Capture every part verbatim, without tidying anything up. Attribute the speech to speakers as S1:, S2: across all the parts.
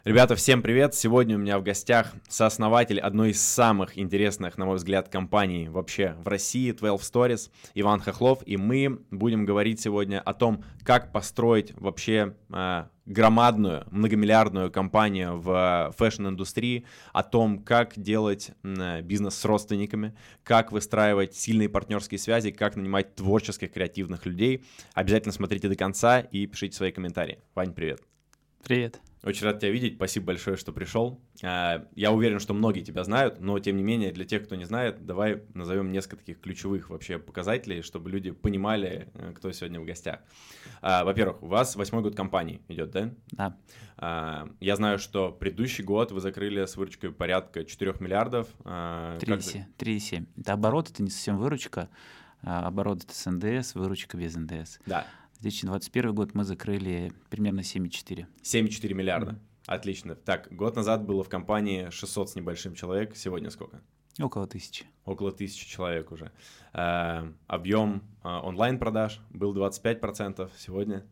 S1: Ребята, всем привет! Сегодня у меня в гостях сооснователь одной из самых интересных, на мой взгляд, компаний вообще в России, двенадцать Stories, Иван Хохлов, и мы будем говорить сегодня о том, как построить вообще э, громадную, многомиллиардную компанию в фэшн-индустрии, о том, как делать э, бизнес с родственниками, как выстраивать сильные партнерские связи, как нанимать творческих, креативных людей. Обязательно смотрите до конца и пишите свои комментарии. Вань, привет!
S2: Привет!
S1: Очень рад тебя видеть, спасибо большое, что пришел. Я уверен, что многие тебя знают, но тем не менее, для тех, кто не знает, давай назовем несколько таких ключевых вообще показателей, чтобы люди понимали, кто сегодня в гостях. Во-первых, у вас восьмой год компании идет, да?
S2: Да.
S1: Я знаю, что предыдущий год вы закрыли с выручкой порядка четырёх миллиардов.
S2: три и семь. Это оборот, это не совсем выручка. Оборот — это с эн дэ эс, выручка без эн дэ эс.
S1: Да.
S2: две тысячи двадцать первый год мы закрыли примерно семь и четыре.
S1: семь и четыре миллиарда. Mm-hmm. Отлично. Так, год назад было в компании шестьсот с небольшим человек. Сегодня сколько?
S2: Около тысячи.
S1: Около тысячи человек уже. Э, объем э, онлайн-продаж был двадцать пять процентов. Сегодня?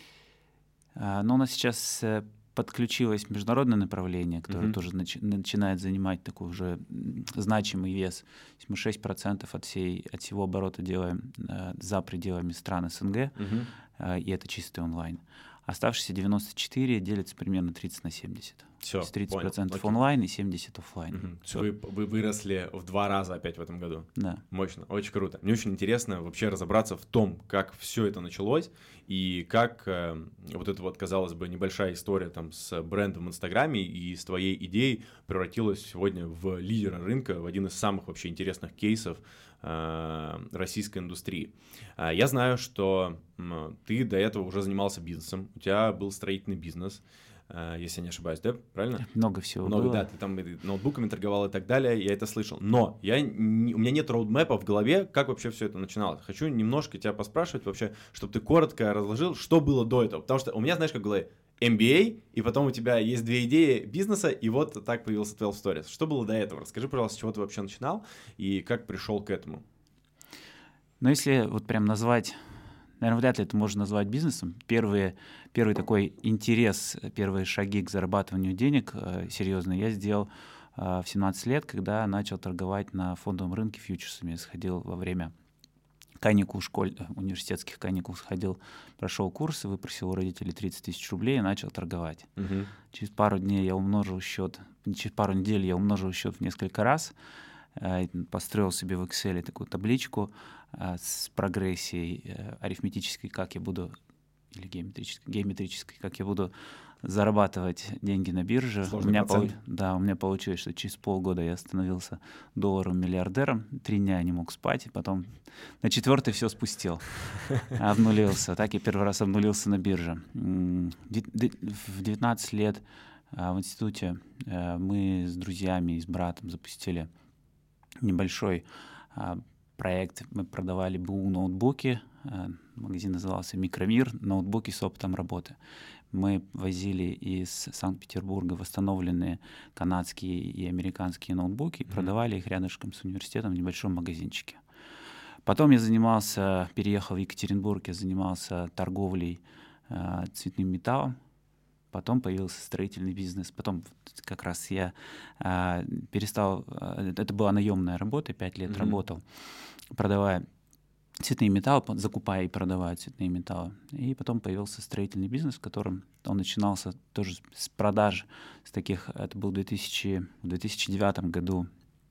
S2: А, ну, у нас сейчас э, подключилось международное направление, которое mm-hmm. тоже начи- начинает занимать такой уже значимый вес. Мы шесть процентов от, всей, от всего оборота делаем э, за пределами стран эс эн гэ,
S1: mm-hmm.
S2: э, и это чистый онлайн. Оставшиеся девяносто четыре делится примерно тридцать на семьдесят.
S1: Все,
S2: То есть тридцать процентов
S1: понял.
S2: онлайн и семьдесят офлайн.
S1: Угу. Вы, вы выросли в два раза опять в этом году.
S2: Да.
S1: Мощно, очень круто. Мне очень интересно вообще разобраться в том, как все это началось и как э, вот эта вот, казалось бы, небольшая история там с брендом в Инстаграме и с твоей идеей превратилась сегодня в лидера рынка, в один из самых вообще интересных кейсов э, российской индустрии. Э, я знаю, что э, ты до этого уже занимался бизнесом, у тебя был строительный бизнес. Если я не ошибаюсь, да? Правильно?
S2: Много всего
S1: Много,
S2: было.
S1: Да, ты там ноутбуками торговал и так далее, я это слышал. Но я, не, у меня нет роудмэпа в голове, как вообще все это начиналось. Хочу немножко тебя поспрашивать вообще, чтобы ты коротко разложил, что было до этого. Потому что у меня, знаешь, как в голове эм би эй, и потом у тебя есть две идеи бизнеса, и вот так появился двенадцать Stories. Что было до этого? Расскажи, пожалуйста, с чего ты вообще начинал и как пришел к этому.
S2: Ну, если вот прям назвать... Наверное, вряд ли это можно назвать бизнесом. Первые, первый такой интерес, первые шаги к зарабатыванию денег э, серьезные я сделал э, в семнадцать лет, когда начал торговать на фондовом рынке фьючерсами. Я сходил во время каникул, школь, университетских каникул, сходил, прошел курсы, выпросил у родителей тридцать тысяч рублей и начал торговать.
S1: Угу.
S2: Через пару дней я умножил счет, через пару недель я умножил счет в несколько раз, построил себе в Excel такую табличку с прогрессией арифметической, как я буду, или геометрической, геометрической, как я буду зарабатывать деньги на бирже. У меня, пол... да, у меня получилось, что через полгода я становился долларовым миллиардером, три дня я не мог спать, и потом на четвертый все спустил, обнулился. Так я первый раз обнулился на бирже. В девятнадцать лет в институте мы с друзьями и с братом запустили небольшой а, проект. Мы продавали БУ ноутбуки. А, магазин назывался «Микромир», ноутбуки с опытом работы. Мы возили из Санкт-Петербурга восстановленные канадские и американские ноутбуки и mm-hmm. продавали их рядышком с университетом в небольшом магазинчике. Потом я занимался, переехал в Екатеринбург, я занимался торговлей а, цветным металлом. Потом появился строительный бизнес. Потом как раз я а, перестал... А, это была наемная работа, пять лет mm-hmm. работал, продавая цветные металлы, закупая и продавая цветные металлы. И потом появился строительный бизнес, в котором он начинался тоже с продаж, с таких... Это был две тысячи, в две тысячи девятом году.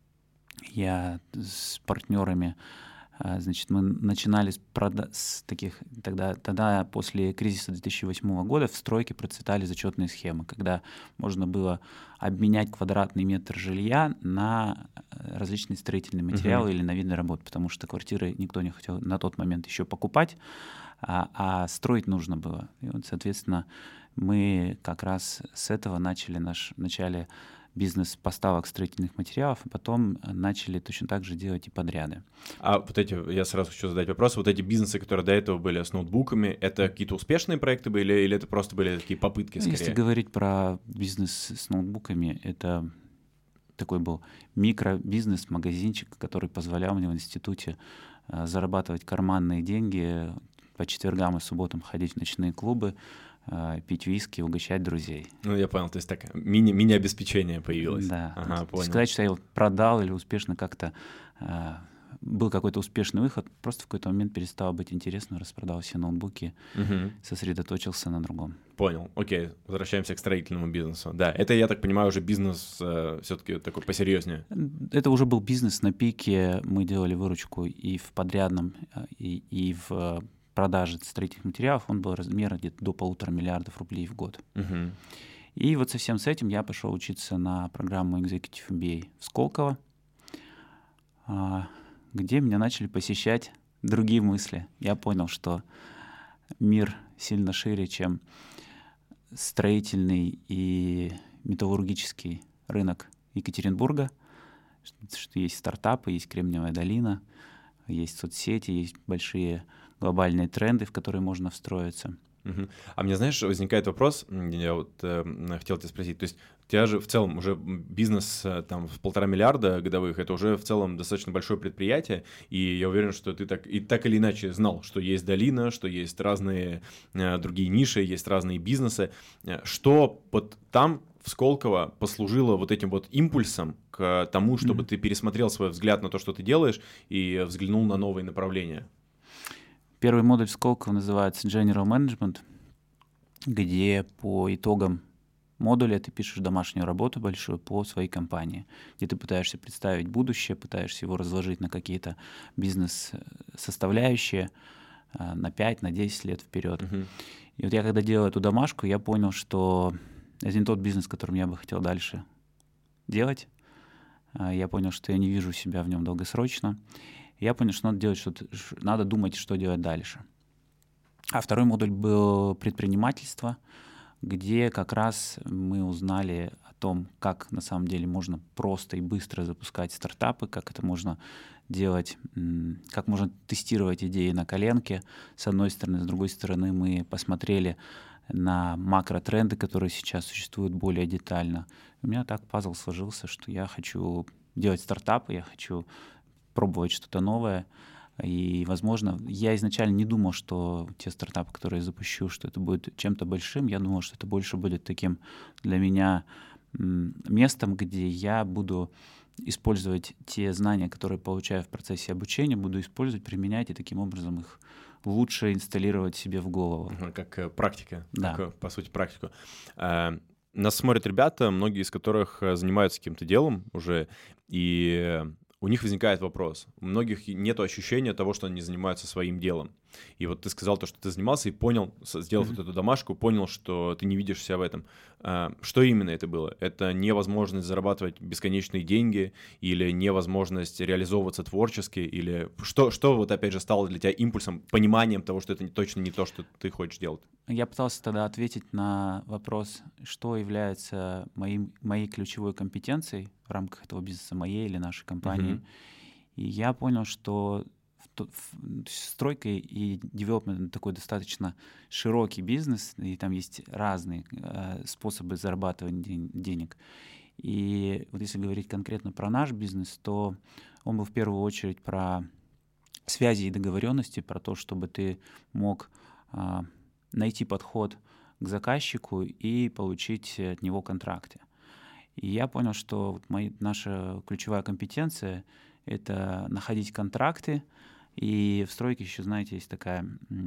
S2: Я с партнерами... Значит, мы начинали с, прода- с таких, тогда, тогда после кризиса две тысячи восьмого года в стройке процветали зачетные схемы, когда можно было обменять квадратный метр жилья на различные строительные материалы uh-huh. или на виды работ, потому что квартиры никто не хотел на тот момент еще покупать, а, а строить нужно было. И вот, соответственно, мы как раз с этого начали наш, начали бизнес поставок строительных материалов, а потом начали точно так же делать и подряды.
S1: А вот эти, я сразу хочу задать вопрос, вот эти бизнесы, которые до этого были с ноутбуками, это какие-то успешные проекты были или это просто были такие попытки скорее?
S2: Если говорить про бизнес с ноутбуками, это такой был микробизнес, магазинчик, который позволял мне в институте зарабатывать карманные деньги, по четвергам и субботам ходить в ночные клубы, э, пить виски, угощать друзей.
S1: Ну, я понял, то есть так мини, мини-обеспечение появилось.
S2: Да.
S1: Ага, понял.
S2: Сказать, что я его продал или успешно как-то э, был какой-то успешный выход, просто в какой-то момент перестало быть интересно, распродал все ноутбуки,
S1: Угу.
S2: сосредоточился на другом.
S1: Понял. Окей, возвращаемся к строительному бизнесу. Да, это, я так понимаю, уже бизнес э, все-таки такой посерьезнее.
S2: Это уже был бизнес на пике. Мы делали выручку и в подрядном, и, и в э, продаже строительных материалов. Он был размера где-то до полутора миллиардов рублей в год.
S1: Угу.
S2: И вот со всем с этим я пошел учиться на программу Executive эм би эй в Сколково, а, где меня начали посещать другие мысли. Я понял, что мир сильно шире, чем строительный и металлургический рынок Екатеринбурга, что, что есть стартапы, есть Кремниевая долина, есть соцсети, есть большие глобальные тренды, в которые можно встроиться.
S1: Угу. А мне, знаешь, возникает вопрос, я вот э, хотел тебя спросить, то есть у тебя же в целом уже бизнес э, там в полтора миллиарда годовых, это уже в целом достаточно большое предприятие, и я уверен, что ты так и так или иначе знал, что есть долина, что есть разные э, другие ниши, есть разные бизнесы. Что вот там в Сколково послужило вот этим вот импульсом к тому, чтобы mm-hmm. ты пересмотрел свой взгляд на то, что ты делаешь, и взглянул на новые направления?
S2: Первый модуль Сколково называется General Management, где по итогам модуля ты пишешь домашнюю работу большую по своей компании, где ты пытаешься представить будущее, пытаешься его разложить на какие-то бизнес-составляющие на пять, на десять лет вперед. Uh-huh. И вот я когда делал эту домашку, я понял, что это не тот бизнес, которым я бы хотел дальше делать. Я понял, что я не вижу себя в нем долгосрочно. Я понял, что надо делать что-то, надо думать, что делать дальше. А второй модуль был предпринимательство, где как раз мы узнали о том, как на самом деле можно просто и быстро запускать стартапы, как это можно делать, как можно тестировать идеи на коленке, с одной стороны. С другой стороны, мы посмотрели на макротренды, которые сейчас существуют более детально. У меня так пазл сложился, что я хочу делать стартапы, я хочу пробовать что-то новое. И, возможно, я изначально не думал, что те стартапы, которые я запущу, что это будет чем-то большим. Я думал, что это больше будет таким для меня местом, где я буду использовать те знания, которые получаю в процессе обучения, буду использовать, применять и таким образом их лучше инсталлировать себе в голову.
S1: Как практика.
S2: Да.
S1: Как, по сути, практику. Нас смотрят ребята, многие из которых занимаются каким-то делом уже, и у них возникает вопрос. У многих нет ощущения того, что они занимаются своим делом. И вот ты сказал то, что ты занимался и понял, сделал mm-hmm. вот эту домашку, понял, что ты не видишь себя в этом. Что именно это было? Это невозможность зарабатывать бесконечные деньги или невозможность реализовываться творчески? Или что, что вот опять же стало для тебя импульсом, пониманием того, что это точно не то, что ты хочешь делать?
S2: Я пытался тогда ответить на вопрос, что является моим, моей ключевой компетенцией в рамках этого бизнеса, моей или нашей компании. Mm-hmm. И я понял, что стройка и девелопмент — такой достаточно широкий бизнес, и там есть разные э, способы зарабатывания ден- денег. И вот если говорить конкретно про наш бизнес, то он был в первую очередь про связи и договоренности, про то, чтобы ты мог э, найти подход к заказчику и получить от него контракты. И я понял, что вот мои, наша ключевая компетенция — это находить контракты. И в стройке еще, знаете, есть такая,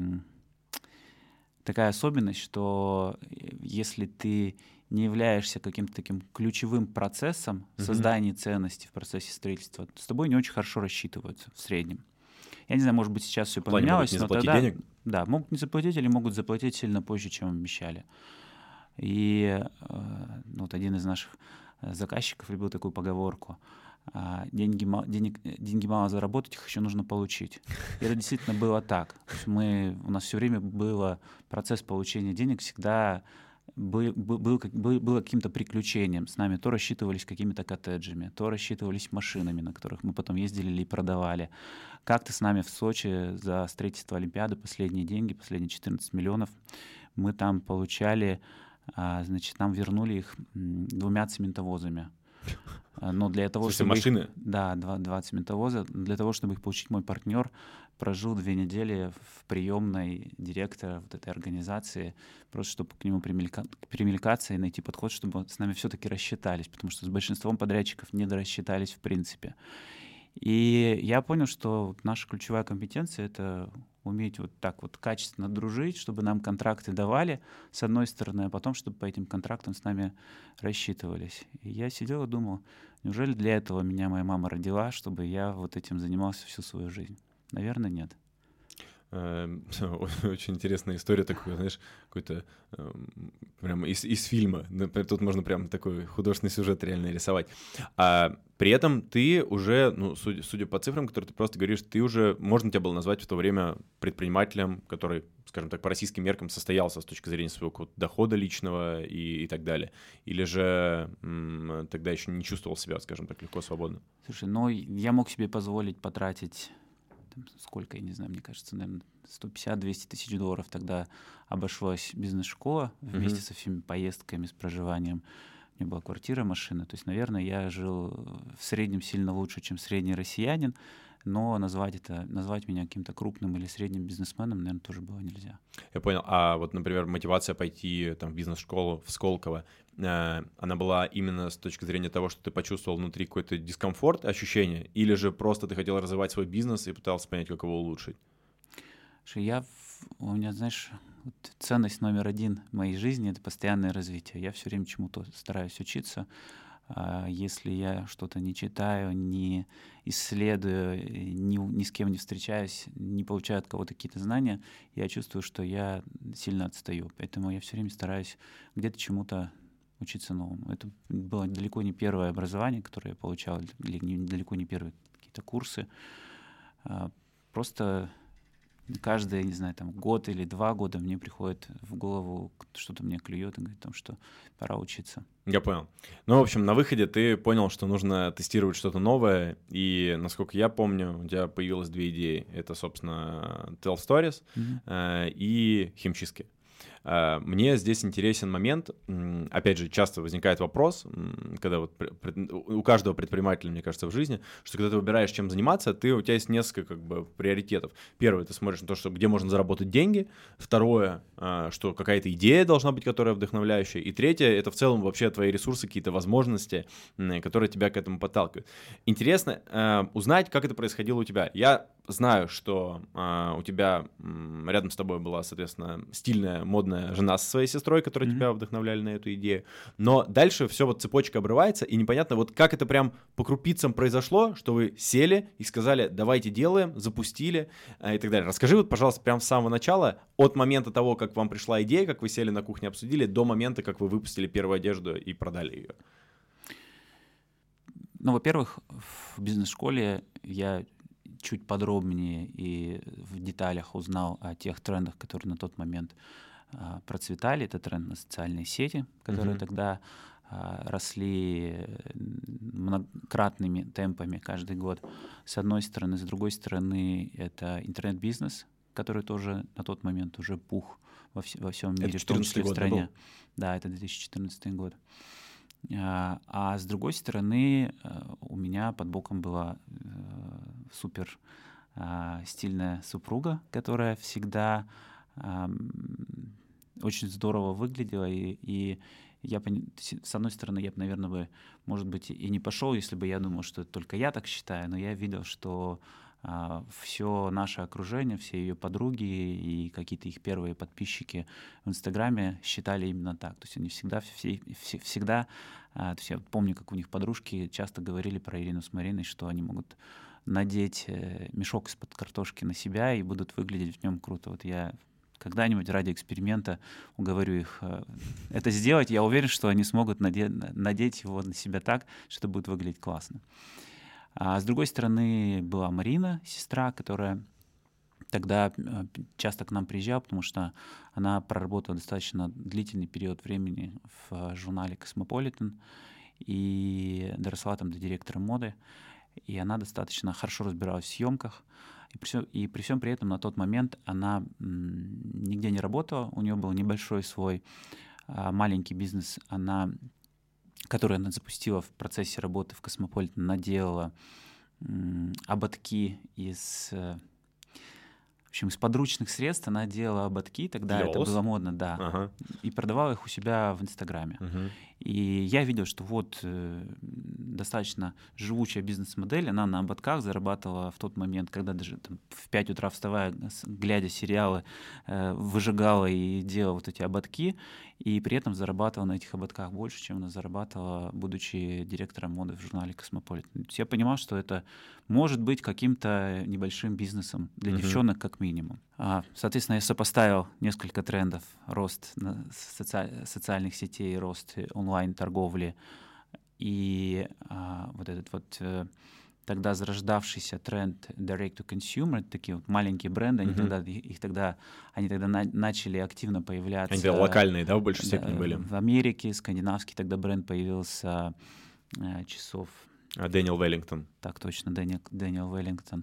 S2: такая особенность, что если ты не являешься каким-то таким ключевым процессом mm-hmm. создания ценности в процессе строительства, то с тобой не очень хорошо рассчитываются в среднем. Я не знаю, может быть, сейчас все поменялось,
S1: но
S2: тогда...
S1: денег?
S2: Да, могут не заплатить или могут заплатить сильно позже, чем обещали. И э, вот один из наших заказчиков любил такую поговорку: деньги, денег, деньги мало заработать, их еще нужно получить. И это действительно было так. Мы, у нас все время был процесс получения денег всегда был, был, был, был, был каким-то приключением. С нами то рассчитывались какими-то коттеджами, то рассчитывались машинами, на которых мы потом ездили или продавали. Как-то с нами в Сочи за строительство Олимпиады последние деньги, последние четырнадцать миллионов, мы там получали, значит, нам вернули их двумя цементовозами. Но для того,
S1: в смысле,
S2: чтобы
S1: машины?
S2: Их, да, двадцать ментовоза. Для того, чтобы их получить, мой партнер прожил две недели в приемной директора вот этой организации, просто чтобы к нему примелька, примелькаться и найти подход, чтобы с нами все-таки рассчитались, потому что с большинством подрядчиков не дорассчитались в принципе. И я понял, что наша ключевая компетенция — это уметь вот так вот качественно дружить, чтобы нам контракты давали, с одной стороны, а потом, чтобы по этим контрактам с нами рассчитывались. И я сидел и думал, неужели для этого меня моя мама родила, чтобы я вот этим занимался всю свою жизнь? Наверное, нет.
S1: Очень интересная история, такой, знаешь, какой-то прям из, из фильма. Тут можно прям такой художественный сюжет реально рисовать. А при этом ты уже, ну, судя, судя по цифрам, которые ты просто говоришь, ты уже, можно тебя было назвать в то время предпринимателем, который, скажем так, по российским меркам состоялся с точки зрения своего дохода личного и, и так далее. Или же м, тогда еще не чувствовал себя, скажем так, легко, свободно?
S2: Слушай, ну, я мог себе позволить потратить сколько, я не знаю, мне кажется, наверное, сто пятьдесят - двести тысяч долларов тогда обошлась бизнес-школа вместе mm-hmm. со всеми поездками, с проживанием. У меня была квартира, машина. То есть, наверное, я жил в среднем сильно лучше, чем средний россиянин, но назвать это, назвать меня каким-то крупным или средним бизнесменом, наверное, тоже было нельзя.
S1: Я понял. А вот, например, мотивация пойти там, в бизнес-школу в Сколково, э, она была именно с точки зрения того, что ты почувствовал внутри какой-то дискомфорт, ощущение, или же просто ты хотел развивать свой бизнес и пытался понять, как его улучшить?
S2: Я, у меня, знаешь, вот ценность номер один в моей жизни — это постоянное развитие. Я все время чему-то стараюсь учиться. Если я что-то не читаю, не исследую, ни, ни с кем не встречаюсь, не получаю от кого-то какие-то знания, я чувствую, что я сильно отстаю. Поэтому я все время стараюсь где-то чему-то учиться новому. Это было далеко не первое образование, которое я получал, или не, далеко не первые какие-то курсы. Просто каждый, не знаю, там год или два года мне приходит в голову, что-то мне клюет и говорит о том, что пора учиться.
S1: Я понял. Ну, в общем, на выходе ты понял, что нужно тестировать что-то новое, и, насколько я помню, у тебя появилось две идеи. Это, собственно, twelve stories mm-hmm. э, и химчистки. Мне здесь интересен момент, опять же, часто возникает вопрос, когда вот у каждого предпринимателя, мне кажется, в жизни, что когда ты выбираешь, чем заниматься, ты, у тебя есть несколько как бы приоритетов. Первое, ты смотришь на то, что, где можно заработать деньги. Второе, что какая-то идея должна быть, которая вдохновляющая. И третье, это в целом вообще твои ресурсы, какие-то возможности, которые тебя к этому подталкивают. Интересно узнать, как это происходило у тебя. Я знаю, что у тебя рядом с тобой была, соответственно, стильная, модная жена со своей сестрой, которые mm-hmm. тебя вдохновляли на эту идею. Но дальше все вот цепочка обрывается, и непонятно, вот как это прям по крупицам произошло, что вы сели и сказали, давайте делаем, запустили э, и так далее. Расскажи вот, пожалуйста, прям с самого начала, от момента того, как вам пришла идея, как вы сели на кухне, обсудили, до момента, как вы выпустили первую одежду и продали ее.
S2: Ну, во-первых, в бизнес-школе я чуть подробнее и в деталях узнал о тех трендах, которые на тот момент а, процветали. Это тренд на социальные сети, которые mm-hmm. тогда а, росли многократными темпами каждый год. С одной стороны. С другой стороны, это интернет-бизнес, который тоже на тот момент уже пух во, вс- во всем мире, в том числе в стране. Да, это две тысячи четырнадцатый год. А, а с другой стороны, у меня под боком была э, супер э, стильная супруга, которая всегда э, очень здорово выглядела. И, и я, с одной стороны, я бы, наверное, бы, может быть, и не пошел, если бы я думал, что это только я так считаю, но я видел, что Uh, все наше окружение, все ее подруги и какие-то их первые подписчики в Инстаграме считали именно так. То есть они всегда, все, все, всегда, uh, то есть я помню, как у них подружки часто говорили про Ирину с Мариной, что они могут надеть э, мешок из-под картошки на себя и будут выглядеть в нем круто. Вот я когда-нибудь ради эксперимента уговорю их э, это сделать. Я уверен, что они смогут наде- надеть его на себя так, что это будет выглядеть классно. А с другой стороны была Марина, сестра, которая тогда часто к нам приезжала, потому что она проработала достаточно длительный период времени в журнале Cosmopolitan и доросла там до директора моды. И она достаточно хорошо разбиралась в съемках. И при, всем, и при всем при этом на тот момент она м, нигде не работала. У нее был небольшой свой а, маленький бизнес. Она которую она запустила в процессе работы в Космополитен, она делала м, ободки из... э, В общем, из подручных средств она делала ободки, тогда
S1: Для
S2: это
S1: волос?
S2: было модно, да,
S1: Ага.
S2: и продавала их у себя в Инстаграме.
S1: Мгм.
S2: И я видел, что вот э, достаточно живучая бизнес-модель, она на ободках зарабатывала в тот момент, когда даже там, в пять утра вставая, с- глядя сериалы, э, выжигала и делала вот эти ободки, и при этом зарабатывала на этих ободках больше, чем она зарабатывала, будучи директором моды в журнале «Космополитен». То есть я понимал, что это может быть каким-то небольшим бизнесом для
S1: Мгм.
S2: девчонок как минимум. А, Соответственно, я сопоставил несколько трендов: рост на соци- социальных сетей, рост онлайн-торговли и а, вот этот вот э, тогда зарождавшийся тренд direct to consumer, такие вот маленькие бренды, они
S1: Мгм.
S2: тогда, их их тогда, они тогда на- начали активно появляться.
S1: Они тогда локальные, да, в большей
S2: Да,
S1: степени были?
S2: в Америке, скандинавский тогда бренд появился, э, часов,
S1: А Дэниел Веллингтон.
S2: так точно, Дэниел, Дэниел Веллингтон.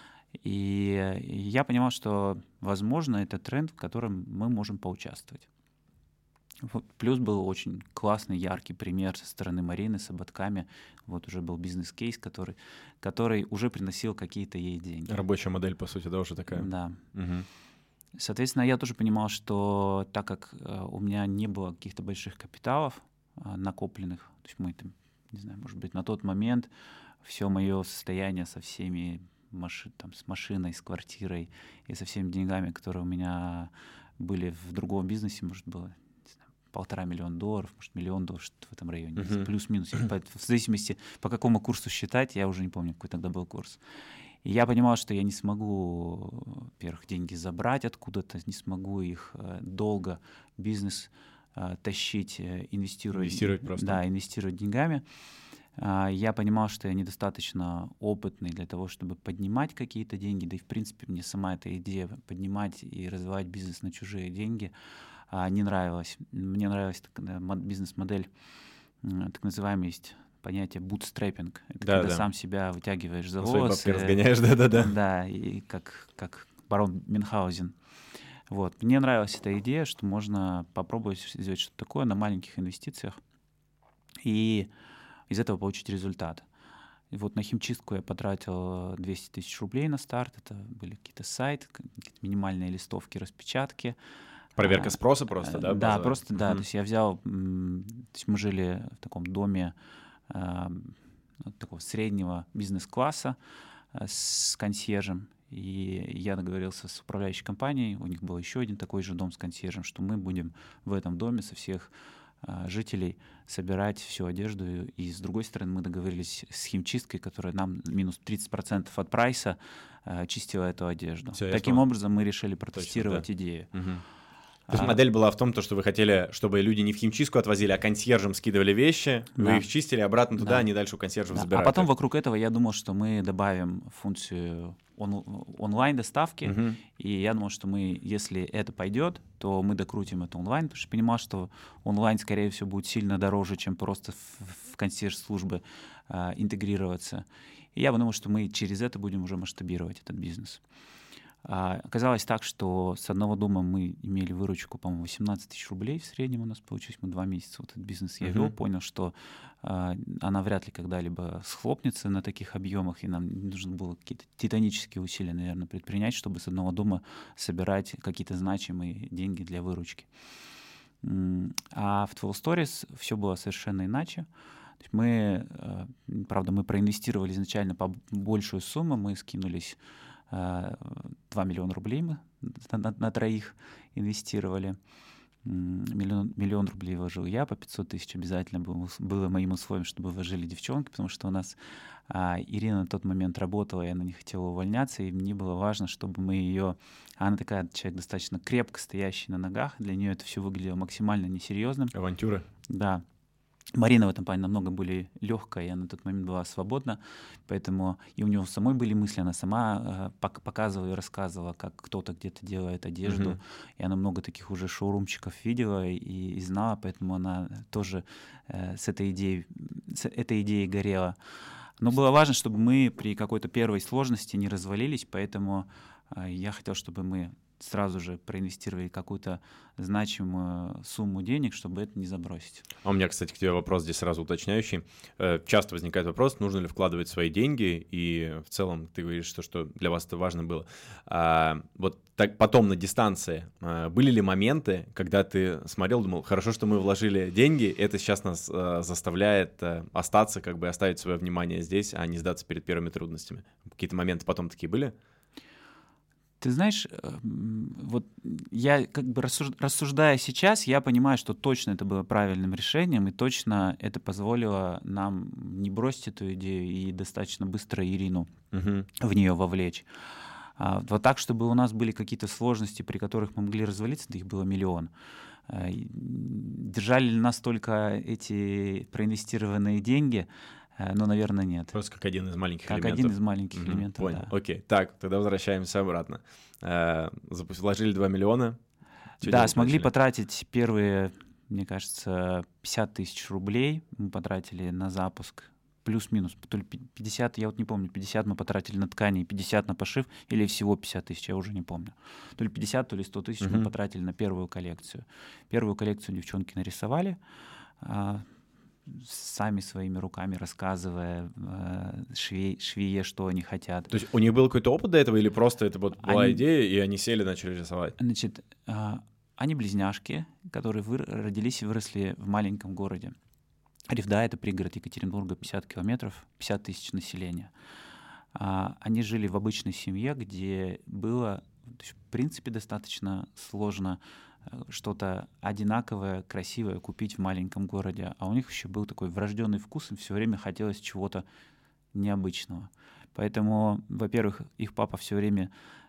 S2: И э, я понимал, что, возможно, это тренд, в котором мы можем поучаствовать. Вот. Плюс был очень классный, яркий пример со стороны Марины с ободками. Вот уже был бизнес-кейс, который, который уже приносил какие-то ей деньги.
S1: Рабочая модель, по сути, да, уже такая.
S2: Да.
S1: Мгм.
S2: Соответственно, я тоже понимал, что так как э, у меня не было каких-то больших капиталов э, накопленных, то есть мы там, не знаю, может быть, на тот момент все мое состояние со всеми маши- там, с машиной, с квартирой и со всеми деньгами, которые у меня были в другом бизнесе, может, было не знаю, полтора миллиона долларов, может, миллион долларов, что-то в этом районе, не знаю,
S1: Мгм.
S2: плюс-минус. Я по- В зависимости, по какому курсу считать, я уже не помню, какой тогда был курс. И я понимал, что я не смогу, во-первых, деньги забрать откуда-то, не смогу их э, долго бизнес э, тащить, э, инвестируя,
S1: Инвестировать просто.
S2: да, инвестировать деньгами. А, Я понимал, что я недостаточно опытный для того, чтобы поднимать какие-то деньги, да и в принципе мне сама эта идея поднимать и развивать бизнес на чужие деньги а, не нравилась. Мне нравилась такая мо- бизнес-модель, м, так называемая есть понятие бутстрепинг. Это
S1: Да,
S2: когда
S1: да.
S2: сам себя вытягиваешь за
S1: На свои бабки
S2: волосы.
S1: разгоняешь, да-да-да.
S2: Да, и как, как барон Мюнхгаузен. Вот. Мне нравилась эта идея, что можно попробовать сделать что-то такое на маленьких инвестициях и из этого получить результат. И вот на химчистку я потратил двести тысяч рублей на старт. Это были какие-то сайты, какие-то минимальные листовки, распечатки.
S1: Проверка
S2: А,
S1: спроса просто,
S2: э,
S1: да,
S2: Да,
S1: базовая?
S2: просто, да. То
S1: Мгм.
S2: есть я взял, м, то есть мы жили в таком доме а, ну, такого среднего бизнес-класса а, с консьержем. И я договорился с управляющей компанией, у них был еще один такой же дом с консьержем, что мы будем в этом доме со всех а, жителей собирать всю одежду. И с другой стороны мы договорились с химчисткой, которая нам минус тридцать процентов от прайса а, чистила эту одежду.
S1: Всё, я
S2: Таким
S1: понял.
S2: образом мы решили
S1: Точно,
S2: протестировать
S1: да.
S2: идею.
S1: Мгм. То есть
S2: А,
S1: модель была в том, то, что вы хотели, чтобы люди не в химчистку отвозили, а консьержам скидывали вещи, вы
S2: Да.
S1: их чистили, обратно туда,
S2: Да.
S1: они дальше у консьержев
S2: Да. А
S1: забирают
S2: потом
S1: их.
S2: вокруг этого я думал, что мы добавим функцию он- онлайн-доставки.
S1: Мгм.
S2: И я думал, что мы, если это пойдет, то мы докрутим это онлайн, потому что понимал, что онлайн, скорее всего, будет сильно дороже, чем просто в, в консьерж-службы а, интегрироваться. И я подумал, что мы через это будем уже масштабировать этот бизнес. А, оказалось так, что с одного дома мы имели выручку, по-моему, восемнадцать тысяч рублей в среднем у нас получилось. Мы два месяца вот этот бизнес я вел,
S1: Мгм.
S2: понял, что а, она вряд ли когда-либо схлопнется на таких объемах, и нам нужно было какие-то титанические усилия, наверное, предпринять, чтобы с одного дома собирать какие-то значимые деньги для выручки. М, А в Twelve Stories все было совершенно иначе. То есть мы, э, правда, мы проинвестировали изначально по большую сумму, мы скинулись э, два миллиона рублей мы на, на- на троих инвестировали. М, Миллион, миллион рублей вложил я, по пятьсот тысяч обязательно было, ус- было моим условием, чтобы вложили девчонки, потому что у нас а, Ирина на тот момент работала, и она не хотела увольняться, и мне было важно, чтобы мы ее... Она такая человек достаточно крепко стоящий на ногах, для нее это все выглядело максимально несерьезным.
S1: Авантюры.
S2: Да. Марина в этом плане намного более легкая, и она на тот момент была свободна, поэтому и у нее самой были мысли, она сама э, пок- показывала и рассказывала, как кто-то где-то делает одежду,
S1: Мгм.
S2: и она много таких уже шоурумчиков видела и, и знала, поэтому она тоже э, с этой идеей, с этой идеей горела. Но было важно, чтобы мы при какой-то первой сложности не развалились, поэтому э, я хотел, чтобы мы сразу же проинвестировали какую-то значимую сумму денег, чтобы это не забросить.
S1: А у меня, кстати, к тебе вопрос здесь сразу уточняющий. Э, Часто возникает вопрос, нужно ли вкладывать свои деньги, и в целом ты говоришь, что, что для вас это важно было. А, вот так потом на дистанции а, были ли моменты, когда ты смотрел, думал, хорошо, что мы вложили деньги, это сейчас нас а, заставляет а, остаться, как бы оставить свое внимание здесь, а не сдаться перед первыми трудностями? Какие-то моменты потом такие были?
S2: Ты знаешь, вот я как бы рассуждая сейчас, я понимаю, что точно это было правильным решением, и точно это позволило нам не бросить эту идею и достаточно быстро Ирину
S1: Угу.
S2: в нее вовлечь. А, Вот так, чтобы у нас были какие-то сложности, при которых мы могли развалиться, да их было миллион. А, и Держали ли нас только эти проинвестированные деньги? А, Ну, наверное, нет.
S1: Просто как один из маленьких
S2: Как
S1: элементов.
S2: один из маленьких
S1: Мгм,
S2: элементов,
S1: понял.
S2: да.
S1: Окей, так, тогда возвращаемся обратно. Э, запу- Вложили два миллиона. Чё
S2: Да,
S1: делать
S2: смогли
S1: начали?
S2: потратить первые, мне кажется, пятьдесят тысяч рублей мы потратили на запуск. Плюс-минус, то ли пи- пятьдесят, я вот не помню, пятьдесят мы потратили на ткани, пятьдесят на пошив, или всего пятьдесят тысяч, я уже не помню. То ли пятьдесят, то ли сто тысяч мы
S1: Мгм.
S2: потратили на первую коллекцию. Первую коллекцию девчонки нарисовали, а, сами своими руками рассказывая э, шве- швее, что они хотят.
S1: То есть у них был какой-то опыт до этого, или просто это вот была
S2: Они-
S1: идея, и они сели и начали рисовать?
S2: Значит, а, они близняшки, которые выр- родились и выросли в маленьком городе. Ревда — это пригород Екатеринбурга, пятьдесят километров, пятьдесят тысяч населения. А, Они жили в обычной семье, где было, то есть, в принципе, достаточно сложно э, что-то одинаковое, красивое купить в маленьком городе. А у них еще был такой врожденный вкус, им все время хотелось чего-то необычного. Поэтому, во-первых, их папа все время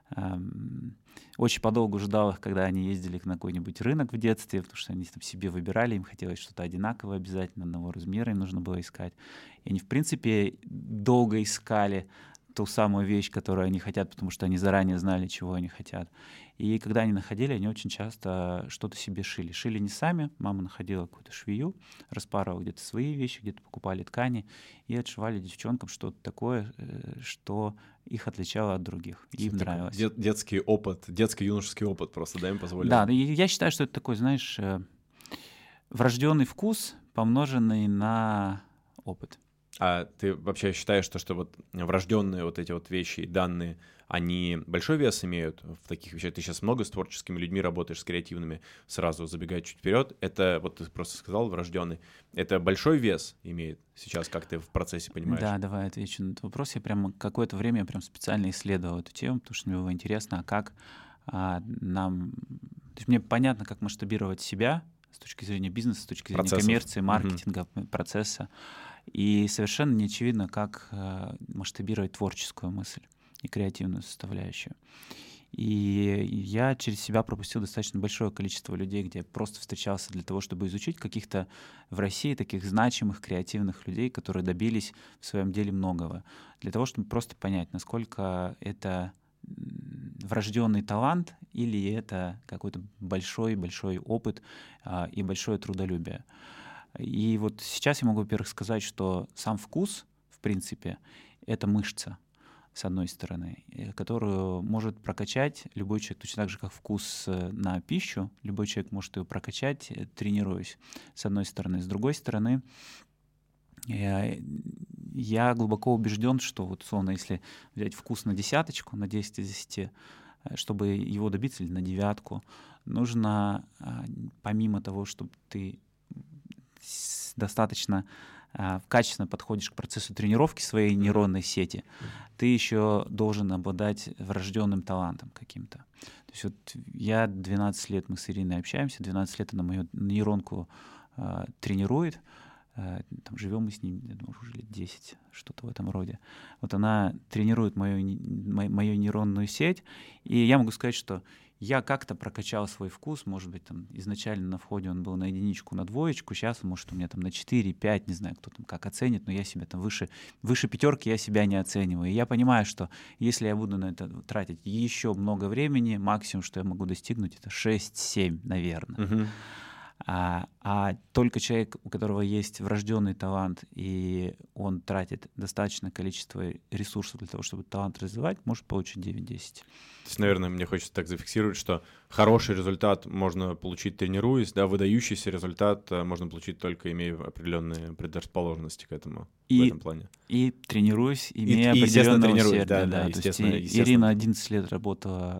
S2: эм, очень подолгу ждал их, когда они ездили на какой-нибудь рынок в детстве, потому что они там себе выбирали, им хотелось что-то одинаковое обязательно, одного размера им нужно было искать. И они, в принципе, долго искали ту самую вещь, которую они хотят, потому что они заранее знали, чего они хотят. И когда они находили, они очень часто что-то себе шили. Шили не сами, мама находила какую-то швею, распарывала где-то свои вещи, где-то покупали ткани и отшивали девчонкам что-то такое, э, что их отличало от других. И им
S1: Такой
S2: нравилось.
S1: дет- детский опыт, детско-юношеский опыт просто, да, им позволил?
S2: Да, и я считаю, что это такой, знаешь, э, врожденный вкус, помноженный на опыт.
S1: А ты вообще считаешь, что, что вот врожденные вот эти вот вещи и данные, они большой вес имеют в таких вещах? Ты сейчас много с творческими людьми работаешь, с креативными, сразу забегая чуть вперед. Это, вот ты просто сказал, врожденный. Это большой вес имеет сейчас, как ты в процессе понимаешь?
S2: Да, давай отвечу на этот вопрос. Я прям какое-то время я прям специально исследовал эту тему, потому что мне было интересно, а как а, нам... То есть мне понятно, как масштабировать себя с точки зрения бизнеса, с точки зрения
S1: Процессов.
S2: коммерции,
S1: Мгм.
S2: маркетинга, м, процесса. И совершенно не очевидно, как э, масштабировать творческую мысль и креативную составляющую. И я через себя пропустил достаточно большое количество людей, где я просто встречался для того, чтобы изучить каких-то в России таких значимых креативных людей, которые добились в своем деле многого. Для того, чтобы просто понять, насколько это м, врожденный талант или это какой-то большой-большой опыт а, и большое трудолюбие. И вот сейчас я могу, во-первых, сказать, что сам вкус, в принципе, это мышца, с одной стороны, э, которую может прокачать любой человек, точно так же, как вкус э, на пищу. Любой человек может ее прокачать, э, тренируясь, с одной стороны. С другой стороны, э, я глубоко убежден, что вот, условно, если взять вкус на десяточку, на десять из десяти, э, чтобы его добиться, или на девятку, нужно, а, помимо того, чтобы ты с- достаточно а, качественно подходишь к процессу тренировки своей
S1: Мгм.
S2: нейронной сети, ты еще должен обладать врожденным талантом каким-то. То есть вот я двенадцать лет, мы с Ириной общаемся, двенадцать лет она мою нейронку а, тренирует, а, там живем мы с ней, я думаю, уже лет десять, что-то в этом роде. Вот она тренирует мою, не- мо- мою нейронную сеть, и я могу сказать, что я как-то прокачал свой вкус, может быть, там изначально на входе он был на единичку, на двоечку, сейчас, может, у меня там на четыре, пять, не знаю, кто там как оценит, но я себя там выше, выше пятерки я себя не оцениваю. И я понимаю, что если я буду на это тратить еще много времени, максимум, что я могу достигнуть, это шесть-семь, наверное.
S1: Мгм.
S2: А, а только человек, у которого есть врожденный талант, и он тратит достаточное количество ресурсов для того, чтобы талант развивать, может получить девять-десять.
S1: То есть, наверное, мне хочется так зафиксировать, что хороший результат можно получить, тренируясь, да, выдающийся результат можно получить только имея определенные предрасположенности к этому
S2: и,
S1: в этом плане.
S2: И тренируясь, имея
S1: и, и,
S2: определенного сердца.
S1: Да,
S2: да,
S1: да, естественно,
S2: то есть
S1: естественно.
S2: Ирина одиннадцать лет работала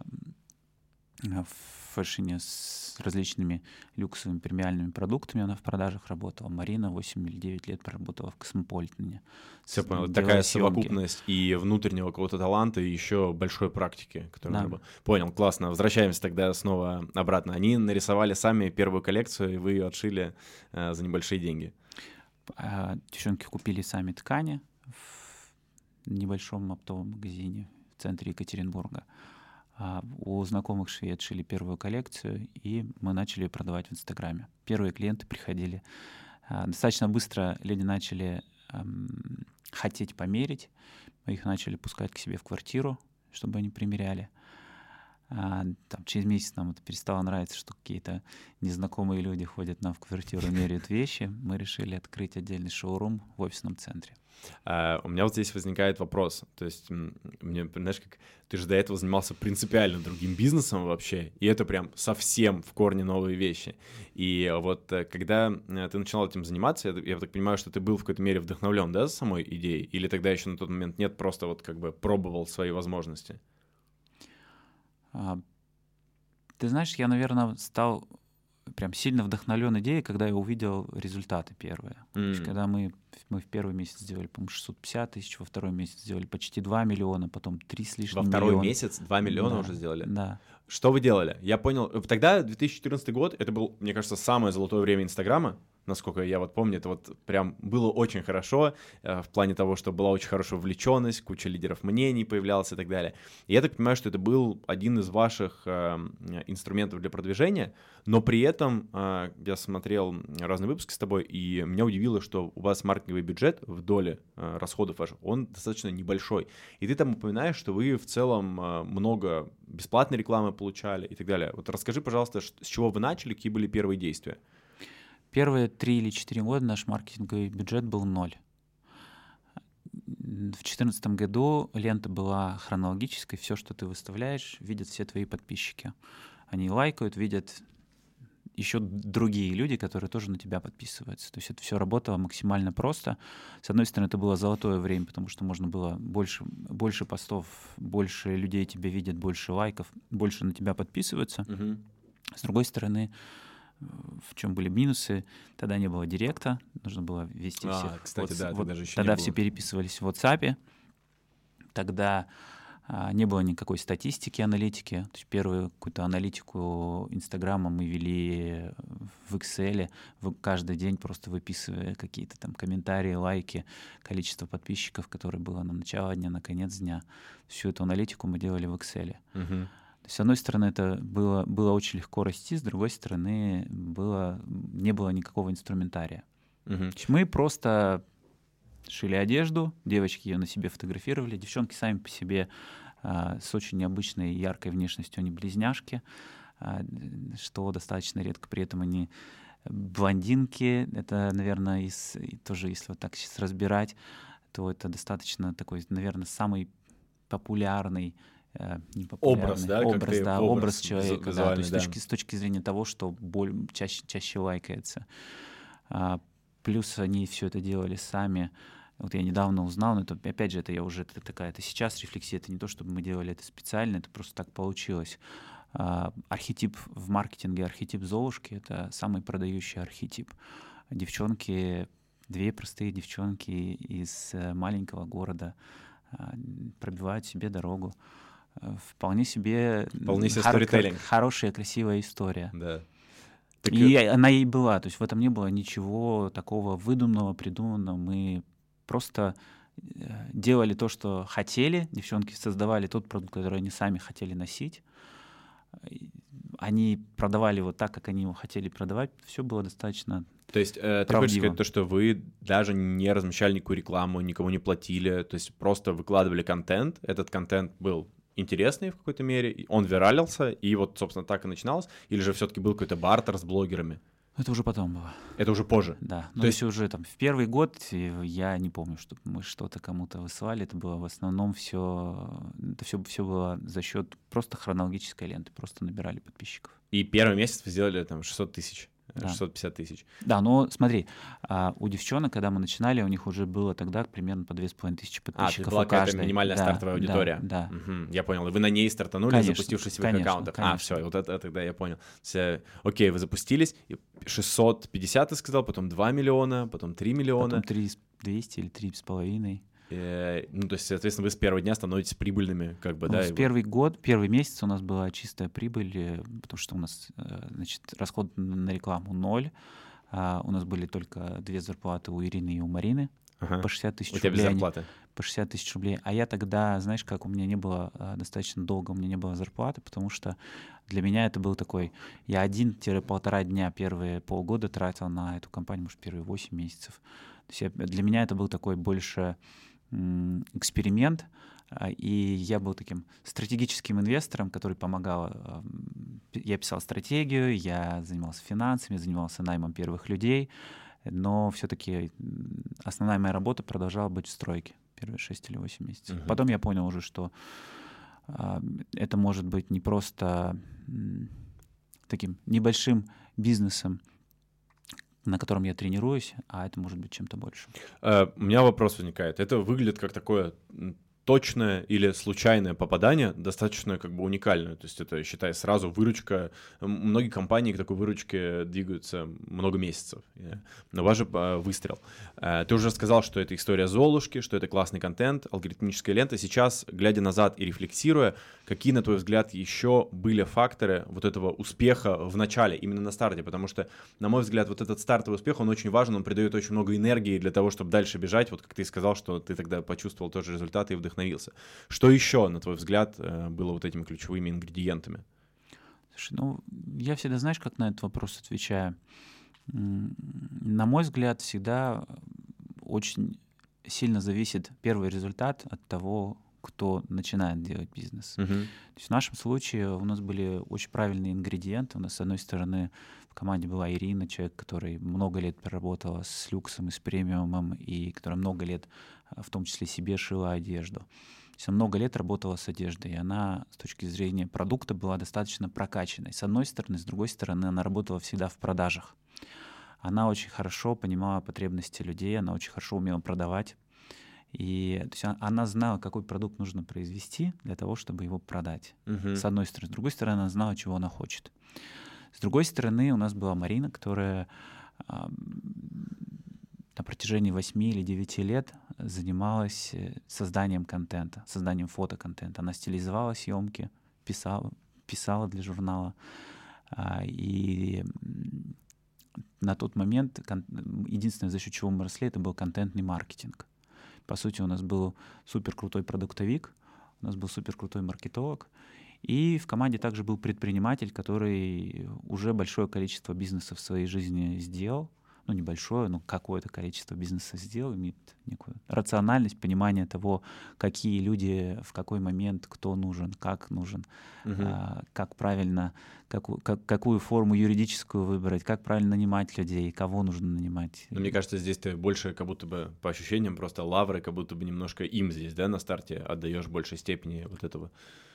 S2: в фэшне с различными люксовыми премиальными продуктами, она в продажах работала. Марина восемь или девять лет проработала в Космополитене.
S1: Все понял. Такая совокупность и внутреннего какого-то таланта, и еще большой практики, которая да. Понял, классно. Возвращаемся тогда снова обратно. Они нарисовали сами первую коллекцию, и вы ее отшили э, за небольшие деньги.
S2: Девчонки купили сами ткани в небольшом оптовом магазине в центре Екатеринбурга. У знакомых швей отшили первую коллекцию, и мы начали ее продавать в Инстаграме. Первые клиенты приходили. Достаточно быстро люди начали эм, хотеть померить. Мы их начали пускать к себе в квартиру, чтобы они примеряли. А, там, через месяц нам это перестало нравиться, что какие-то незнакомые люди ходят нам в квартиру, меряют вещи. Мы решили открыть отдельный шоурум в офисном центре.
S1: Uh, у меня вот здесь возникает вопрос. То есть, мне, знаешь, как ты же до этого занимался принципиально другим бизнесом вообще, и это прям совсем в корне новые вещи. И вот когда ты начинал этим заниматься, я, я так понимаю, что ты был в какой-то мере вдохновлен, да, самой идеей? Или тогда еще на тот момент нет, просто вот как бы пробовал свои возможности?
S2: Uh, ты знаешь, я, наверное, стал прям сильно вдохновлен идеей, когда я увидел результаты первые. Mm. То есть, когда мы, мы в первый месяц сделали, по-моему, шестьсот пятьдесят тысяч, во второй месяц сделали почти два миллиона, потом три с лишним миллиона.
S1: Во второй месяц два миллиона
S2: да,
S1: уже сделали?
S2: Да.
S1: Что вы делали? Я понял. Тогда две тысячи четырнадцатый год, это был, мне кажется, самое золотое время Инстаграма. Насколько я вот помню, это вот прям было очень хорошо э, в плане того, что была очень хорошая вовлеченность, куча лидеров мнений появлялась и так далее. И я так понимаю, что это был один из ваших э, инструментов для продвижения, но при этом э, я смотрел разные выпуски с тобой, и меня удивило, что у вас маркетинговый бюджет в доле э, расходов ваших, он достаточно небольшой. И ты там упоминаешь, что вы в целом э, много бесплатной рекламы получали и так далее. Вот расскажи, пожалуйста, с чего вы начали, какие были первые действия?
S2: Первые три или четыре года наш маркетинговый бюджет был ноль. В две тысячи четырнадцатом году лента была хронологической. Все, что ты выставляешь, видят все твои подписчики. Они лайкают, видят еще другие люди, которые тоже на тебя подписываются. То есть это все работало максимально просто. С одной стороны, это было золотое время, потому что можно было больше, больше постов, больше людей тебя видят, больше лайков, больше на тебя подписываются. Mm-hmm. С другой стороны, в чем были минусы? Тогда не было директа, нужно было вести
S1: а,
S2: всех.
S1: Кстати, вот, да,
S2: вот,
S1: даже еще
S2: тогда
S1: не
S2: все
S1: было.
S2: переписывались в WhatsApp, тогда а, не было никакой статистики, аналитики. То есть первую какую-то аналитику Инстаграма мы вели в Excel, каждый день просто выписывая какие-то там комментарии, лайки, количество подписчиков, которое было на начало дня, на конец дня. Всю эту аналитику мы делали в Excel.
S1: Uh-huh.
S2: С одной стороны, это было, было очень легко расти, с другой стороны, было, не было никакого инструментария.
S1: Uh-huh.
S2: То есть мы просто шили одежду, девочки ее на себе фотографировали, девчонки сами по себе а, с очень необычной яркой внешностью, они близняшки, а, что достаточно редко, при этом они блондинки, это, наверное, из, тоже если вот так сейчас разбирать, то это достаточно такой, наверное, самый популярный
S1: образ, да,
S2: образ, да, образ,
S1: образ
S2: человека, да, то есть да. С, точки, с точки зрения того, что боль, чаще, чаще лайкается. А, плюс они все это делали сами. Вот я недавно узнал, но это, опять же, это я уже это такая, это сейчас рефлексия, это не то, чтобы мы делали это специально, это просто так получилось. А, архетип в маркетинге, архетип Золушки — это самый продающий архетип. Девчонки, две простые девчонки из маленького города а, пробивают себе дорогу. Вполне себе,
S1: Вполне себе
S2: хор- хорошая, красивая история.
S1: Да.
S2: Так... И она и была. То есть в этом не было ничего такого выдуманного, придуманного. Мы просто делали то, что хотели. Девчонки создавали тот продукт, который они сами хотели носить. Они продавали его так, как они его хотели продавать. Все было достаточно
S1: То есть э, ты хочешь сказать то, что вы даже не размещали никакую рекламу, никому не платили, то есть просто выкладывали контент. Этот контент был интересный в какой-то мере, он виралился, и вот, собственно, так и начиналось? Или же все-таки был какой-то бартер с блогерами?
S2: Это уже потом было.
S1: Это уже позже?
S2: Да.
S1: То
S2: То
S1: есть
S2: есть уже там в первый год я не помню, чтобы мы что-то кому-то высылали. Это было в основном все, это все, все было за счет просто хронологической ленты. Просто набирали подписчиков.
S1: И первый месяц вы сделали там шестьсот тысяч,
S2: Да.
S1: шестьсот пятьдесят тысяч.
S2: Да, но смотри, а, у девчонок, когда мы начинали, у них уже было тогда примерно по две с половиной тысячи
S1: А, то
S2: подписчиков
S1: есть была
S2: у
S1: какая-то
S2: каждой.
S1: минимальная
S2: Да,
S1: стартовая аудитория.
S2: Да, да.
S1: Мгм, я понял. И вы на ней стартанули,
S2: Конечно,
S1: запустившись в их
S2: конечно,
S1: аккаунтах. А,
S2: конечно.
S1: все, вот это, это тогда я понял. Все, окей, вы запустились, и шестьсот пятьдесят, ты сказал, потом два миллиона, потом три миллиона.
S2: Потом три с- двести или три с половиной.
S1: Э, ну, то есть, соответственно, вы с первого дня становитесь прибыльными, как бы,
S2: Ну,
S1: да?
S2: в
S1: и вот-
S2: первый год, первый месяц у нас была чистая прибыль, э, потому что у нас, э, значит, расход на рекламу ноль. А, У нас были только две зарплаты у Ирины и у Марины
S1: Ага.
S2: по шестьдесят тысяч
S1: У тебя без
S2: рублей. они-
S1: зарплаты.
S2: По шестьдесят тысяч рублей. А я тогда, знаешь, как у меня не было а, достаточно долго, у меня не было зарплаты, потому что для меня это был такой... Я один-полтора дня первые полгода тратил на эту компанию, может, первые восемь месяцев. То есть я- для меня это был такой больше м, эксперимент, а, и я был таким стратегическим инвестором, который помогал. а, м, п- Я писал стратегию, я занимался финансами, занимался наймом первых людей, но все-таки основная моя работа продолжала быть в стройке первые шесть или восемь месяцев.
S1: Мгм.
S2: Потом я понял уже, что а, это может быть не просто м, таким небольшим бизнесом, на котором я тренируюсь, а это может быть чем-то большим.
S1: Э, У меня вопрос возникает. Это выглядит как такое м, точное или случайное попадание, достаточно как бы уникальное. То есть это, считай, сразу выручка. М, Многие компании к такой выручке двигаются много месяцев. Э, Но у вас же э, выстрел. Э, Ты уже сказал, что это история Золушки, что это классный контент, алгоритмическая лента. Сейчас, глядя назад и рефлексируя, какие, на твой взгляд, еще были факторы вот этого успеха в начале, именно на старте? Потому что, на мой взгляд, вот этот стартовый успех, он очень важен, он придает очень много энергии для того, чтобы дальше бежать. Вот как ты сказал, что ты тогда почувствовал тот же результат и вдохновился. Что еще, на твой взгляд, э, было вот этими ключевыми ингредиентами?
S2: Слушай, ну, я всегда, знаешь, как на этот вопрос отвечаю? М, На мой взгляд, всегда очень сильно зависит первый результат от того, кто начинает делать бизнес.
S1: Мгм.
S2: То есть в нашем случае у нас были очень правильные ингредиенты. У нас, с одной стороны, в команде была Ирина, человек, который много лет проработала с люксом и с премиумом, и которая много лет, а, в том числе себе, шила одежду. То есть она много лет работала с одеждой, и она с точки зрения продукта была достаточно прокачанной. С одной стороны, с другой стороны, она работала всегда в продажах. Она очень хорошо понимала потребности людей, она очень хорошо умела продавать. И то есть, а- она знала, какой продукт нужно произвести для того, чтобы его продать.
S1: Мгм.
S2: С одной стороны. С другой стороны, она знала, чего она хочет. С другой стороны, у нас была Марина, которая а, м, на протяжении восьми или девяти лет занималась э, созданием контента, созданием фотоконтента. Она стилизовала съемки, писала, писала для журнала. А, И м, на тот момент кон- м, единственное, за счет чего мы росли, это был контентный маркетинг. По сути, у нас был супер крутой продуктовик, у нас был супер крутой маркетолог, и в команде также был предприниматель, который уже большое количество бизнесов в своей жизни сделал. Ну, небольшое, но какое-то количество бизнеса сделал, имеет некую рациональность, понимание того, какие люди, в какой момент, кто нужен, как нужен,
S1: Мгм.
S2: а, как правильно, каку- как- какую форму юридическую выбрать, как правильно нанимать людей, кого нужно нанимать.
S1: Но мне кажется, здесь ты больше как будто бы по ощущениям просто лавры, как будто бы немножко им здесь, да, на старте отдаешь в большей степени вот этого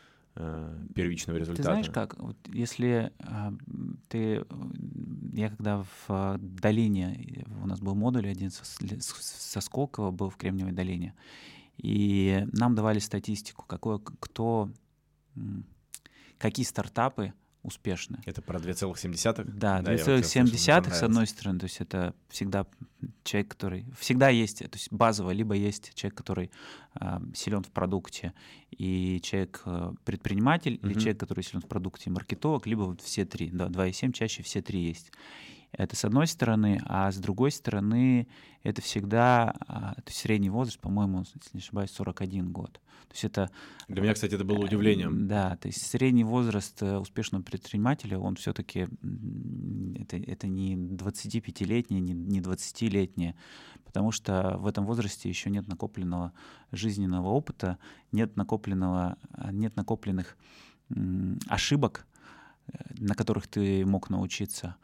S1: э, первичного результата.
S2: Ты знаешь как, вот если а, м, ты, м, я когда в а, долине, и у нас был модуль один со, с- со Сколково, был в Кремниевой долине, и нам давали статистику, какое, кто, м, какие стартапы успешны.
S1: Это про две целых семь десятых?
S2: Да,
S1: я
S2: две
S1: вот
S2: целых
S1: тебя
S2: семь
S1: слышал, мне
S2: десятых с
S1: понравилось.
S2: одной стороны, то есть это всегда человек, который... Всегда есть, то есть базово, либо есть человек, который а, силен в продукте, и человек а, предприниматель, или
S1: Мгм.
S2: человек, который силен в продукте, и маркетолог, либо вот все три. Да, два и семь чаще все три есть. Это с одной стороны, а с другой стороны это всегда а, то есть средний возраст, по-моему, если не ошибаюсь, сорок один год. То есть это...
S1: Для меня, кстати, это было
S2: э,
S1: удивлением.
S2: Да, то есть средний возраст э, успешного предпринимателя, он все-таки это, это не двадцатипятилетний, не, не двадцатилетний, потому что в этом возрасте еще нет накопленного жизненного опыта, нет накопленного, а, нет накопленных м, ошибок, э, на которых ты мог научиться.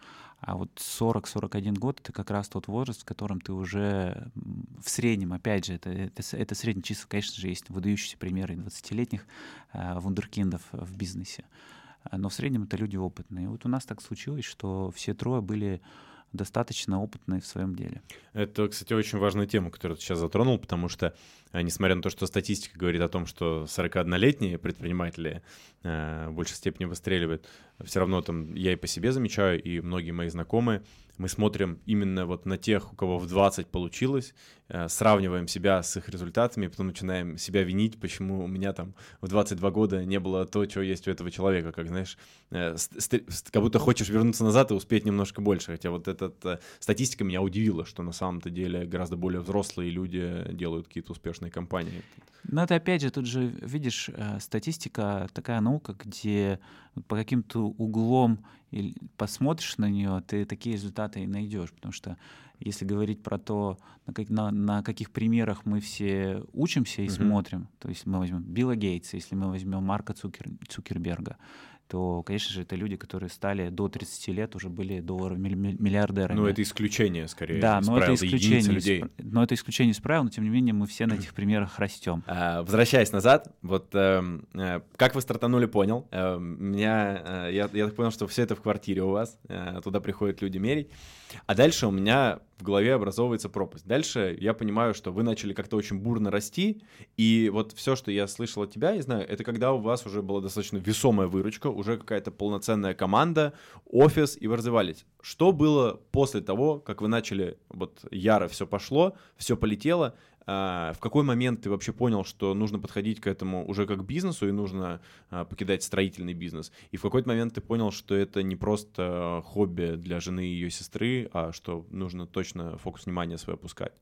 S2: А вот сорок-сорок один год — это как раз тот возраст, в котором ты уже в среднем, опять же, это, это, это среднее число, конечно же, есть выдающиеся примеры двадцатилетних э, вундеркиндов в бизнесе, но в среднем это люди опытные. И вот у нас так случилось, что все трое были достаточно опытные в своем деле.
S1: Это, кстати, очень важная тема, которую ты сейчас затронул, потому что, несмотря на то, что статистика говорит о том, что сорокаоднолетние предприниматели э, в большей степени выстреливают, все равно там я и по себе замечаю, и многие мои знакомые, мы смотрим именно вот на тех, у кого в двадцать получилось, э, сравниваем себя с их результатами, потом начинаем себя винить, почему у меня там в двадцать два года не было то, чего есть у этого человека, как, знаешь, э, как будто хочешь вернуться назад и успеть немножко больше, хотя вот эта э, статистика меня удивила, что на самом-то деле гораздо более взрослые люди делают какие-то успешные компании.
S2: Но это опять же, тут же, видишь, статистика такая наука, где по каким-то углом посмотришь на нее, ты такие результаты и найдешь. Потому что если говорить про то, на, как, на, на каких примерах мы все учимся и uh-huh. смотрим, то есть мы возьмем Билла Гейтса, если мы возьмем Марка Цукер, Цукерберга, то, конечно же, это люди, которые стали до тридцати лет, уже были долларовыми миллиардерами.
S1: Ну, это исключение, скорее.
S2: Да, но это исключение,
S1: людей.
S2: но это исключение из правил, но, тем не менее, мы все на этих примерах растем.
S1: А, возвращаясь назад, вот э, как вы стартанули, понял. Э, меня, э, я, я так понял, что все это в квартире у вас, э, туда приходят люди мерить. А дальше у меня в голове образовывается пропасть. Дальше я понимаю, что вы начали как-то очень бурно расти, и вот все, что я слышал от тебя, я знаю, это когда у вас уже была достаточно весомая выручка, уже какая-то полноценная команда, офис, и вы развивались. Что было после того, как вы начали, вот яро все пошло, все полетело, а, в какой момент ты вообще понял, что нужно подходить к этому уже как к бизнесу и нужно а, покидать строительный бизнес? И в какой-то момент ты понял, что это не просто хобби для жены и ее сестры, а что нужно точно фокус внимания свой опускать?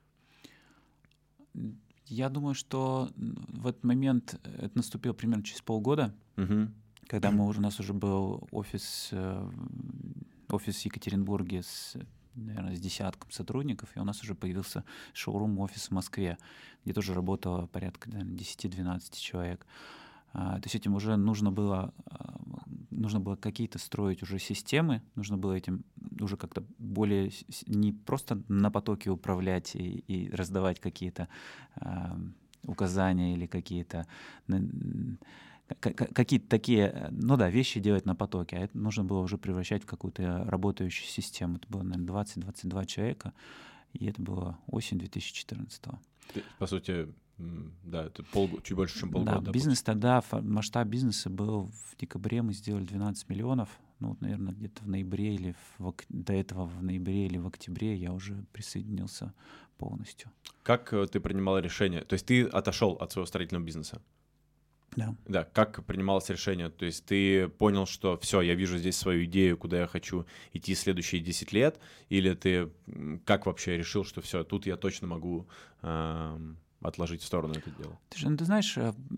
S2: Я думаю, что в этот момент это наступило примерно через полгода,
S1: угу.
S2: когда мы уже, у нас уже был офис, офис в Екатеринбурге с, наверное, с десятком сотрудников, и у нас уже появился шоурум-офис в Москве, где тоже работало порядка, наверное, десять-двенадцать человек. То есть этим уже нужно было, нужно было какие-то строить уже системы, нужно было этим уже как-то более не просто на потоке управлять и, и раздавать какие-то э, указания или какие-то какие-то такие, ну да, вещи делать на потоке, а это нужно было уже превращать в какую-то работающую систему. Это было, наверное, двадцать-двадцать два человека, и это было осень две тысячи четырнадцатого.
S1: По сути, да, это пол, чуть больше, чем полгода.
S2: Да, бизнес тогда, масштаб бизнеса был в декабре, мы сделали двенадцать миллионов, ну, вот, наверное, где-то в ноябре или в, до этого в ноябре или в октябре я уже присоединился полностью.
S1: Как ты принимал решение? То есть ты отошел от своего строительного бизнеса?
S2: Да.
S1: Да, как принималось решение? То есть ты понял, что все, я вижу здесь свою идею, куда я хочу идти следующие десять лет, или ты как вообще решил, что все, тут я точно могу э, отложить в сторону это дело?
S2: Ты же, ну, ты знаешь,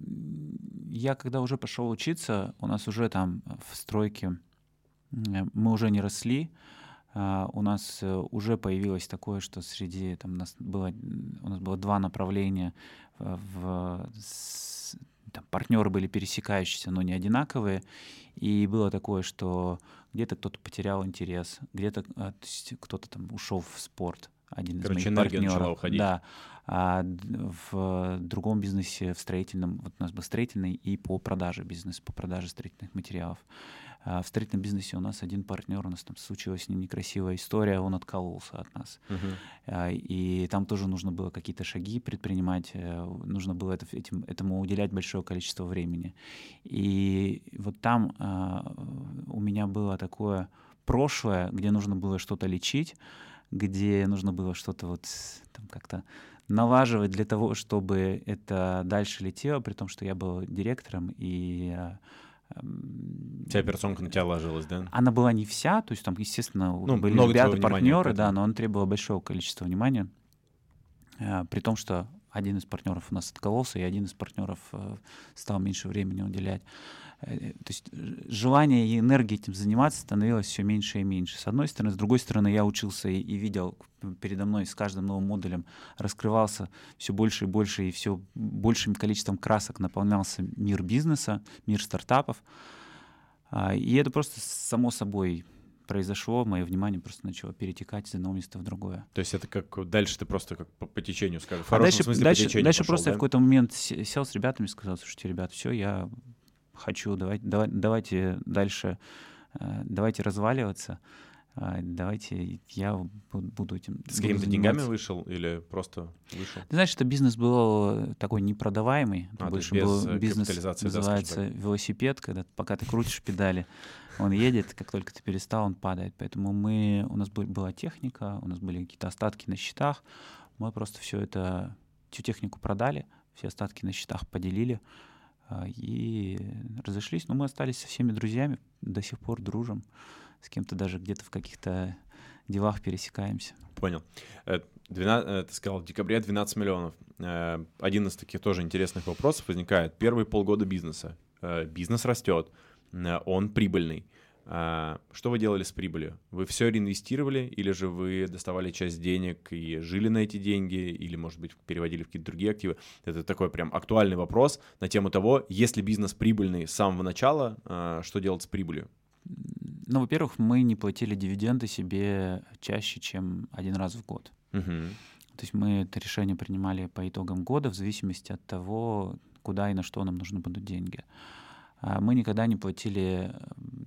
S2: я когда уже пошел учиться, у нас уже там в стройке, мы уже не росли, у нас уже появилось такое, что среди, там, у нас было, у нас было два направления в, там, партнеры были пересекающиеся, но не одинаковые, и было такое, что где-то кто-то потерял интерес, где-то то есть кто-то там ушел в спорт, один
S1: Короче,
S2: из моих
S1: энергия
S2: партнеров.
S1: начала уходить.
S2: Да. А в другом бизнесе, в строительном, вот у нас был строительный и по продаже бизнес, по продаже строительных материалов. А в строительном бизнесе у нас один партнер, у нас там случилась с ним некрасивая история, он откололся от нас. Uh-huh. И там тоже нужно было какие-то шаги предпринимать, нужно было это, этим, этому уделять большое количество времени. И вот там а, у меня было такое прошлое, где нужно было что-то лечить, где нужно было что-то вот там как-то налаживать для того, чтобы это дальше летело, при том, что я был директором, и
S1: вся операционка на тебя ложилась, да?
S2: Она была не вся, то есть там, естественно,
S1: ну,
S2: были ребята, партнеры, да, но он требовал большого количества внимания, при том, что один из партнеров у нас откололся, и один из партнеров стал меньше времени уделять. То есть желание и энергия этим заниматься становилось все меньше и меньше. С одной стороны. С другой стороны, я учился и, и видел передо мной с каждым новым модулем раскрывался все больше и больше, и все большим количеством красок наполнялся мир бизнеса, мир стартапов. И это просто само собой произошло, мое внимание просто начало перетекать из одного места в другое.
S1: То есть это как дальше ты просто как по, по течению скажешь? В
S2: А
S1: хорошем
S2: дальше,
S1: смысле
S2: дальше,
S1: по течению
S2: дальше
S1: пошел,
S2: просто
S1: да?
S2: я в какой-то момент се- сел с ребятами и сказал: слушайте, ребят, все, я хочу, давайте, давай, давайте дальше, э, давайте разваливаться, э, давайте я бу- буду этим
S1: Ты с
S2: буду
S1: какими-то деньгами
S2: заниматься.
S1: вышел или просто вышел?
S2: Ты знаешь, это бизнес был такой непродаваемый. Это
S1: А, то есть
S2: больше
S1: без
S2: был
S1: э,
S2: бизнес,
S1: капитализации, да, скажем
S2: называется
S1: так.
S2: велосипед, когда ты- пока ты крутишь педали, он едет, как только ты перестал, он падает. Поэтому мы, у нас был- была техника, у нас были какие-то остатки на счетах. Мы просто все это, всю технику продали, все остатки на счетах поделили а, и разошлись. Но мы остались со всеми друзьями, до сих пор дружим. С кем-то даже где-то в каких-то делах пересекаемся.
S1: Понял. Э, двенадцать, э, ты сказал, в декабре двенадцать миллионов. Э, Один из таких тоже интересных вопросов возникает. Первые полгода бизнеса. Э, Бизнес растет, э, он прибыльный. А что вы делали с прибылью? Вы все реинвестировали, или же вы доставали часть денег и жили на эти деньги, или, может быть, переводили в какие-то другие активы? Это такой прям актуальный вопрос на тему того, если бизнес прибыльный с самого начала, а, что делать с прибылью?
S2: Ну, во-первых, мы не платили дивиденды себе чаще, чем один раз в год.
S1: Мгм.
S2: То есть мы это решение принимали по итогам года в зависимости от того, куда и на что нам нужны будут деньги. А Мы никогда не платили м,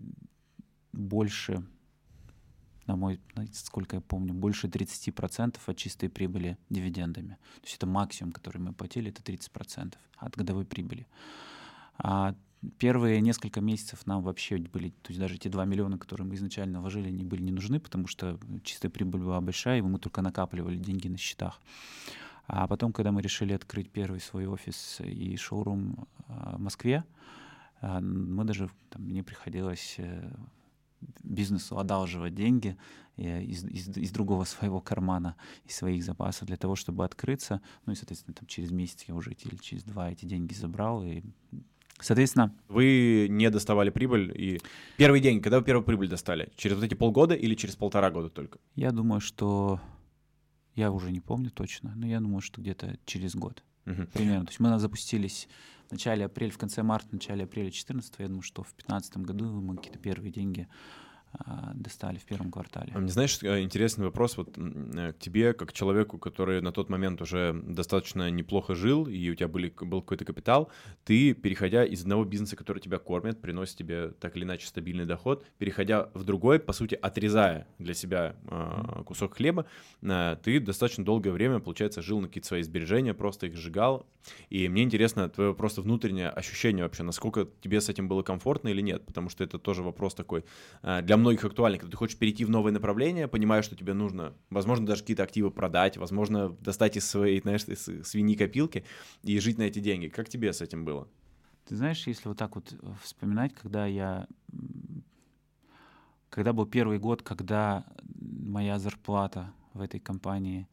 S2: больше, на мой, знаете, сколько я помню, больше тридцать процентов от чистой прибыли дивидендами. То есть это максимум, который мы платили, это тридцать процентов от годовой прибыли. А первые несколько месяцев нам вообще были, то есть даже те два миллиона, которые мы изначально вложили, не были не нужны, потому что чистая прибыль была большая, и мы только накапливали деньги на счетах. А потом, когда мы решили открыть первый свой офис и шоурум а, в Москве, а, мы даже, там, мне приходилось э, бизнесу одалживать деньги э, из, из, из другого своего кармана, из своих запасов для того, чтобы открыться. Ну и, соответственно, там, через месяц я уже эти, или через два эти деньги забрал. И, соответственно,
S1: Вы не доставали прибыль, и первый день, когда вы первую прибыль достали? Через вот эти полгода или через полтора года только?
S2: я думаю, что... Я уже не помню точно, но я думаю, что где-то через год.
S1: Мгм.
S2: Примерно. То есть мы запустились в начале апреля, в конце марта, в начале апреля две тысячи четырнадцатого. Я думаю, что в две тысячи пятнадцатом году мы какие-то первые деньги а, достали в первом квартале.
S1: А мне, знаешь, э, интересный вопрос вот м, э, к тебе, как человеку, который на тот момент уже достаточно неплохо жил, и у тебя были, был какой-то капитал, ты, переходя из одного бизнеса, который тебя кормит, приносит тебе так или иначе стабильный доход, переходя в другой, по сути, отрезая для себя э, кусок хлеба, э, ты достаточно долгое время, получается, жил на какие-то свои сбережения, просто их сжигал. И мне интересно твое просто внутреннее ощущение вообще, насколько тебе с этим было комфортно или нет, потому что это тоже вопрос такой э, для многих актуальный, когда ты хочешь перейти в новое направление, понимаешь, что тебе нужно, возможно, даже какие-то активы продать, возможно, достать из своей, знаешь, из свиньи копилки и жить на эти деньги. Как тебе с этим было?
S2: Ты знаешь, если вот так вот вспоминать, когда я... м, Когда был первый год, когда моя зарплата в этой компании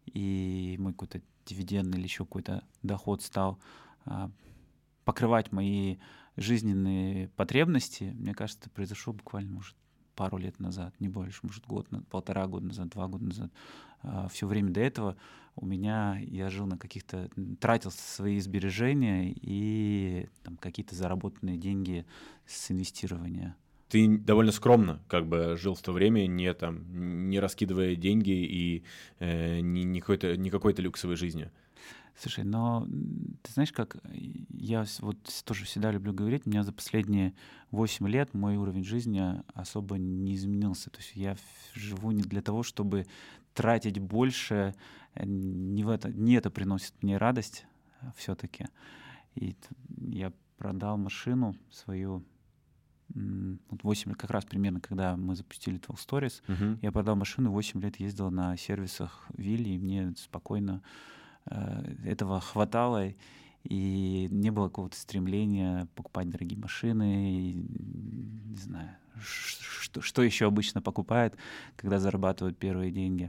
S2: и мой какой-то дивидендный или еще какой-то доход стал а, покрывать мои жизненные потребности, мне кажется, это произошло буквально, может, пару лет назад, не больше, может, год, на- полтора года назад, два года назад. Все время до этого у меня, я жил на каких-то, м, тратил свои сбережения и там, какие-то заработанные деньги с инвестирования.
S1: Ты довольно скромно как бы жил в то время, не там, не раскидывая деньги и э, не, не, какой-то, не какой-то люксовой жизнью.
S2: Слушай, но м, ты знаешь, как я с- вот с- тоже всегда люблю говорить, у меня за последние восемь лет мой уровень жизни особо не изменился. То есть я ф- живу не для того, чтобы тратить больше, э, не, в это, не это приносит мне радость все-таки. И т- я продал машину свою м, вот восемь лет, как раз примерно, когда мы запустили твелв Stories,
S1: Мгм.
S2: я продал машину, восемь лет ездил на сервисах Вилли, и мне спокойно э, этого хватало, и не было какого-то стремления покупать дорогие машины, и, м, не знаю, ш- что, что еще обычно покупают, когда зарабатывают первые деньги.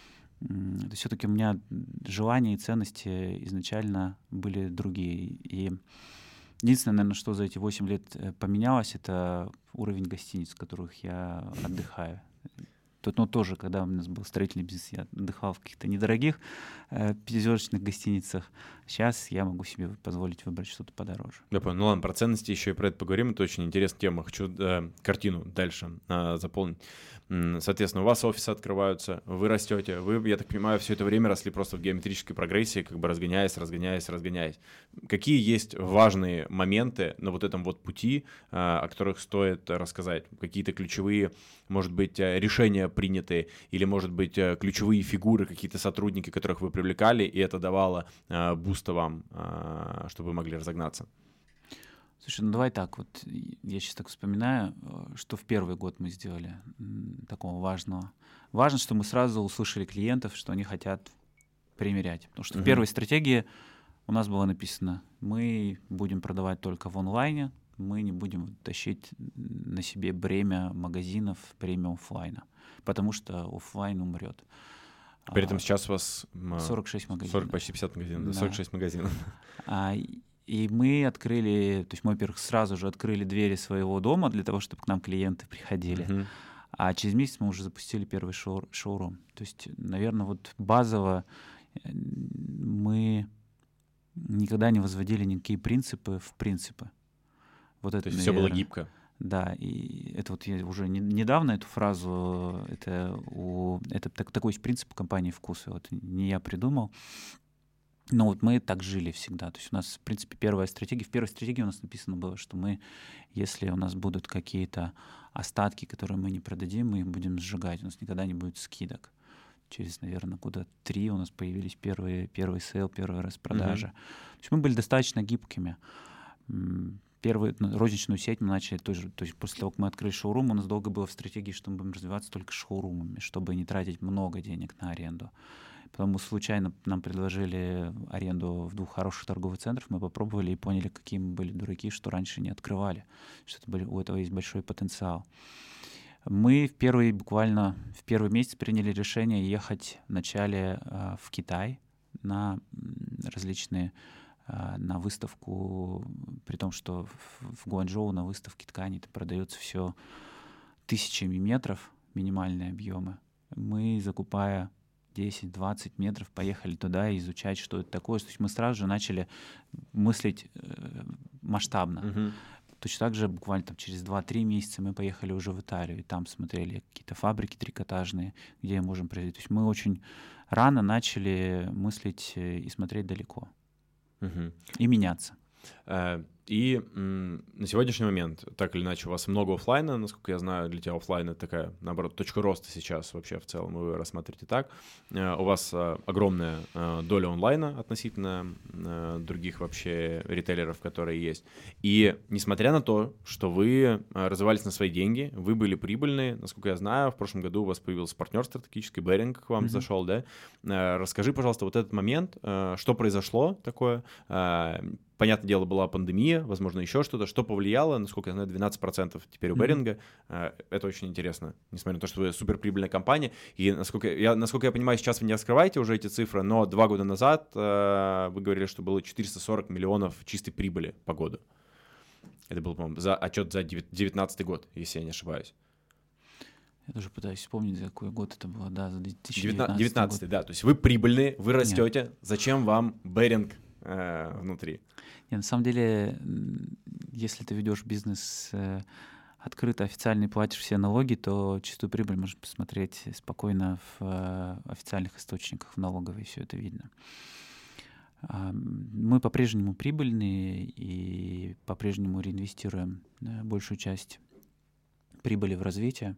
S2: М, То есть все-таки у меня желания и ценности изначально были другие. И единственное, наверное, что за эти восемь лет э, поменялось, это уровень гостиниц, в которых я отдыхаю. Тут, ну, тоже, когда у нас был строительный бизнес, я отдыхал в каких-то недорогих э, пятизвездочных гостиницах, Сейчас я могу себе позволить выбрать что-то подороже.
S1: Я понял. Ну ладно, про ценности еще и про это поговорим. Это очень интересная тема. Хочу э, картину дальше э, заполнить. Соответственно, у вас офисы открываются, вы растете. Вы, я так понимаю, все это время росли просто в геометрической прогрессии, как бы разгоняясь, разгоняясь, разгоняясь. Какие есть важные моменты на вот этом вот пути, э, о которых стоит рассказать? Какие-то ключевые, может быть, решения принятые, или, может быть, ключевые фигуры, какие-то сотрудники, которых вы привлекали, и это давало э, буста вам, э, чтобы вы могли разогнаться?
S2: Слушай, ну давай так, вот я сейчас так вспоминаю, что в первый год мы сделали такого важного. Важно, что мы сразу услышали клиентов, что они хотят примерять. Потому что uh-huh. в первой стратегии у нас было написано, мы будем продавать только в онлайне, мы не будем тащить на себе бремя магазинов, бремя офлайна, потому что офлайн умрет.
S1: При этом сейчас у вас
S2: сорок шесть магазинов.
S1: сорок, почти пятьдесят магазинов, да. сорок шесть магазинов.
S2: А, и мы открыли, то есть мы, во-первых, сразу же открыли двери своего дома для того, чтобы к нам клиенты приходили. Uh-huh. А через месяц мы уже запустили первый шоу- шоурум. То есть, наверное, вот базово мы никогда не возводили никакие принципы в принципы. Вот
S1: то
S2: это,
S1: есть
S2: наверное,
S1: все было гибко.
S2: Да, и это вот я уже не, недавно эту фразу, это, у, это так, такой есть принцип у компании «Вкус», вот не я придумал. Но вот мы так жили всегда. То есть у нас, в принципе, первая стратегия. В первой стратегии у нас написано было, что мы, если у нас будут какие-то остатки, которые мы не продадим, мы их будем сжигать. У нас никогда не будет скидок. Через, наверное, года три у нас появились первые, первый сейл, первая распродажа. Mm-hmm. То есть мы были достаточно гибкими. Первую ну, розничную сеть мы начали тоже. То есть после того, как мы открыли шоурум, у нас долго было в стратегии, что мы будем развиваться только шоурумами, чтобы не тратить много денег на аренду. Потом мы случайно нам предложили аренду в двух хороших торговых центрах, мы попробовали и поняли, какие мы были дураки, что раньше не открывали, что это были, у этого есть большой потенциал. Мы в первый, буквально в первый месяц приняли решение ехать вначале э, в Китай на различные, э, на выставку, при том, что в, в Гуанчжоу на выставке тканей продается все тысячами метров, минимальные объемы. Мы, закупая десять-двадцать метров, поехали туда и изучать, что это такое. То есть мы сразу же начали мыслить э, масштабно. Uh-huh. Точно так же буквально там, через два-три месяца мы поехали уже в Италию, и там смотрели какие-то фабрики трикотажные, где можем производить. То есть мы очень рано начали мыслить и смотреть далеко. Uh-huh. И меняться.
S1: Uh, и м, на сегодняшний момент, так или иначе, у вас много офлайна, насколько я знаю, для тебя офлайн — это такая, наоборот, точка роста сейчас вообще в целом, вы рассматриваете так. Uh, у вас uh, огромная uh, доля онлайна относительно uh, других вообще ритейлеров, которые есть. И несмотря на то, что вы uh, развивались на свои деньги, вы были прибыльны, насколько я знаю, в прошлом году у вас появился партнер стратегический, Беринг к вам mm-hmm. зашел, да? Uh, расскажи, пожалуйста, вот этот момент, uh, что произошло такое? Uh, Понятное дело, была пандемия, возможно, еще что-то. Что повлияло, насколько я знаю, двенадцать процентов теперь у Беринга. Mm-hmm. Это очень интересно, несмотря на то, что вы суперприбыльная компания. И насколько я, насколько я понимаю, сейчас вы не раскрываете уже эти цифры, но два года назад э, вы говорили, что было четыреста сорок миллионов чистой прибыли по году. Это был, по-моему, за отчет за девятнадцатый год, если я не ошибаюсь.
S2: Я тоже пытаюсь вспомнить, за какой год это было. Да, за две тысячи девятнадцатый,
S1: девятнадцатый, да. То есть вы прибыльные, вы растете. Нет. Зачем вам Беринг э, внутри?
S2: Не, на самом деле, если ты ведешь бизнес э, открыто, официально и платишь все налоги, то чистую прибыль можно посмотреть спокойно в э, официальных источниках, в налоговой, все это видно. Э, мы по-прежнему прибыльные и по-прежнему реинвестируем э, большую часть прибыли в развитие.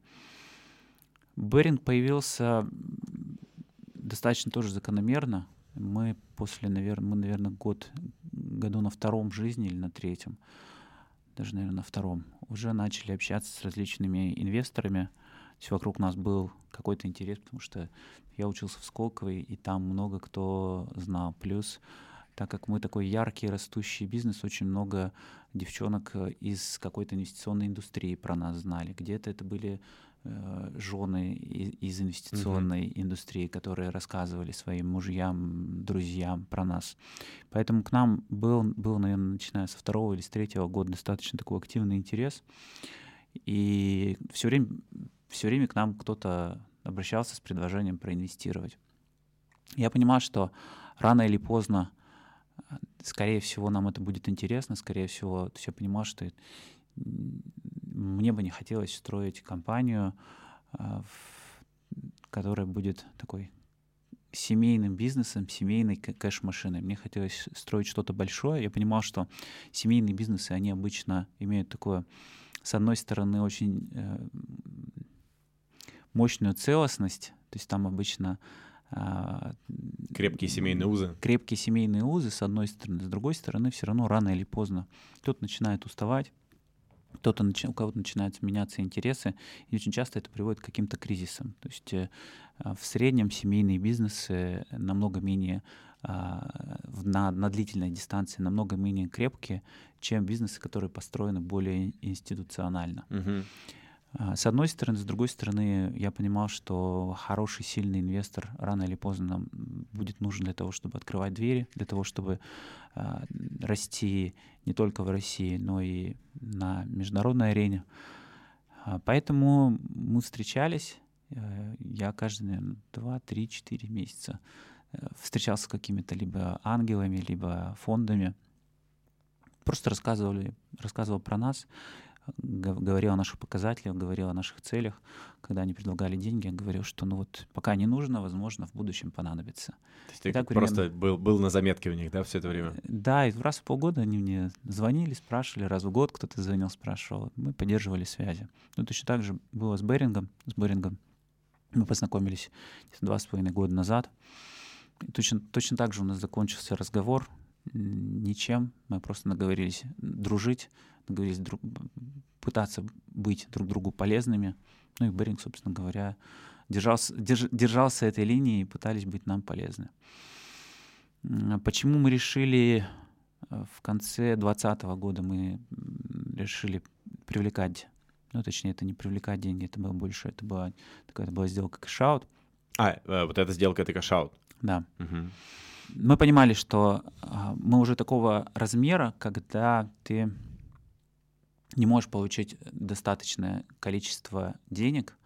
S2: Беринг появился достаточно тоже закономерно. Мы после, наверное, мы, наверное, год, году на втором жизни или на третьем, даже, наверное, на втором, уже начали общаться с различными инвесторами. То есть вокруг нас был какой-то интерес, потому что я учился в Сколково, и там много кто знал. Плюс, так как мы такой яркий, растущий бизнес, очень много девчонок из какой-то инвестиционной индустрии про нас знали. Где-то это были жены из инвестиционной mm-hmm. индустрии, которые рассказывали своим мужьям, друзьям про нас. Поэтому к нам был, был, наверное, начиная со второго или с третьего года достаточно такой активный интерес. И все время, все время к нам кто-то обращался с предложением проинвестировать. Я понимал, что рано или поздно Скорее всего, нам это будет интересно, скорее всего, я понимал, что мне бы не хотелось строить компанию, которая будет такой семейным бизнесом, семейной кэш-машиной. Мне хотелось строить что-то большое. Я понимал, что семейные бизнесы, они обычно имеют такое, с одной стороны, очень э, мощную целостность, то есть там обычно э,
S1: крепкие семейные узы.
S2: Крепкие семейные узы, с одной стороны. С другой стороны, все равно рано или поздно кто-то начинает уставать, кто-то, у кого-то начинают меняться интересы, и очень часто это приводит к каким-то кризисам. То есть э, в среднем семейные бизнесы намного менее, э, на, на длительной дистанции намного менее крепкие, чем бизнесы, которые построены более институционально.
S1: Uh-huh.
S2: С одной стороны, с другой стороны, я понимал, что хороший, сильный инвестор рано или поздно нам будет нужен для того, чтобы открывать двери, для того, чтобы э, расти не только в России, но и на международной арене. Поэтому мы встречались. Э, я каждые, наверное, два, три, четыре месяца э, встречался с какими-то либо ангелами, либо фондами. Просто рассказывали, рассказывал про нас, говорил о наших показателях, говорил о наших целях. Когда они предлагали деньги, я говорил, что ну вот пока не нужно, возможно, в будущем понадобится.
S1: То есть ты так просто примерно... был, был на заметке у них, да, все это время?
S2: Да, и раз в полгода они мне звонили, спрашивали, раз в год кто-то звонил, спрашивал. Мы поддерживали связи. Ну, точно так же было с Берингом. С Берингом мы познакомились два с половиной года назад. И точно, точно так же у нас закончился разговор. Ничем. Мы просто наговорились дружить, наговорились друг, пытаться быть друг другу полезными. Ну и Беринг, собственно говоря, держался, держ, держался этой линии и пытались быть нам полезны. Почему мы решили в конце двадцатого года мы решили привлекать, ну точнее это не привлекать деньги, это было больше, это была, такая, это была сделка кэш-аут.
S1: А, вот эта сделка — это кэш-аут?
S2: Да.
S1: Угу.
S2: Мы понимали, что мы уже такого размера, когда ты не можешь получить достаточное количество денег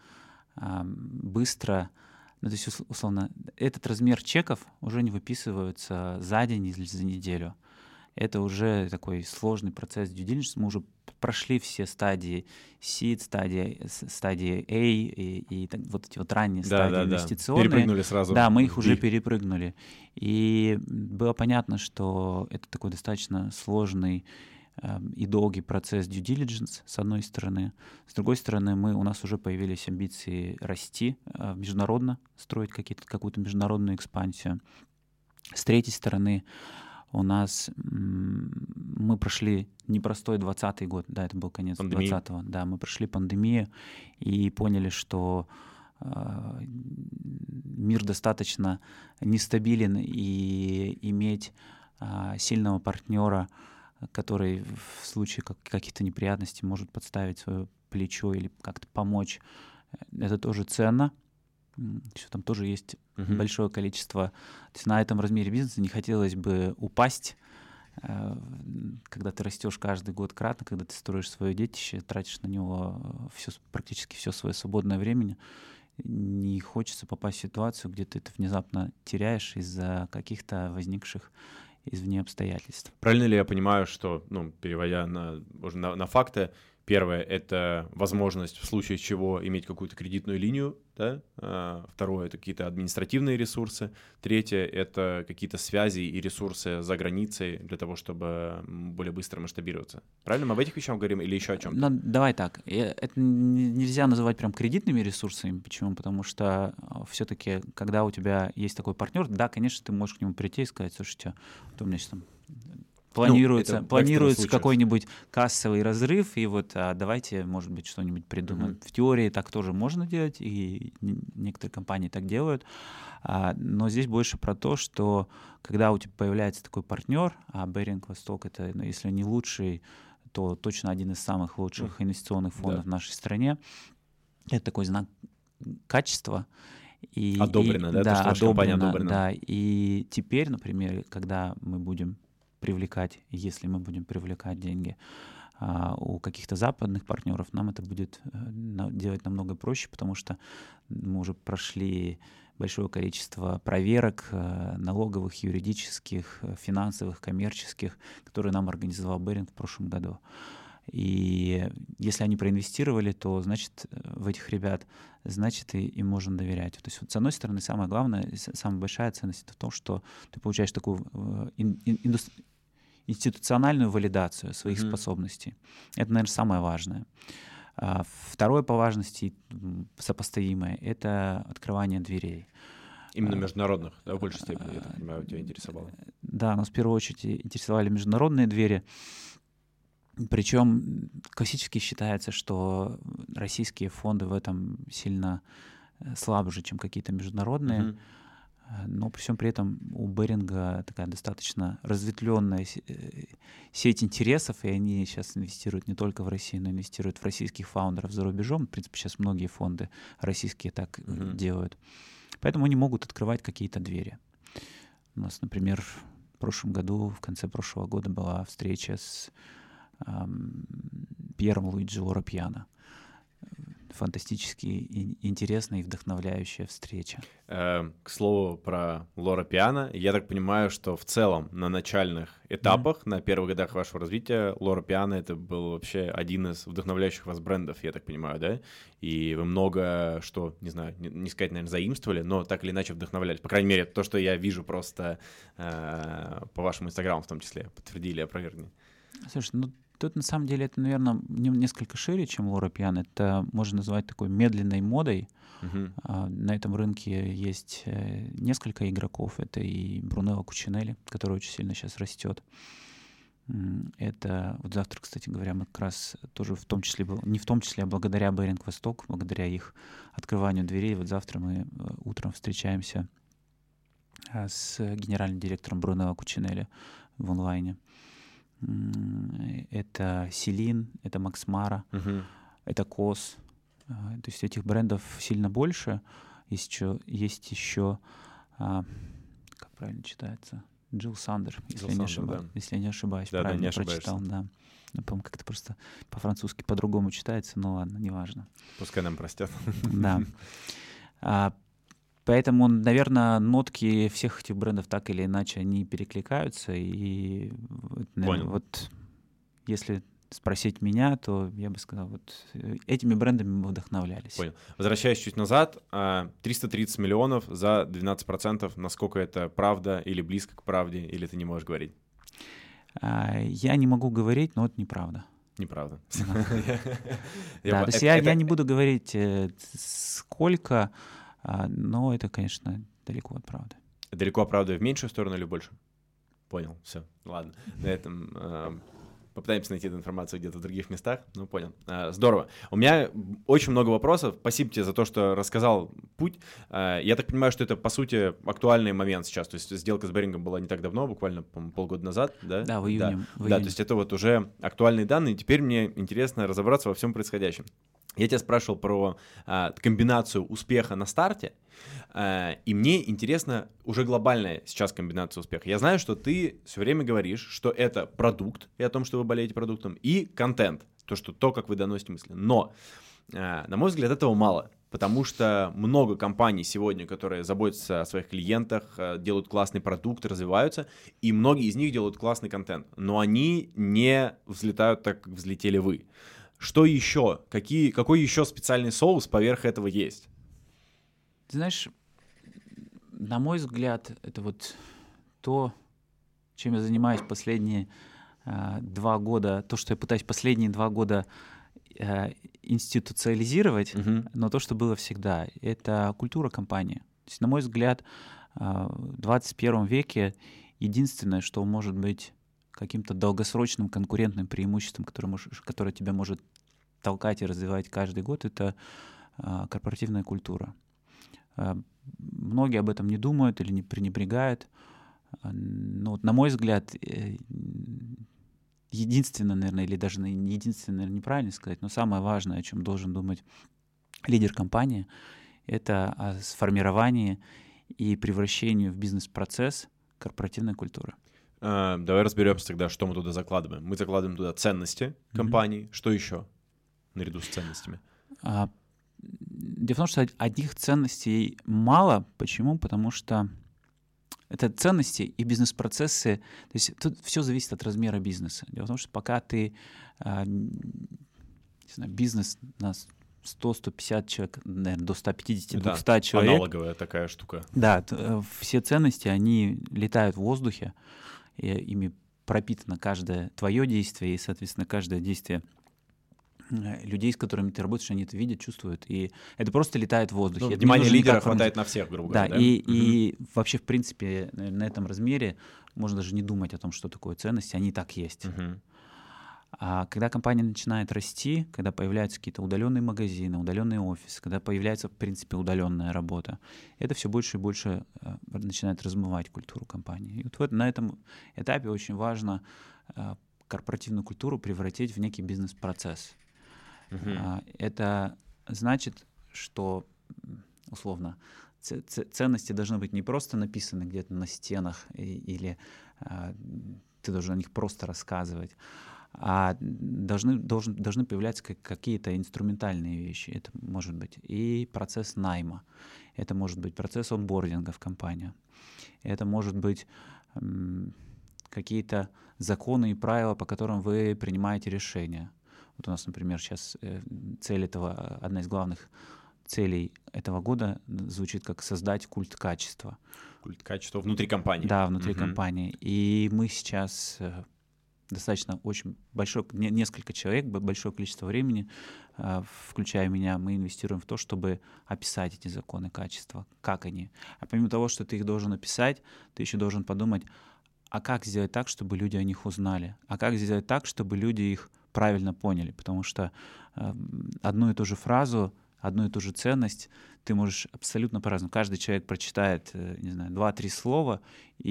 S2: быстро. Ну, то есть, условно, этот размер чеков уже не выписывается за день или за неделю. Это уже такой сложный процесс due diligence. Мы уже прошли все стадии seed, стадии, стадии A и, и так, вот эти вот ранние да, стадии да, инвестиционные.
S1: Да. Перепрыгнули сразу.
S2: Да, мы их уже перепрыгнули. И было понятно, что это такой достаточно сложный э, и долгий процесс due diligence, с одной стороны. С другой стороны, мы, у нас уже появились амбиции расти э, международно, строить какие-то, какую-то международную экспансию. С третьей стороны, у нас мы прошли непростой двадцатый год, да, это был конец двадцатого, да, мы прошли пандемию и поняли, что э, мир достаточно нестабилен, и иметь э, сильного партнера, который в случае как, каких-то неприятностей может подставить свое плечо или как-то помочь, это тоже ценно. Еще там тоже есть uh-huh. большое количество. То есть на этом размере бизнеса не хотелось бы упасть, когда ты растешь каждый год кратно, когда ты строишь свое детище, тратишь на него все, практически все свое свободное время. Не хочется попасть в ситуацию, где ты это внезапно теряешь из-за каких-то возникших извне обстоятельств.
S1: Правильно ли я понимаю, что, ну, переводя на, уже на, на факты, первое — это возможность в случае чего иметь какую-то кредитную линию, да? А, второе — это какие-то административные ресурсы. Третье — это какие-то связи и ресурсы за границей для того, чтобы более быстро масштабироваться. Правильно мы об этих вещах говорим или еще о чем-то?
S2: Ну, давай так. Это нельзя называть прям кредитными ресурсами. Почему? Потому что все-таки, когда у тебя есть такой партнер, да, конечно, ты можешь к нему прийти и сказать: слушайте, вот у меня сейчас там Планируется, ну, планируется какой-нибудь кассовый разрыв, и вот а, давайте, может быть, что-нибудь придумаем. Mm-hmm. В теории так тоже можно делать, и некоторые компании так делают. А, но здесь больше про то, что когда у тебя появляется такой партнер, а Беринг Восток — это, ну, если не лучший, то точно один из самых лучших mm-hmm. инвестиционных фондов да. в нашей стране, это такой знак качества. И,
S1: одобрено,
S2: и,
S1: да?
S2: Да,
S1: то, что
S2: одобрено,
S1: компания одобрена.
S2: Да. И теперь, например, когда мы будем привлекать, если мы будем привлекать деньги а, у каких-то западных партнеров, нам это будет а, делать намного проще, потому что мы уже прошли большое количество проверок э, налоговых, юридических, финансовых, коммерческих, которые нам организовал Беринг в прошлом году. И если они проинвестировали, то, значит, в этих ребят, значит, и им можно доверять. То есть, вот, с одной стороны, самое главное, самая большая ценность — это в том, что ты получаешь такую ин- ин- институциональную валидацию своих mm-hmm. способностей. Это, наверное, самое важное. А второе по важности, сопоставимое, это открывание дверей.
S1: Именно международных, да, в большей степени, я так понимаю, тебя интересовало?
S2: Да, нас в первую очередь интересовали международные двери. Причем классически считается, что российские фонды в этом сильно слабже, чем какие-то международные. Mm-hmm. Но при всем при этом у Беринга такая достаточно разветвленная сеть интересов, и они сейчас инвестируют не только в Россию, но инвестируют в российских фаундеров за рубежом. В принципе, сейчас многие фонды российские так mm-hmm. делают. Поэтому они могут открывать какие-то двери. У нас, например, в прошлом году, в конце прошлого года была встреча с эм, Пьером Луиджи Лора Пьяно. Фантастически интересная и вдохновляющая встреча.
S1: Э, к слову про Лора Пиано, я так понимаю, что в целом на начальных этапах, mm-hmm. на первых годах вашего развития, Лора Пиано — это был вообще один из вдохновляющих вас брендов, я так понимаю, да? И вы много что, не знаю, не, не сказать, наверное, заимствовали, но так или иначе вдохновлялись. По крайней мере, то, что я вижу просто э, по вашему инстаграму в том числе, подтвердили, опровергли.
S2: Слушай, ну тут на самом деле это, наверное, несколько шире, чем Лора Пиано. Это можно назвать такой медленной модой. Uh-huh. На этом рынке есть несколько игроков. Это и Брунелло Кучинелли, который очень сильно сейчас растет. Это вот завтра, кстати говоря, мы как раз тоже в том числе, не в том числе, а благодаря Беринг Восток, благодаря их открыванию дверей. Вот завтра мы утром встречаемся с генеральным директором Брунелло Кучинелли в онлайне. Это Селин, это Макс Мара, uh-huh. это Кос. То есть этих брендов сильно больше. Есть еще, есть еще а, как правильно читается, Джилл Сандер, если, Джилл я, не Сандер, ошиба... да. если я не ошибаюсь, да, правильно да, не прочитал. Да. Я, по-моему, как-то просто по-французски по-другому читается, но ладно, неважно.
S1: Пускай нам простят.
S2: Да. А, Поэтому, наверное, нотки всех этих брендов так или иначе они перекликаются. И, наверное, вот если спросить меня, то я бы сказал, вот этими брендами мы вдохновлялись.
S1: Понял. Возвращаясь чуть назад, триста тридцать миллионов за двенадцать процентов. Насколько это правда или близко к правде, или ты не можешь говорить?
S2: Я не могу говорить, но это неправда.
S1: Неправда.
S2: Да, то есть я не буду говорить, сколько... Но это, конечно, далеко от правды.
S1: Далеко от правды в меньшую сторону или в большую? Понял, все, ладно. На этом э, попытаемся найти эту информацию где-то в других местах. Ну, понял. Э, здорово. У меня очень много вопросов. Спасибо тебе за то, что рассказал путь. Э, я так понимаю, что это, по сути, актуальный момент сейчас. То есть сделка с Берингом была не так давно, буквально, по-моему, полгода назад, да?
S2: Да, в июне.
S1: Да,
S2: в июне.
S1: Да, то есть это вот уже актуальные данные. Теперь мне интересно разобраться во всем происходящем. Я тебя спрашивал про а, комбинацию успеха на старте, а, и мне интересно уже глобальная сейчас комбинация успеха. Я знаю, что ты все время говоришь, что это продукт, и о том, что вы болеете продуктом, и контент, то, что то, как вы доносите мысли. Но, а, на мой взгляд, этого мало, потому что много компаний сегодня, которые заботятся о своих клиентах, делают классный продукт, развиваются, и многие из них делают классный контент, но они не взлетают так, как взлетели вы. Что еще? Какие, какой еще специальный соус поверх этого есть?
S2: Ты знаешь, на мой взгляд, это вот то, чем я занимаюсь последние э, два года, то, что я пытаюсь последние два года э, институциализировать, uh-huh. но то, что было всегда, это культура компании. То есть, на мой взгляд, э, в двадцать первом веке единственное, что может быть каким-то долгосрочным конкурентным преимуществом, которое, можешь, которое тебя может толкать и развивать каждый год, это а, корпоративная культура. А, многие об этом не думают или не пренебрегают. А, но, вот, на мой взгляд, единственное, наверное, или даже не единственное, наверное, неправильно сказать, но самое важное, о чем должен думать лидер компании, это о сформировании и превращении в бизнес-процесс корпоративной культуры.
S1: Uh, давай разберемся тогда, что мы туда закладываем. Мы закладываем туда ценности компании. Mm-hmm. Что еще наряду с ценностями?
S2: Uh, Дело в том, что одних ценностей мало. Почему? Потому что это ценности и бизнес-процессы. То есть тут все зависит от размера бизнеса. Дело в том, что пока ты а, не знаю, бизнес на сто - сто пятьдесят человек, наверное, до ста пятидесяти - двухсот
S1: Да,
S2: человек.
S1: аналоговая такая штука.
S2: Да, т- все ценности, они летают в воздухе, и ими пропитано каждое твое действие, и, соответственно, каждое действие э, людей, с которыми ты работаешь, они это видят, чувствуют, и это просто летает в воздухе.
S1: Ну,
S2: Это не
S1: внимание
S2: нужно
S1: лидера
S2: никак
S1: хватает
S2: формализовать.
S1: на всех, грубо
S2: Да,
S1: говоря, да?
S2: и,
S1: Мгм.
S2: и вообще, в принципе, на на этом размере можно даже не думать о том, что такое ценности, они и так есть.
S1: Мгм.
S2: А когда компания начинает расти, когда появляются какие-то удаленные магазины, удаленные офисы, когда появляется, в принципе, удаленная работа, это все больше и больше э, начинает размывать культуру компании. И вот, вот на этом этапе очень важно э, корпоративную культуру превратить в некий бизнес-процесс.
S1: Мгм.
S2: А, Это значит, что, м, условно, ц- ц- ценности должны быть не просто написаны где-то на стенах и- или а, ты должен о них просто рассказывать, а должны, должен, должны появляться как- какие-то инструментальные вещи. Это может быть и процесс найма, это может быть процесс онбординга в компанию, это может быть м, какие-то законы и правила, по которым вы принимаете решения. Вот у нас, например, сейчас э, цель этого, одна из главных целей этого года звучит как создать культ качества.
S1: Культ качества внутри компании.
S2: Да, внутри
S1: Мгм.
S2: компании. И мы сейчас э, достаточно очень большое, не- несколько человек, б- большое количество времени, э, включая меня, мы инвестируем в то, чтобы описать эти законы качества, как они. А помимо того, что ты их должен описать, ты еще должен подумать, а как сделать так, чтобы люди о них узнали? А как сделать так, чтобы люди их правильно поняли? Потому что э, одну и ту же фразу, одну и ту же ценность ты можешь абсолютно по-разному. Каждый человек прочитает, э, не знаю, два-три слова,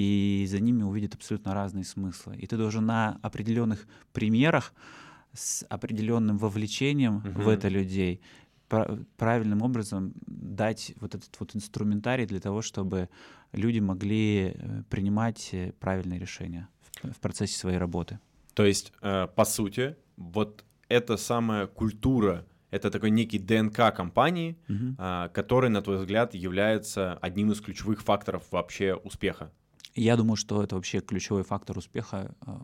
S2: и за ними увидит абсолютно разные смыслы. И ты должен на определенных примерах с определенным вовлечением в
S1: Мгм.
S2: это людей пра- правильным образом дать вот этот вот инструментарий для того, чтобы люди могли э, принимать э, правильные решения в, в процессе своей работы.
S1: То есть, э, по сути, вот эта самая культура, это такой некий ДНК компании,
S2: Мгм.
S1: а, который, на твой взгляд, является одним из ключевых факторов вообще успеха.
S2: Я думаю, что это вообще ключевой фактор успеха э,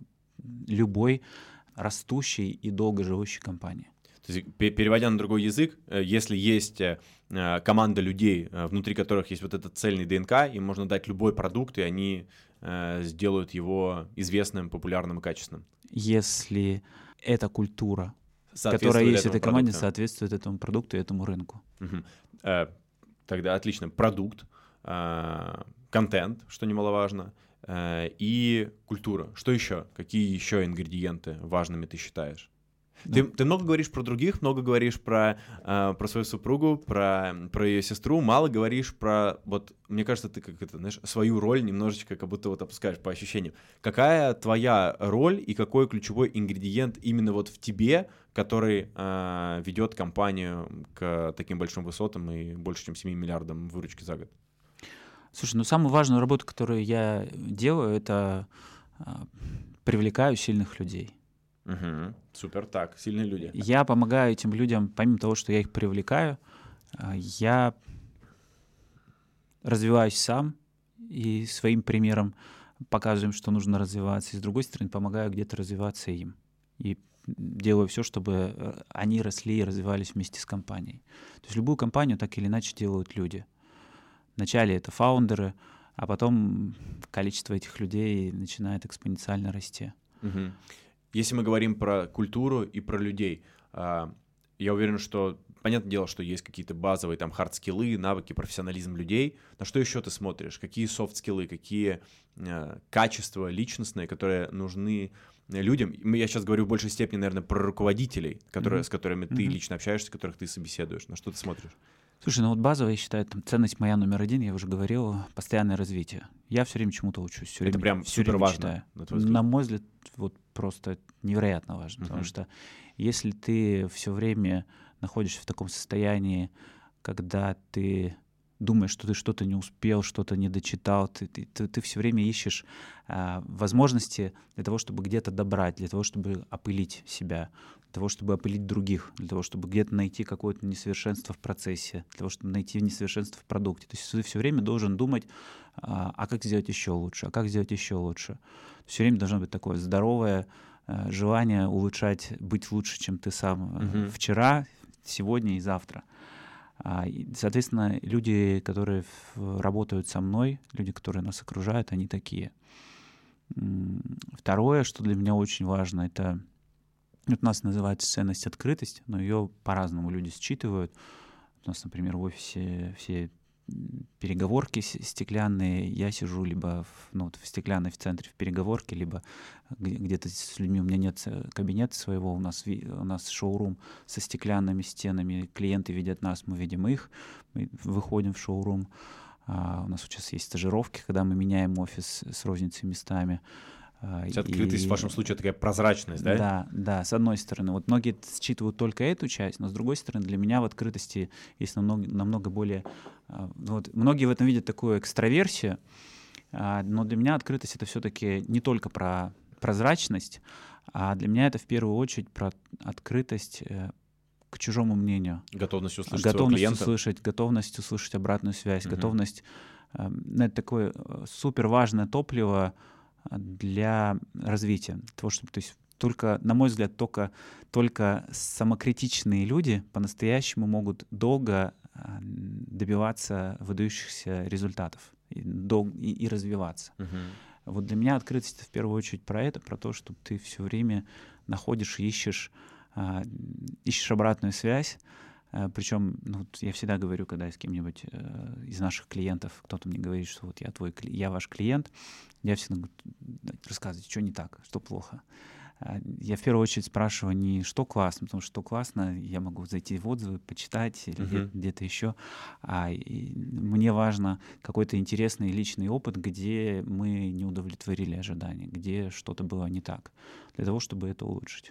S2: любой растущей и долгоживущей компании.
S1: То есть, пе- переводя на другой язык, э, если есть э, э, команда людей, э, внутри которых есть вот этот цельный ДНК, им можно дать любой продукт, и они э, сделают его известным, популярным и качественным.
S2: Если эта культура, которая
S1: Соответствует
S2: есть в
S1: этому
S2: этой команде,
S1: продукту.
S2: соответствует этому продукту и этому рынку.
S1: Мгм. Э, Тогда отлично. Продукт, э, контент, что немаловажно, э, и культура. Что еще? Какие еще ингредиенты важными ты считаешь? Ты,
S2: Ну,
S1: ты много говоришь про других, много говоришь про, э, про свою супругу, про, про ее сестру, мало говоришь про, вот, мне кажется, ты как это, знаешь, свою роль немножечко как будто вот опускаешь по ощущениям. Какая твоя роль и какой ключевой ингредиент именно вот в тебе, который э, ведет компанию к таким большим высотам и больше, чем семи миллиардам выручки за год?
S2: Слушай, ну самую важную работу, которую я делаю, это а, привлекаю сильных людей.
S1: Мгм. Супер, так, сильные люди.
S2: Я помогаю этим людям, помимо того, что я их привлекаю, а, я развиваюсь сам и своим примером показываю им, что нужно развиваться, и с другой стороны помогаю где-то развиваться им. И делаю все, чтобы э, они росли и развивались вместе с компанией. То есть любую компанию так или иначе делают люди. Вначале это фаундеры, а потом количество этих людей начинает экспоненциально расти.
S1: Мгм. Если мы говорим про культуру и про людей, а, я уверен, что, понятное дело, что есть какие-то базовые там хард-скиллы, навыки, профессионализм людей. На что еще ты смотришь? Какие софт-скиллы, какие а, качества личностные, которые нужны людям? Мы- Я сейчас говорю в большей степени, наверное, про руководителей, которые,
S2: Мгм.
S1: с которыми ты
S2: Мгм.
S1: лично общаешься, которых ты собеседуешь. На что ты смотришь?
S2: Слушай, ну вот базовая, я считаю, там, ценность моя номер один, я уже говорил, постоянное развитие. Я все время чему-то учусь, все
S1: Это
S2: время,
S1: прям
S2: всё
S1: супер
S2: время
S1: важно,
S2: читаю.
S1: на твой взгляд?
S2: На мой взгляд, вот просто невероятно важно, потому
S1: Мгм.
S2: что если ты все время находишься в таком состоянии, когда ты думаешь, что ты что-то не успел, что-то не дочитал. Ты, ты, ты, ты все время ищешь а, возможности для того, чтобы где-то добрать, для того, чтобы опылить себя, для того, чтобы опылить других, для того, чтобы где-то найти какое-то несовершенство в процессе, для того, чтобы найти несовершенство в продукте. То есть ты все время должен думать, а, а как сделать еще лучше, а как сделать еще лучше. Все время должно быть такое здоровое а, желание улучшать, быть лучше, чем ты сам
S1: Мгм.
S2: вчера, сегодня и завтра. А, и, соответственно, люди, которые в- работают со мной, люди, которые нас окружают, они такие. М, Второе, что для меня очень важно, это вот у нас называется ценность открытость, но ее по-разному люди считывают. У нас, например, в офисе все м, переговорки с- стеклянные. Я сижу либо в, ну, вот в стеклянной в центре в переговорке, либо где- где-то с людьми. У меня нет э, кабинета своего, у нас, ви- у нас шоурум со стеклянными стенами. Клиенты видят нас, мы видим их. Мы выходим в шоурум. А, у нас сейчас есть стажировки, когда мы меняем офис с розницей местами. А,
S1: То есть открытость в
S2: и-
S1: вашем случае такая прозрачность, да?
S2: да, да, с одной стороны. Вот многие считывают только эту часть, но с другой стороны, для меня в открытости есть намного, намного более... а, Вот, многие в этом видят такую экстраверсию, а, но для меня открытость — это все-таки не только про прозрачность, а для меня это в первую очередь про открытость э, к чужому мнению,
S1: Готовность услышать своего
S2: готовность
S1: клиента.
S2: услышать, готовность услышать обратную связь,
S1: Мгм.
S2: готовность... э, ну, это такое супер важное топливо а, для развития. Того, чтобы, то есть только, на мой взгляд, только, только самокритичные люди по-настоящему могут долго а, добиваться выдающихся результатов и, дол- и, и развиваться.
S1: Мгм.
S2: Вот для меня открытость — это в первую очередь про это, про то, что ты все время находишь, ищешь, а, ищешь обратную связь. А, Причем, ну, вот я всегда говорю, когда я с кем-нибудь э, из наших клиентов, кто-то мне говорит, что вот я твой, кли- я ваш клиент, я всегда говорю: рассказывайте, что не так, что плохо. А, Я в первую очередь спрашиваю не что классно, потому что что классно, я могу зайти в отзывы, почитать или где-
S1: Мгм.
S2: где-то еще. А и мне важно какой-то интересный личный опыт, где мы не удовлетворили ожидания, где что-то было не так, для того, чтобы это улучшить.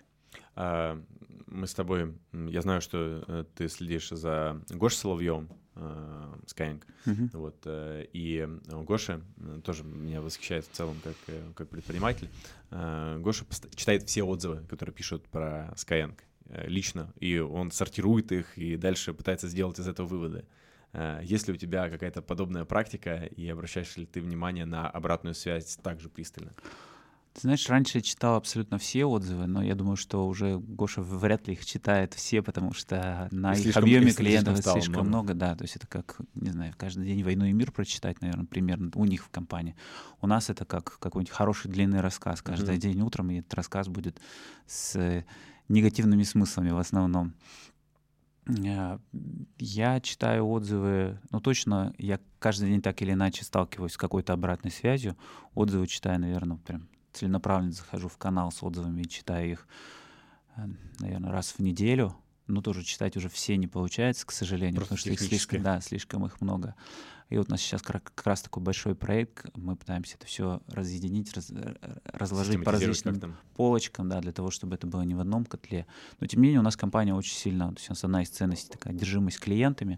S1: А, Мы с тобой, м, я знаю, что э, ты следишь за Гошей Соловьевым, э, Skyeng.
S2: Мгм.
S1: Вот, э, и э, Гоша э, тоже меня восхищает в целом как, э, как предприниматель. Э, Гоша пост- читает все отзывы, которые пишут про Skyeng э, лично, и он сортирует их и дальше пытается сделать из этого выводы. Э, Есть ли у тебя какая-то подобная практика, и обращаешь ли ты внимание на обратную связь также пристально?
S2: Ты знаешь, раньше я читал абсолютно все отзывы, но я думаю, что уже Гоша вряд ли их читает все, потому что на
S1: И
S2: их
S1: слишком-
S2: объеме
S1: их слишком
S2: клиентов это
S1: стало
S2: слишком
S1: много.
S2: много, да. То есть это как, не знаю, каждый день «Войну и мир» прочитать, наверное, примерно у них в компании. У нас это как какой-нибудь хороший длинный рассказ. Каждый
S1: Мгм.
S2: день утром, и этот рассказ будет с э, негативными смыслами в основном. Э, Я читаю отзывы, ну точно, я каждый день так или иначе сталкиваюсь с какой-то обратной связью. Отзывы читаю, наверное, прям целенаправленно захожу в канал с отзывами и читаю их, наверное, раз в неделю. Но тоже читать уже все не получается, к сожалению,
S1: Просто
S2: потому что их
S1: технически.
S2: слишком, да, слишком их много. И вот у нас сейчас как как раз такой большой проект. Мы пытаемся это все разъединить, раз- э, разложить по
S1: Систематизировать
S2: различным
S1: как-то.
S2: полочкам, да, для того, чтобы это было не в одном котле. Но тем не менее у нас компания очень сильна. То есть у нас одна из ценностей такая одержимость клиентами,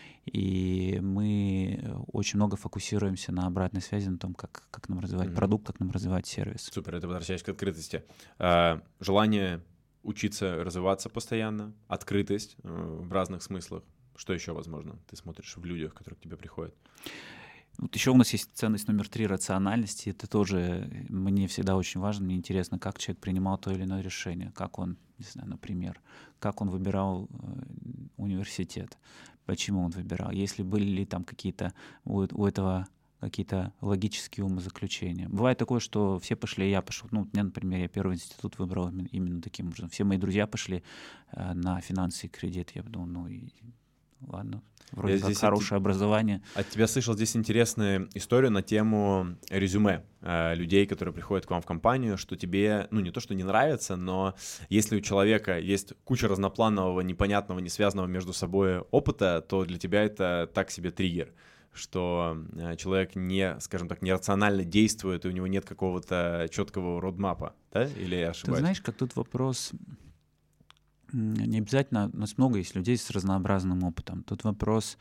S2: и мы э, очень много фокусируемся на обратной связи, на том, как, как нам развивать
S1: Мгм.
S2: продукт, как нам развивать сервис.
S1: Супер, это возвращаясь к открытости. А, Желание учиться развиваться постоянно, открытость э, в разных смыслах. Что еще возможно? Ты смотришь в людях, которые к тебе приходят.
S2: Вот еще у нас есть ценность номер три — рациональности. Это тоже мне всегда очень важно. Мне интересно, как человек принимал то или иное решение, как он, не знаю, например, как он выбирал э, университет, почему он выбирал, если были ли там какие-то у, у этого какие-то логические умозаключения. Бывает такое, что все пошли, и я пошел. Ну, у меня, например, я первый институт выбрал именно, именно таким образом. Все мои друзья пошли э, на финансы и кредит. Я подумал, ну и ладно, вроде
S1: Я
S2: как
S1: здесь от
S2: хорошее образование.
S1: От тебя слышал здесь интересную историю на тему резюме э, людей, которые приходят к вам в компанию, что тебе, ну, не то, что не нравится, но если у человека есть куча разнопланового, непонятного, не связанного между собой опыта, то для тебя это так себе триггер, что э, человек не, скажем так, нерационально действует, и у него нет какого-то четкого родмапа, да? Или я
S2: Ты
S1: ошибаюсь?
S2: знаешь, как тут вопрос, м, не обязательно, у нас много есть людей с разнообразным опытом. Тут вопрос,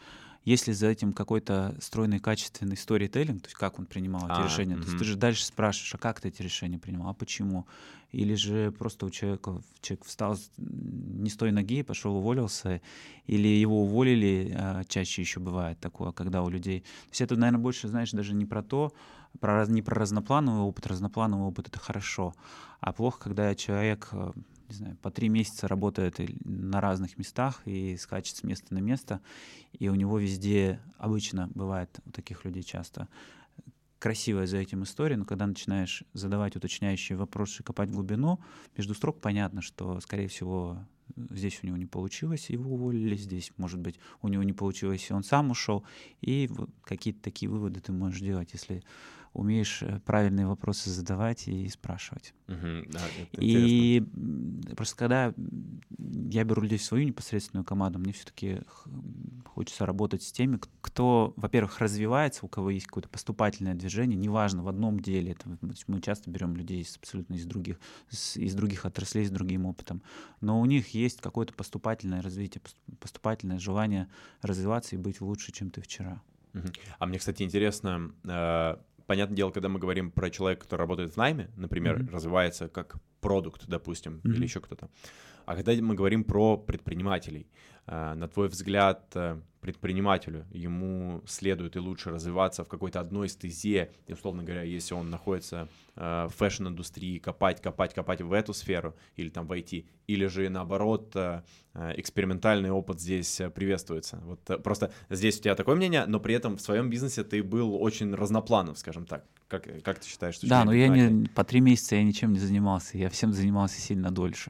S2: если за этим какой-то стройный, качественный сторителлинг, то есть как он принимал эти
S1: А,
S2: решения, то есть
S1: мгм.
S2: ты же дальше спрашиваешь, а как ты эти решения принимал, а почему? Или же просто у человека человек встал с- не с той ноги, пошел уволился, или его уволили, а, чаще еще бывает такое, когда у людей... То есть это, наверное, больше, знаешь, даже не про то, про, раз- не про разноплановый опыт, разноплановый опыт — это хорошо, а плохо, когда человек, э, не знаю, по три месяца работает и на разных местах и скачет с места на место, и у него везде, обычно бывает у таких людей часто, красивая за этим история, но когда начинаешь задавать уточняющие вопросы, копать в глубину, между строк понятно, что, скорее всего, здесь у него не получилось, его уволили, здесь, может быть, у него не получилось, и он сам ушел. И вот какие-то такие выводы ты можешь делать, если умеешь э, правильные вопросы задавать и спрашивать.
S1: Мгм. Да, это интересно.
S2: И м, просто когда м, я беру людей в свою непосредственную команду, мне все-таки хочется работать с теми, к- кто, во-первых, развивается, у кого есть какое-то поступательное движение, неважно, в одном деле. Это, то есть мы часто берем людей из, абсолютно из других, с- из других отраслей, с другим опытом, но у них есть какое-то поступательное развитие, пос- поступательное желание развиваться и быть лучше, чем ты вчера.
S1: Мгм. А мне, кстати, интересно, э, понятное дело, когда мы говорим про человека, который работает в найме, например,
S2: Мгм.
S1: развивается как продукт, допустим, или
S2: Мгм.
S1: еще кто-то. А когда мы говорим про предпринимателей, э, на твой взгляд, э, предпринимателю, ему следует и лучше развиваться в какой-то одной стезе, и, условно говоря, если он находится э, в фэшн-индустрии, копать, копать, копать в эту сферу, или там в ай ти, или же, наоборот, э, э, экспериментальный опыт здесь э, приветствуется. Вот э, просто здесь у тебя такое мнение, но при этом в своем бизнесе ты был очень разнопланов, скажем так. Как, как ты считаешь с точки
S2: Да,
S1: зрения
S2: но я
S1: предпринимателей?
S2: не по три месяца я ничем не занимался, я всем занимался сильно дольше.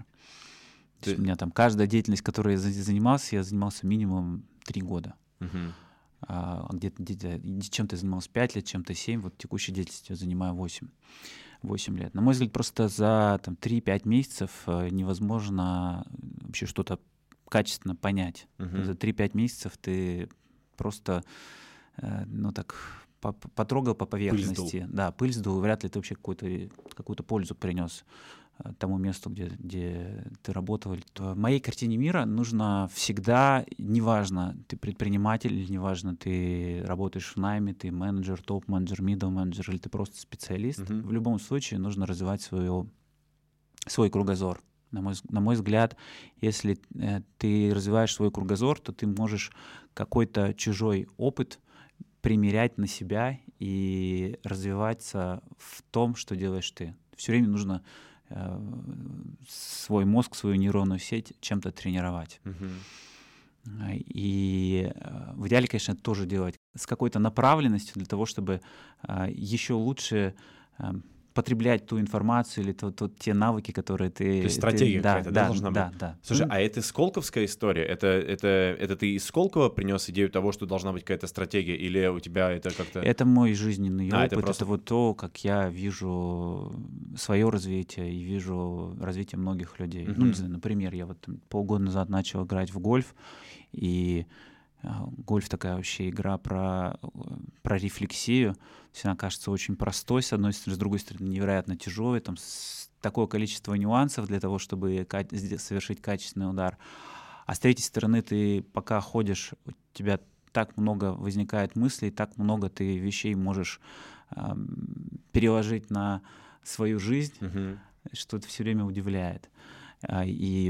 S2: То есть у
S1: Ты-
S2: меня там каждая деятельность, которой я за- занимался, я занимался минимум три года.
S1: Мгм.
S2: А где-то, где-то чем-то я занимался пять лет, чем-то семь, вот текущей деятельностью я занимаю восемь, восемь лет. На мой взгляд, просто за там, три-пять месяцев э, невозможно вообще что-то качественно понять.
S1: Мгм.
S2: За три-пять месяцев ты просто, э, ну так, по- по- потрогал по
S1: Пыль сдул.
S2: поверхности. Да, пыль сдул, вряд ли ты вообще какую-то, какую-то пользу принес э, тому месту, где, где ты работал. То в моей картине мира нужно всегда, неважно, ты предприниматель или неважно, ты работаешь в найме, ты менеджер, топ-менеджер, middle-менеджер или ты просто специалист,
S1: Мгм.
S2: в любом случае нужно развивать свою, свой кругозор. На мой, взг- на мой взгляд, если э, ты развиваешь свой кругозор, то ты можешь какой-то чужой опыт примерять на себя и развиваться в том, что делаешь ты. Все время нужно э, свой мозг, свою нейронную сеть чем-то тренировать.
S1: Мгм.
S2: А, И э, в идеале, конечно, это тоже делать с какой-то направленностью для того, чтобы а, еще лучше а, потреблять ту информацию или то, то- те навыки, которые
S1: То есть
S2: ты... ты-
S1: стратегия
S2: да,
S1: какая-то, да,
S2: да,
S1: должна быть?
S2: да, да.
S1: Слушай,
S2: Ну,
S1: а это сколковская история? Это, это, это ты из Сколково принес идею того, что должна быть какая-то стратегия, или у тебя это как-то...
S2: Это мой жизненный
S1: А,
S2: опыт,
S1: это
S2: это,
S1: просто...
S2: вот то, как я вижу свое развитие и вижу развитие многих людей. Ну, не
S1: Мгм.
S2: знаю, например, я вот там полгода назад начал играть в гольф, и а, гольф такая вообще игра про, э, про рефлексию. То есть она кажется очень простой, с одной стороны, с другой стороны, невероятно тяжелой, там с- такое количество нюансов для того, чтобы ка- сде- совершить качественный удар. А с третьей стороны, ты пока ходишь, у тебя так много возникает мыслей, так много ты вещей можешь ам, переложить на свою жизнь,
S1: Мгм.
S2: что это все время удивляет. А, И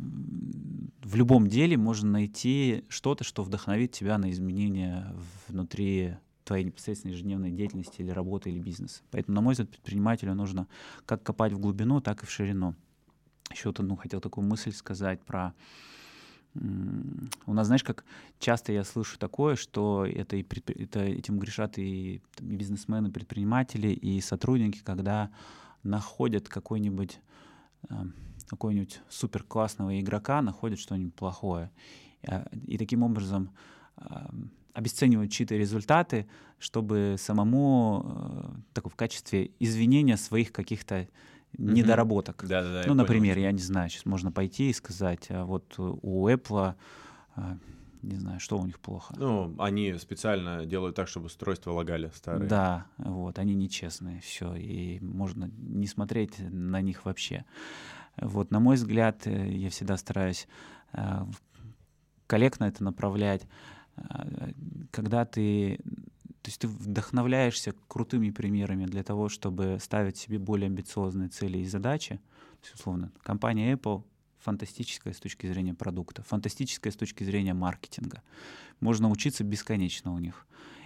S2: м, в любом деле можно найти что-то, что вдохновит тебя на изменения внутри твоей непосредственной ежедневной деятельности или работы, или бизнеса. Поэтому, на мой взгляд, предпринимателю нужно как копать в глубину, так и в ширину. Еще вот одну хотел такую мысль сказать про... м, У нас, знаешь, как часто я слышу такое, что это, и предпри- это этим грешат и, там, и бизнесмены, предприниматели, и сотрудники, когда находят какой-нибудь а, какого-нибудь супер классного игрока, находят что-нибудь плохое. А, И таким образом а, обесценивают чьи-то результаты, чтобы самому э, такой в качестве извинения своих каких-то
S1: Мгм.
S2: недоработок.
S1: Да-да-да, я
S2: Ну,
S1: понял, о
S2: например,
S1: чём.
S2: я не знаю, сейчас можно пойти и сказать, а вот у Apple, а, не знаю, что у них плохо.
S1: Ну, они специально делают так, чтобы устройства лагали старые.
S2: Да, вот, они нечестные, все, и можно не смотреть на них вообще. Вот, на мой взгляд, э, я всегда стараюсь э, в- корректно это направлять. когда ты, то есть ты вдохновляешься крутыми примерами для того, чтобы ставить себе более амбициозные цели и задачи. То есть, условно, компания Apple фантастическая с точки зрения продукта, фантастическая с точки зрения маркетинга. Можно учиться бесконечно у них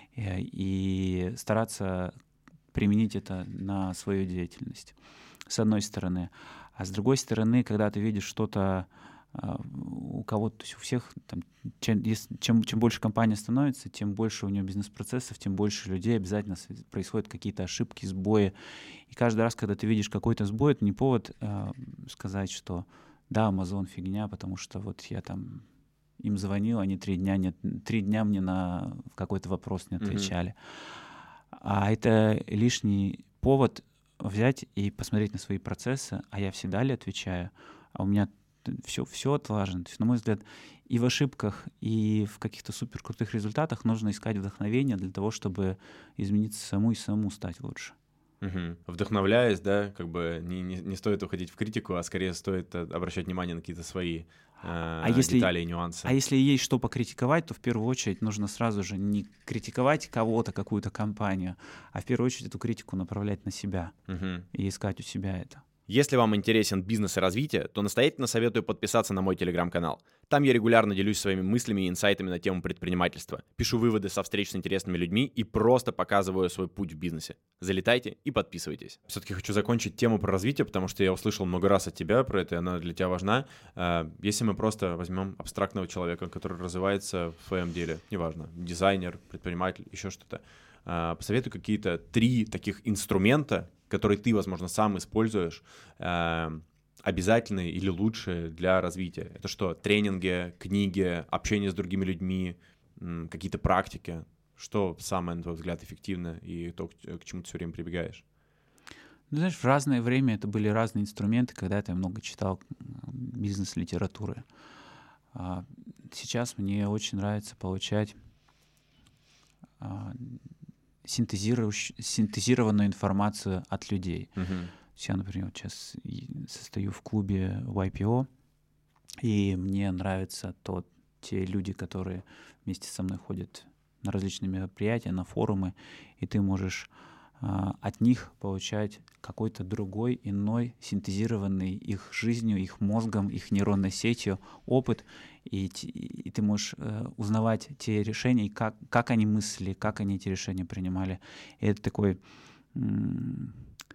S2: и стараться применить это на свою деятельность, с одной стороны. А с другой стороны, когда ты видишь что-то у кого-то, то есть у всех, там, чем, чем, чем больше компания становится, тем больше у нее бизнес-процессов, тем больше людей, обязательно происходят какие-то ошибки, сбои. И каждый раз, когда ты видишь какой-то сбой, это не повод э, сказать, что да, Amazon фигня, потому что вот я там им звонил, они три дня, не, три дня мне на какой-то вопрос не отвечали. Mm-hmm. А это лишний повод взять и посмотреть на свои процессы, а я всегда ли отвечаю, а у меня все, все отлажено. То есть, на мой взгляд, и в ошибках, и в каких-то суперкрутых результатах нужно искать вдохновение для того, чтобы измениться саму и самому стать лучше.
S1: Угу. Вдохновляясь, да, как бы не, не, не стоит уходить в критику, а скорее стоит обращать внимание на какие-то свои э, а если, детали и нюансы.
S2: А если есть что покритиковать, то в первую очередь нужно сразу же не критиковать кого-то, какую-то компанию, а в первую очередь эту критику направлять на себя угу. и искать у себя это.
S1: Если вам интересен бизнес и развитие, то настоятельно советую подписаться на мой телеграм-канал. Там я регулярно делюсь своими мыслями и инсайтами на тему предпринимательства, пишу выводы со встреч с интересными людьми и просто показываю свой путь в бизнесе. Залетайте и подписывайтесь. Все-таки хочу закончить тему про развитие, потому что я услышал много раз от тебя про это, и она для тебя важна. Если мы просто возьмем абстрактного человека, который развивается в своем деле, неважно, дизайнер, предприниматель, еще что-то, посоветуй какие-то три таких инструмента, которые ты, возможно, сам используешь, э, обязательные или лучшие для развития. Это что? Тренинги, книги, общение с другими людьми, м, какие-то практики? Что самое, на твой взгляд, эффективно и то, к, к чему ты все время прибегаешь?
S2: Ну, знаешь, в разное время это были разные инструменты, когда-то я много читал бизнес-литературы. А сейчас мне очень нравится получать а, синтезированную информацию от людей. Uh-huh. Я, например, вот сейчас состою в клубе вай пи о, и мне нравятся то, те люди, которые вместе со мной ходят на различные мероприятия, на форумы, и ты можешь а, от них получать какой-то другой, иной, синтезированный их жизнью, их мозгом, их нейронной сетью опыт, и, и ты можешь э, узнавать те решения, как, как они мыслили, как они эти решения принимали. И это такой м-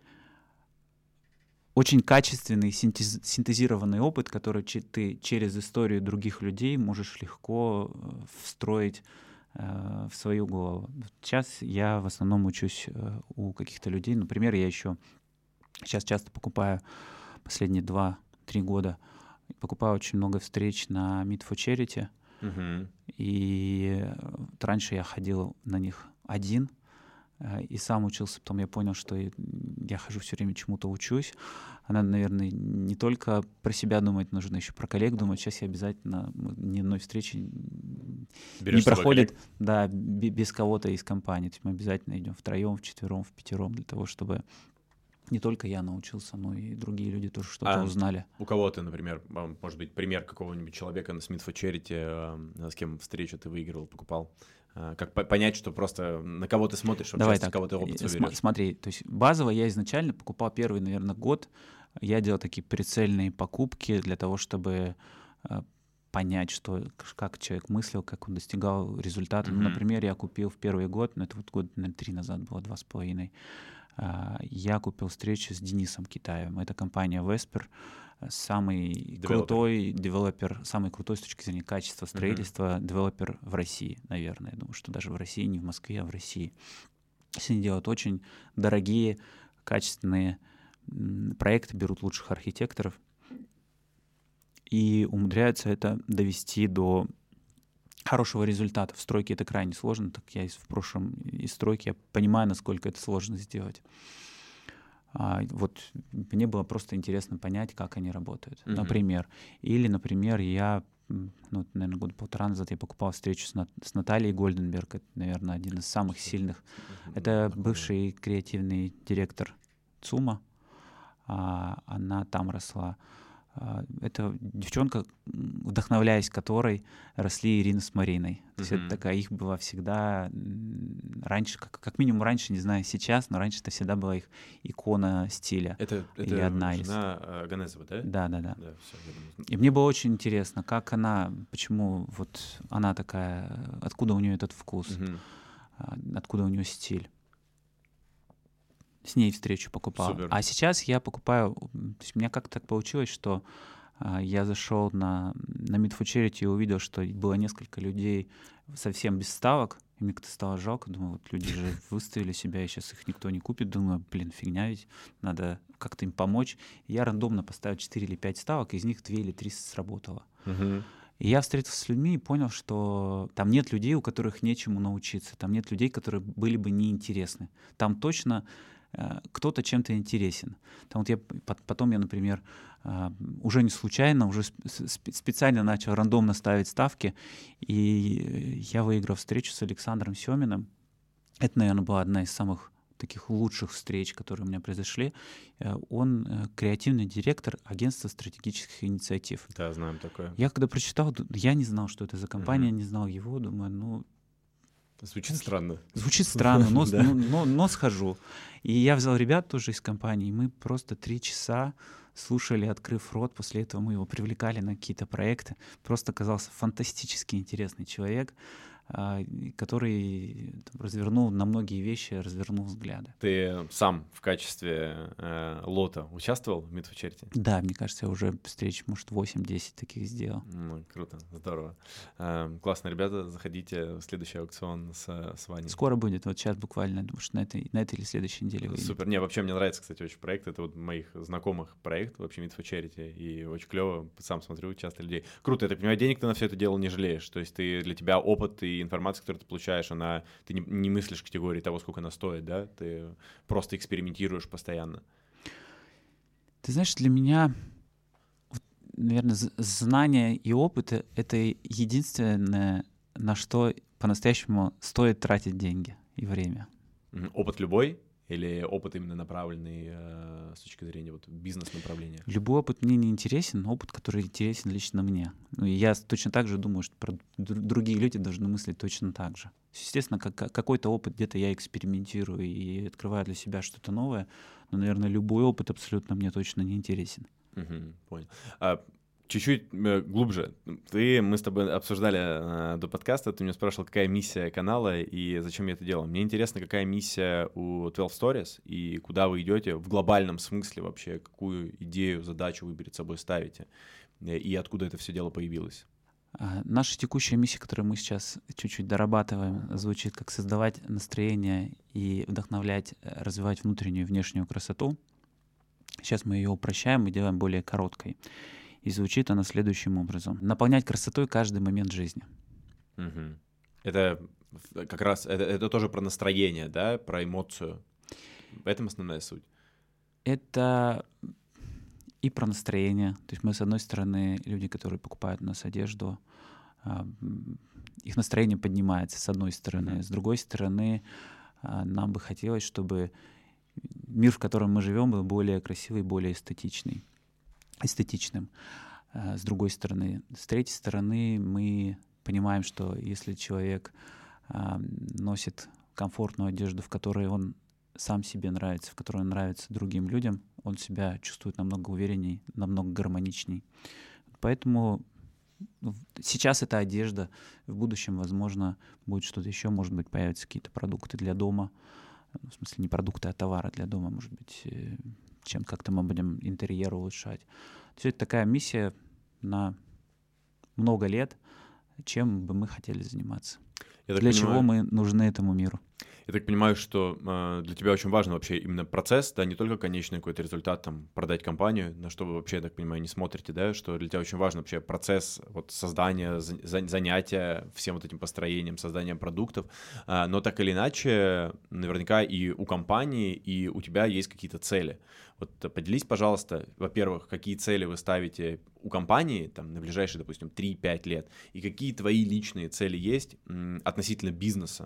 S2: очень качественный, синтез, синтезированный опыт, который че- ты через историю других людей можешь легко э, встроить э, в свою голову. Сейчас я в основном учусь э, у каких-то людей. Например, я еще сейчас часто покупаю последние два-три года покупаю очень много встреч на Meet for Charity. Uh-huh. И раньше я ходил на них один и сам учился. Потом я понял, что я хожу все время чему-то учусь. Надо, наверное, не только про себя думать, нужно еще про коллег думать. Сейчас я обязательно ни одной встречи Берешь не проходит да, без кого-то из компании. То есть мы обязательно идем втроем, вчетвером, впятером для того, чтобы не только я научился, но и другие люди тоже что-то а узнали.
S1: У кого ты, например, может быть, пример какого-нибудь человека на Meet for Charity, с кем встречу ты выигрывал, покупал? Как понять, что просто на кого ты смотришь,
S2: Давай
S1: с кого ты опыт свой берешь?
S2: Смотри, то есть базово я изначально покупал первый, наверное, год. Я делал такие прицельные покупки для того, чтобы понять, что, как человек мыслил, как он достигал результата. Mm-hmm. Ну, например, я купил в первый год, ну это вот год, наверное, три назад было, два с половиной, я купил встречу с Денисом Китаевым. Это компания Vesper, самый девелопер. крутой девелопер, самый крутой с точки зрения качества строительства uh-huh. девелопер в России, наверное. Я думаю, что даже в России, не в Москве, а в России. Они делают очень дорогие, качественные проекты, берут лучших архитекторов и умудряются это довести до хорошего результата. В стройке это крайне сложно, так я в прошлом из стройки я понимаю, насколько это сложно сделать. А, вот мне было просто интересно понять, как они работают, mm-hmm. например. Или, например, я, ну, наверное, года полтора назад я покупал встречу с, Нат- с Натальей Гольденберг, это, наверное, один из самых сильных. Mm-hmm. Это бывший креативный директор ЦУМа, а, она там росла. Это девчонка, вдохновляясь которой росли Ирина с Мариной. То есть
S1: Мгм.
S2: это такая их была всегда раньше, как, как минимум раньше, не знаю сейчас, но раньше это всегда была их икона стиля.
S1: Это,
S2: Или
S1: это
S2: одна из.
S1: жена э, Ганезова, да?
S2: Да, да, да.
S1: Да, все, я думаю.
S2: И мне было очень интересно, как она, почему вот она такая, откуда у нее этот вкус,
S1: Мгм.
S2: а, откуда у нее стиль. С ней встречу покупал.
S1: Супер.
S2: А сейчас я покупаю, м, то есть у меня как-то так получилось, что а, я зашел на, на Meet for Charity и увидел, что было несколько людей совсем без ставок, и мне как-то стало жалко, думаю, вот люди же выставили себя, и сейчас их никто не купит, думаю, блин, фигня ведь, надо как-то им помочь. И я рандомно поставил четыре или пять ставок, из них две или три сработало.
S1: Мгм.
S2: И я встретился с людьми и понял, что там нет людей, у которых нечему научиться, там нет людей, которые были бы неинтересны. Там точно э, кто-то чем-то интересен. Там вот я п- пот- потом я, например, а, уже не случайно, уже сп- с- спе- специально начал рандомно ставить ставки, и я выиграл встречу с Александром Семиным. Это, наверное, была одна из самых таких лучших встреч, которые у меня произошли. Э, Он э, креативный директор агентства стратегических инициатив.
S1: Да, знаем такое.
S2: Я когда прочитал, ду- я не знал, что это за компания,
S1: Мгм.
S2: не знал его, думаю, ну,
S1: Звучит странно.
S2: звучит странно, но, с-
S1: Да.
S2: но, но- но схожу. И я взял ребят тоже из компании, и мы просто три часа слушали, открыв рот, после этого мы его привлекали на какие-то проекты. Просто оказался фантастически интересный человек, а, и который там развернул на многие вещи, развернул взгляды.
S1: Ты сам в качестве э, лота участвовал в Meet for Charity?
S2: Да, мне кажется, я уже встреч, может, восемь-десять таких сделал.
S1: Ну, круто, здорово. Э, классно, ребята, заходите в следующий аукцион с, с Ваней.
S2: Скоро будет, вот сейчас буквально, я думаю, что на этой, на этой или следующей неделе выйдет.
S1: Супер. Не, вообще мне нравится, кстати, очень проект. Это вот моих знакомых проект, вообще Meet for Charity. И очень клево. Сам смотрю, часто людей. Круто, я так понимаю, денег ты на все это дело не жалеешь. То есть ты, для тебя опыт и информация, которую ты получаешь, она, ты не, не мыслишь в категории того, сколько она стоит, да? Ты просто экспериментируешь постоянно.
S2: Ты знаешь, для меня, вот, наверное, з- знания и опыт — это единственное, на что по-настоящему стоит тратить деньги и время.
S1: Мгм. Опыт любой или опыт именно направленный э, с точки зрения вот бизнес-направления?
S2: Любой опыт мне не интересен, но опыт, который интересен лично мне. Ну, и я с- точно так же думаю, что про др- другие люди должны мыслить точно так же. Естественно, как- как- какой-то опыт где-то я экспериментирую и открываю для себя что-то новое, но, наверное, любой опыт абсолютно мне точно не интересен.
S1: Мгм, понял. А, чуть-чуть э, глубже. Ты, мы с тобой обсуждали э, до подкаста, ты меня спрашивал, какая миссия канала и зачем я это делаю. Мне интересно, какая миссия у twelve Stories и куда вы идете в глобальном смысле вообще, какую идею, задачу вы перед собой ставите э, и откуда это все дело появилось.
S2: А, Наша текущая миссия, которую мы сейчас чуть-чуть дорабатываем, звучит как создавать настроение и вдохновлять, э, развивать внутреннюю и внешнюю красоту. Сейчас мы ее упрощаем и делаем более короткой. И звучит она следующим образом. Наполнять красотой каждый момент жизни.
S1: Мгм. Это в- как раз, это, это тоже про настроение, да, про эмоцию. В этом основная суть.
S2: Это и про настроение. То есть мы, с одной стороны, люди, которые покупают у нас одежду, а, м, их настроение поднимается, с одной стороны.
S1: Мгм.
S2: С другой стороны, а, нам бы хотелось, чтобы мир, в котором мы живем, был более красивый, более эстетичный, эстетичным. А, С другой стороны. С третьей стороны, мы понимаем, что если человек а, носит комфортную одежду, в которой он сам себе нравится, в которой он нравится другим людям, он себя чувствует намного уверенней, намного гармоничней. Поэтому ну, в- сейчас это одежда, в будущем, возможно, будет что-то еще, может быть, появятся какие-то продукты для дома, ну, в смысле не продукты, а товары для дома, может быть, э, чем как-то мы будем интерьер улучшать. Все это такая миссия на много лет, чем бы мы хотели заниматься.
S1: Я так
S2: Для чего
S1: понимаю,
S2: мы нужны этому миру.
S1: Я так понимаю, что э, для тебя очень важно вообще именно процесс, да, не только конечный какой-то результат, там, продать компанию, на что вы вообще, я так понимаю, не смотрите, да, что для тебя очень важен вообще процесс вот создания, за- за- занятия всем вот этим построением, созданием продуктов, А, но так или иначе, наверняка и у компании, и у тебя есть какие-то цели. Вот э, поделись, пожалуйста, во-первых, какие цели вы ставите у компании там, на ближайшие, допустим, три-пять лет, и какие твои личные цели есть м, относительно бизнеса.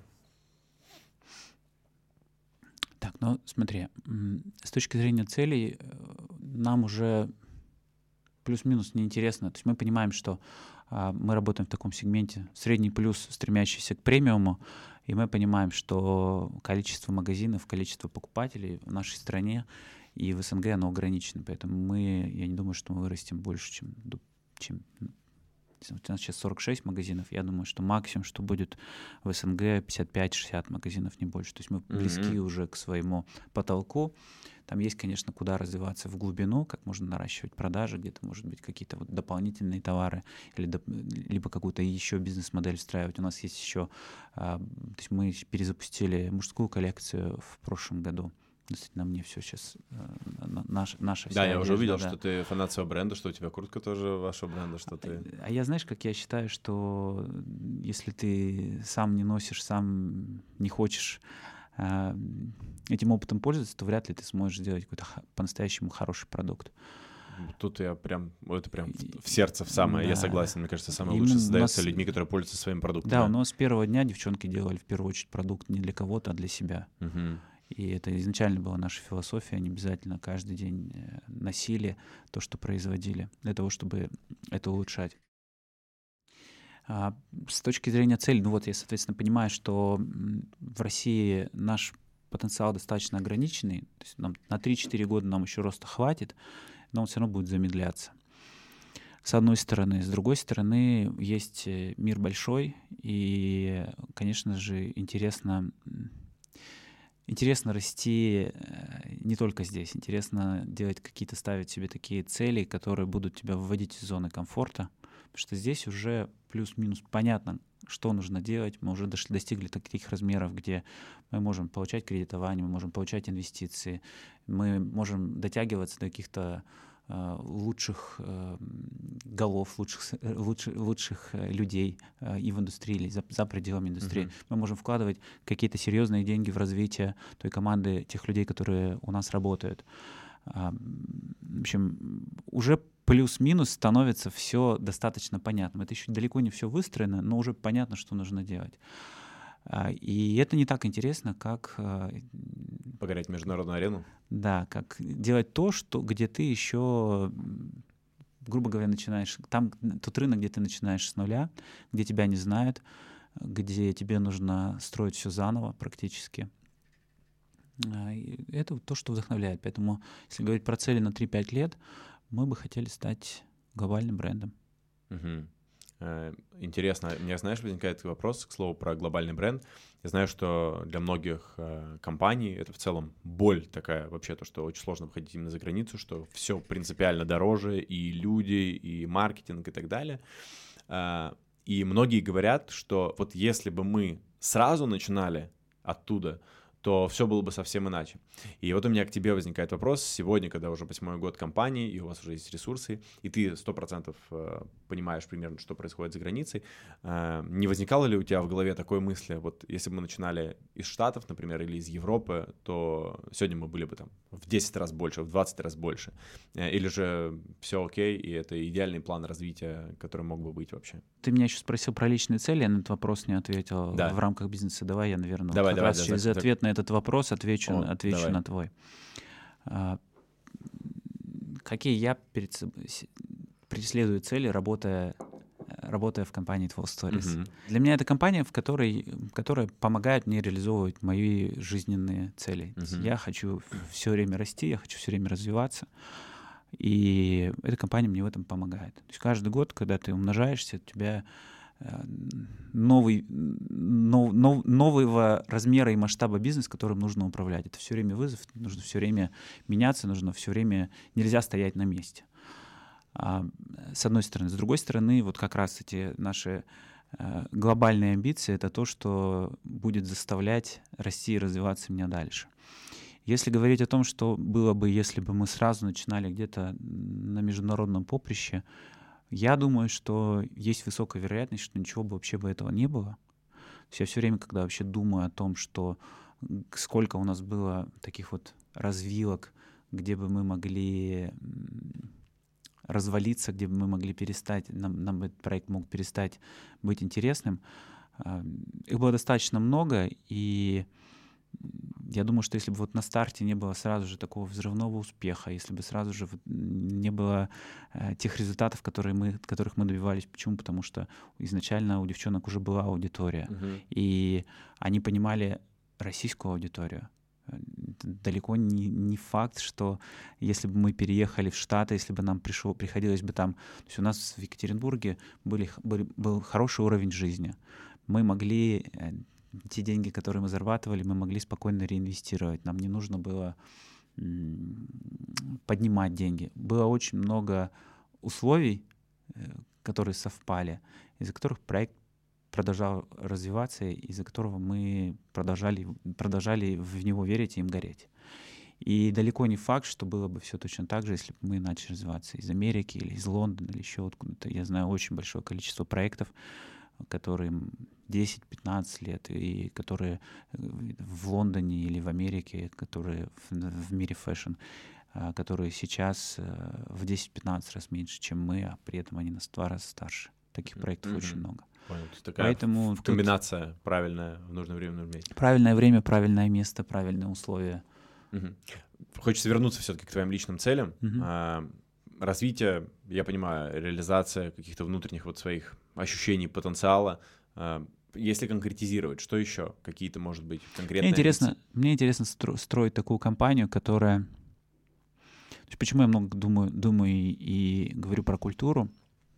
S2: Так, ну смотри, м, с точки зрения целей, э, нам уже плюс-минус неинтересно. То есть мы понимаем, что а, мы работаем в таком сегменте средний плюс, стремящийся к премиуму, и мы понимаем, что количество магазинов, количество покупателей в нашей стране и в СНГ, оно ограничено. Поэтому мы, я не думаю, что мы вырастем больше, чем, чем у нас сейчас сорок шесть магазинов. Я думаю, что максимум, что будет в СНГ, пятьдесят пять шестьдесят магазинов, не больше. То есть мы близки mm-hmm. уже к своему потолку. Там есть, конечно, куда развиваться в глубину, как можно наращивать продажи, где-то, может быть, какие-то вот дополнительные товары или доп- либо какую-то еще бизнес-модель встраивать. У нас есть еще... А, то есть мы перезапустили мужскую коллекцию в прошлом году. Действительно, мне все сейчас э, наша, наша вся
S1: Да, я
S2: одежда,
S1: уже увидел,
S2: да.
S1: что ты фанат своего бренда, что у тебя куртка тоже вашего бренда, что ты...
S2: А я, знаешь, как я считаю, что если ты сам не носишь, сам не хочешь э, этим опытом пользоваться, то вряд ли ты сможешь сделать какой-то х- по-настоящему хороший продукт.
S1: Тут я прям, это прям в, в сердце, в самое, да. Я согласен, мне кажется, самое
S2: Именно
S1: лучшее создается
S2: нас...
S1: людьми, которые пользуются своим продуктом.
S2: Да, у нас с первого дня девчонки делали в первую очередь продукт не для кого-то, а для себя.
S1: Угу.
S2: И это изначально была наша философия, они обязательно каждый день носили то, что производили, для того, чтобы это улучшать. А с точки зрения цели, ну вот я, соответственно, понимаю, что в России наш потенциал достаточно ограниченный, то есть нам на три-четыре года нам еще роста хватит, но он все равно будет замедляться. С одной стороны. С другой стороны, есть мир большой, и, конечно же, интересно... Интересно расти не только здесь, интересно делать какие-то, ставить себе такие цели, которые будут тебя выводить из зоны комфорта, потому что здесь уже плюс-минус понятно, что нужно делать, мы уже дошли, достигли таких размеров, где мы можем получать кредитование, мы можем получать инвестиции, мы можем дотягиваться до каких-то э, лучших э, голов, лучших, лучших, лучших людей э, и в индустрии, или за, за пределами индустрии. Mm-hmm. Мы можем вкладывать какие-то серьезные деньги в развитие той команды, тех людей, которые у нас работают. Э, в общем, уже плюс-минус становится все достаточно понятным. Это еще далеко не все выстроено, но уже понятно, что нужно делать. И это не так интересно, как...
S1: Погорять в международную арену?
S2: Да, как делать то, что, где ты еще, грубо говоря, начинаешь... Там тот рынок, где ты начинаешь с нуля, где тебя не знают, где тебе нужно строить все заново практически. И это то, что вдохновляет. Поэтому, если говорить про цели на три-пять лет, мы бы хотели стать глобальным брендом.
S1: Угу. Интересно, у меня, знаешь, возникает вопрос, к слову, про глобальный бренд. Я знаю, что для многих э, компаний это в целом боль такая вообще, то, что очень сложно выходить именно за границу, что все принципиально дороже, и люди, и маркетинг, и так далее. Э, и многие говорят, что вот если бы мы сразу начинали оттуда, то все было бы совсем иначе. И вот у меня к тебе возникает вопрос. Сегодня, когда уже восьмой год компании, и у вас уже есть ресурсы, и ты сто процентов понимаешь примерно, что происходит за границей, не возникало ли у тебя в голове такой мысли, вот если бы мы начинали из Штатов, например, или из Европы, то сегодня мы были бы там в десять раз больше, в двадцать раз больше? Или же все окей, и это идеальный план развития, который мог бы быть вообще?
S2: Ты меня еще спросил про личные цели, я на этот вопрос не ответил
S1: да.
S2: в рамках бизнеса. Давай я, наверное,
S1: давай,
S2: как
S1: давай,
S2: раз
S1: да,
S2: через
S1: да,
S2: ответ да. на этот вопрос отвечу,
S1: О,
S2: отвечу
S1: давай.
S2: на твой. А, какие я перед, преследую цели, работая, работая в компании twelve stories? Uh-huh. Для меня это компания, в которой, которая помогает мне реализовывать мои жизненные цели. Uh-huh. Я хочу все время расти, я хочу все время развиваться. И эта компания мне в этом помогает. То есть каждый год, когда ты умножаешься, у тебя новый, нов, нов, нового размера и масштаба бизнес, которым нужно управлять. Это все время вызов, нужно все время меняться, нужно все время, нельзя стоять на месте. А, с одной стороны. С другой стороны, вот как раз эти наши а, глобальные амбиции — это то, что будет заставлять расти и развиваться меня дальше. Если говорить о том, что было бы, если бы мы сразу начинали где-то на международном поприще, я думаю, что есть высокая вероятность, что ничего бы вообще бы этого не было. То есть я все время, когда вообще думаю о том, что сколько у нас было таких вот развилок, где бы мы могли развалиться, где бы мы могли перестать, нам, нам этот проект мог перестать быть интересным, их было достаточно много, и я думаю, что если бы вот на старте не было сразу же такого взрывного успеха, если бы сразу же вот не было э, тех результатов, которые мы, которых мы добивались. Почему? Потому что изначально у девчонок уже была аудитория,
S1: Мгм.
S2: и они понимали российскую аудиторию. Э, Далеко не, не факт, что если бы мы переехали в Штаты, если бы нам пришло, приходилось бы там... То есть у нас в Екатеринбурге были, х- были, был хороший уровень жизни. Мы могли... э, те деньги, которые мы зарабатывали, мы могли спокойно реинвестировать. Нам не нужно было м, поднимать деньги. Было очень много условий, э, которые совпали, из-за которых проект продолжал развиваться, из-за которого мы продолжали, продолжали в него верить и им гореть. И далеко не факт, что было бы все точно так же, если бы мы начали развиваться из Америки или из Лондона или еще откуда-то. Я знаю очень большое количество проектов, которые десять-пятнадцать лет, и которые в Лондоне или в Америке, которые в, в мире фэшн, а, которые сейчас э, в десять-пятнадцать раз меньше, чем мы, а при этом они нас в два раза старше. Таких проектов
S1: Мгм.
S2: очень много.
S1: Понял. То есть такая
S2: Поэтому
S1: ф-
S2: тут
S1: комбинация правильная в нужное время, в нужном месте.
S2: правильное время, правильное место, правильные условия.
S1: Мгм. Хочется вернуться все-таки к твоим личным целям.
S2: Мгм.
S1: А, развитие, я понимаю, реализация каких-то внутренних вот своих ощущений, потенциала. А, если конкретизировать, что еще? Какие-то, может быть, конкретные
S2: Мне интересно,
S1: амбиции?
S2: мне интересно стро- строить такую компанию, которая... То есть почему я много думаю, думаю и, и говорю про культуру?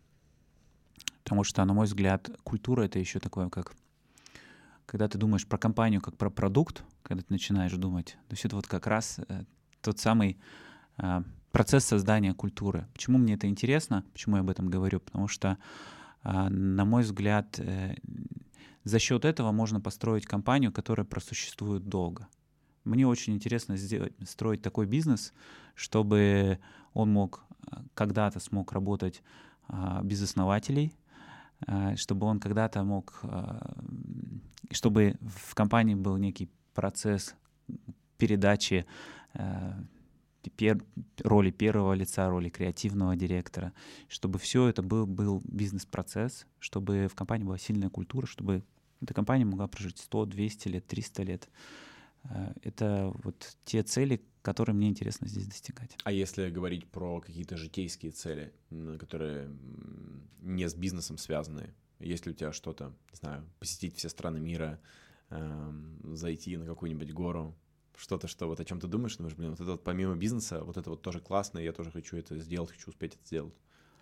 S2: Потому что, на мой взгляд, культура — это еще такое, как... Когда ты думаешь про компанию как про продукт, когда ты начинаешь думать, то есть это вот как раз э, тот самый э, процесс создания культуры. Почему мне это интересно? Почему я об этом говорю? Потому что, э, на мой взгляд, э, за счет этого можно построить компанию, которая просуществует долго. Мне очень интересно сделать, строить такой бизнес, чтобы он мог э, когда-то смог работать э, без основателей, э, чтобы он когда-то мог, э, чтобы в компании был некий процесс передачи э, пер- роли первого лица, роли креативного директора, чтобы все это был, был бизнес-процесс, чтобы в компании была сильная культура, чтобы эта компания могла прожить сто, двести лет, триста лет. Э, Это вот те цели, которые мне интересно здесь достигать.
S1: А если говорить про какие-то житейские цели, м, которые м, не с бизнесом связаны, есть ли у тебя что-то, не знаю, посетить все страны мира, эм, зайти на какую-нибудь гору, что-то, что вот о чем ты думаешь, думаешь, блин, вот это вот помимо бизнеса, вот это вот тоже классно, и я тоже хочу это сделать, хочу успеть это сделать.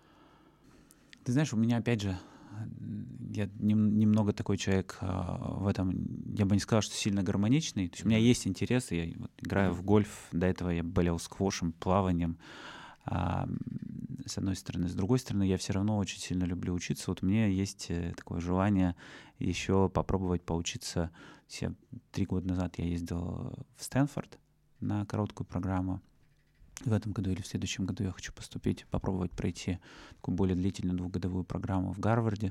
S2: Ты знаешь, у меня опять же, м, я нем- немного такой человек а, в этом, я бы не сказал, что сильно гармоничный. То есть у меня
S1: Мгм.
S2: есть интересы, я вот играю
S1: Мгм.
S2: в гольф, до этого я болел сквошем, плаванием, а, м, с одной стороны. С другой стороны, я все равно очень сильно люблю учиться. Вот у меня есть э, такое желание еще попробовать поучиться. Я, три года назад я ездил в Стэнфорд на короткую программу. В этом году или в следующем году я хочу поступить, попробовать пройти такую более длительную двухгодовую программу в Гарварде.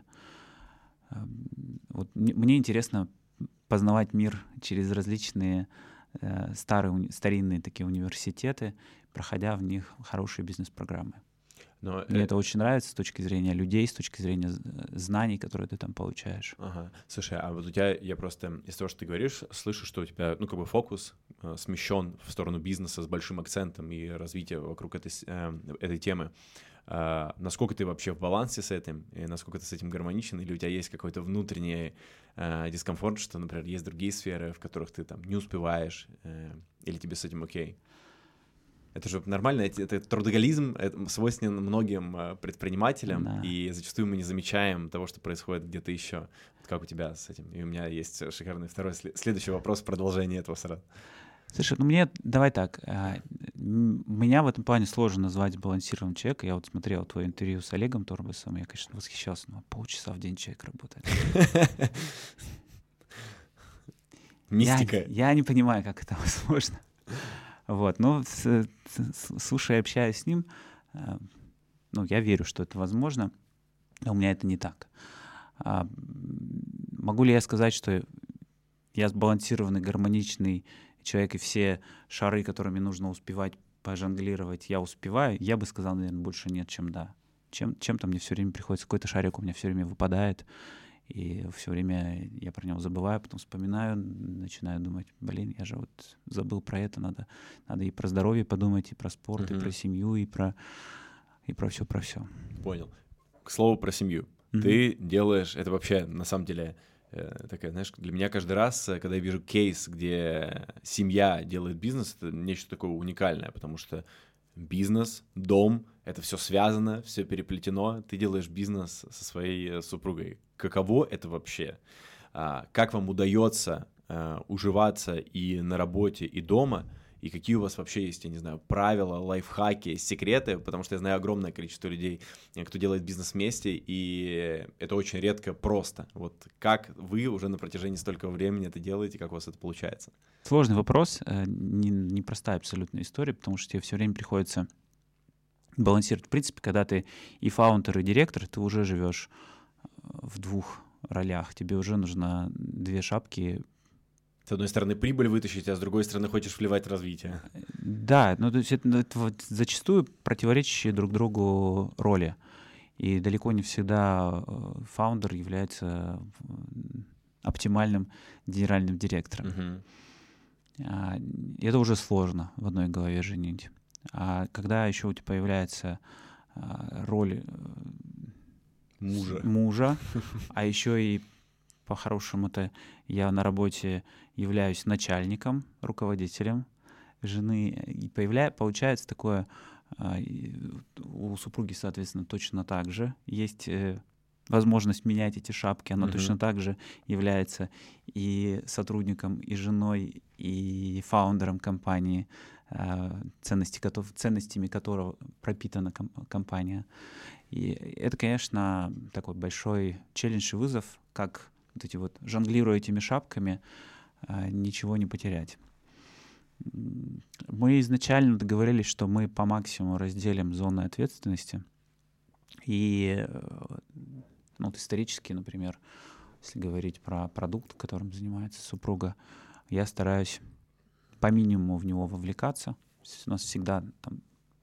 S2: Эм, Вот мне, мне интересно познавать мир через различные э, старые, уни- старинные такие университеты, проходя в них хорошие бизнес-программы.
S1: Но,
S2: Мне
S1: э,
S2: это очень нравится с точки зрения людей, с точки зрения з- э, знаний, которые ты там получаешь.
S1: ага. Слушай, а вот у тебя, я просто из того, что ты говоришь, слышу, что у тебя, ну, как бы фокус э, смещен в сторону бизнеса с большим акцентом и развития вокруг этой, с- э, этой темы. А, насколько ты вообще в балансе с этим, и насколько ты с этим гармоничен, или у тебя есть какой-то внутренний э, дискомфорт, что, например, есть другие сферы, в которых ты там не успеваешь, э, или тебе с этим окей? Это же нормально, это, это трудоголизм, это свойственен многим э, предпринимателям,
S2: Да.
S1: и зачастую мы не замечаем того, что происходит где-то еще. Вот как у тебя с этим? И у меня есть шикарный второй, след- следующий вопрос в продолжении этого сразу.
S2: Слушай, ну мне, давай так, а, м, меня в этом плане сложно назвать сбалансированным человеком. Я вот смотрел твое интервью с Олегом Торбасом, я, конечно, восхищался, но полчаса в день человек работает. Я,
S1: Мистика.
S2: я не понимаю, как это возможно. Вот, но с- с- слушая и общаясь с ним, э, ну, я верю, что это возможно, но у меня это не так. А, м, Могу ли я сказать, что я сбалансированный, гармоничный человек, и все шары, которыми нужно успевать пожонглировать, я успеваю? Я бы сказал, наверное, больше нет, чем да. Чем, чем-то мне все время приходится, какой-то шарик у меня все время выпадает, и все время я про него забываю, потом вспоминаю, начинаю думать, блин, я же вот забыл про это, надо, надо и про здоровье подумать, и про спорт, mm-hmm. и про семью, и про, и про все, про все.
S1: Понял. К слову про семью. Mm-hmm. Ты делаешь, это вообще, на самом деле, э, такая, знаешь, для меня каждый раз, когда я вижу кейс, где семья делает бизнес, это нечто такое уникальное, потому что бизнес, дом, это все связано, все переплетено. Ты делаешь бизнес со своей супругой. Каково это вообще? А, как вам удается а, уживаться и на работе, и дома? И какие у вас вообще есть, я не знаю, правила, лайфхаки, секреты? Потому что я знаю огромное количество людей, кто делает бизнес вместе, и это очень редко просто. Вот как вы уже на протяжении столько времени это делаете, как у вас это получается?
S2: Сложный вопрос, непростая абсолютно история, потому что тебе все время приходится балансировать. В принципе, когда ты и фаундер, и директор, ты уже живешь в двух ролях. Тебе уже нужно две шапки.
S1: С одной стороны, прибыль вытащить, а с другой стороны, хочешь вливать в развитие.
S2: Да, ну то есть это, это вот зачастую противоречащие друг другу роли. И далеко не всегда фаундер является оптимальным генеральным директором. Uh-huh. Это уже сложно в одной голове женить. А когда еще у тебя появляется роль
S1: мужа,
S2: мужа а еще и по-хорошему-то я на работе являюсь начальником, руководителем жены, и появля... получается такое, у супруги, соответственно, точно так же есть возможность менять эти шапки, она uh-huh. точно так же является и сотрудником, и женой, и фаундером компании, ценности, ценностями которого пропитана компания. И это, конечно, такой большой челлендж и вызов, как вот эти вот, жонглируя этими шапками, ничего не потерять. Мы изначально договорились, что мы по максимуму разделим зоны ответственности. И ну, вот исторически, например, если говорить про продукт, которым занимается супруга, я стараюсь по минимуму в него вовлекаться. У нас всегда там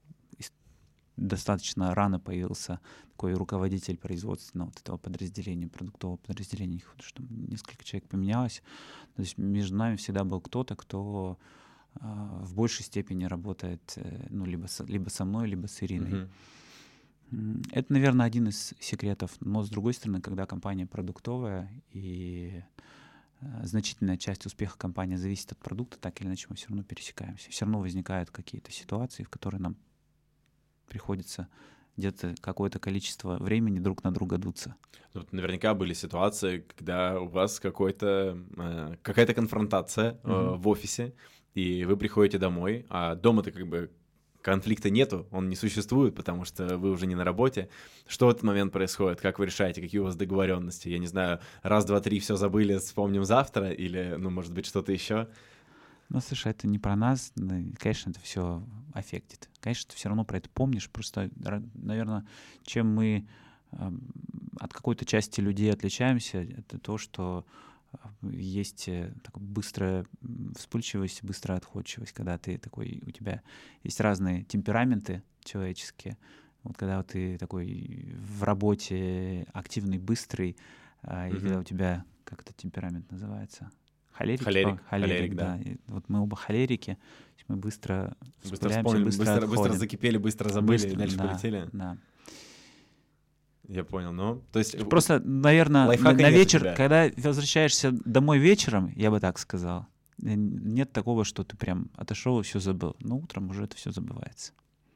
S2: достаточно рано появился такой руководитель производственного вот этого подразделения, продуктового подразделения, что несколько человек поменялось. То есть между нами всегда был кто-то, кто э, в большей степени работает э, ну, либо, со, либо со мной, либо с Ириной. Mm-hmm. Это, наверное, один из секретов. Но, с другой стороны, когда компания продуктовая и э, значительная часть успеха компании зависит от продукта, так или иначе мы все равно пересекаемся. Все равно возникают какие-то ситуации, в которые нам приходится где-то какое-то количество времени друг на друга дуться.
S1: Ну, наверняка были ситуации, когда у вас какой-то, э, какая-то конфронтация э, mm-hmm. в офисе, и вы приходите домой, а дома-то как бы конфликта нету, он не существует, потому что вы уже не на работе. Что в этот момент происходит? Как вы решаете? Какие у вас договоренности? Я не знаю, раз, два, три, все забыли, вспомним завтра, или, ну, может быть, что-то еще?
S2: Ну, слушай, это не про нас, конечно, это все аффектит. Конечно, ты все равно про это помнишь, просто, наверное, чем мы э, от какой-то части людей отличаемся, это то, что есть такая быстрая вспыльчивость, быстрая отходчивость, когда ты такой, у тебя есть разные темпераменты человеческие. Вот когда ты такой в работе активный, быстрый, э, mm-hmm. и когда у тебя, как это темперамент называется? Холерик,
S1: холерик,
S2: холерик, холерик, да. да. Вот мы оба холерики, мы быстро
S1: быстро вспомнили, быстро, быстро, быстро закипели, быстро забыли, быстро, и дальше
S2: да,
S1: полетели.
S2: Да.
S1: Я понял, ну, то есть...
S2: Просто, наверное, на, на вечер, когда возвращаешься домой вечером, я бы так сказал, нет такого, что ты прям отошел и все забыл. Но утром уже это все забывается.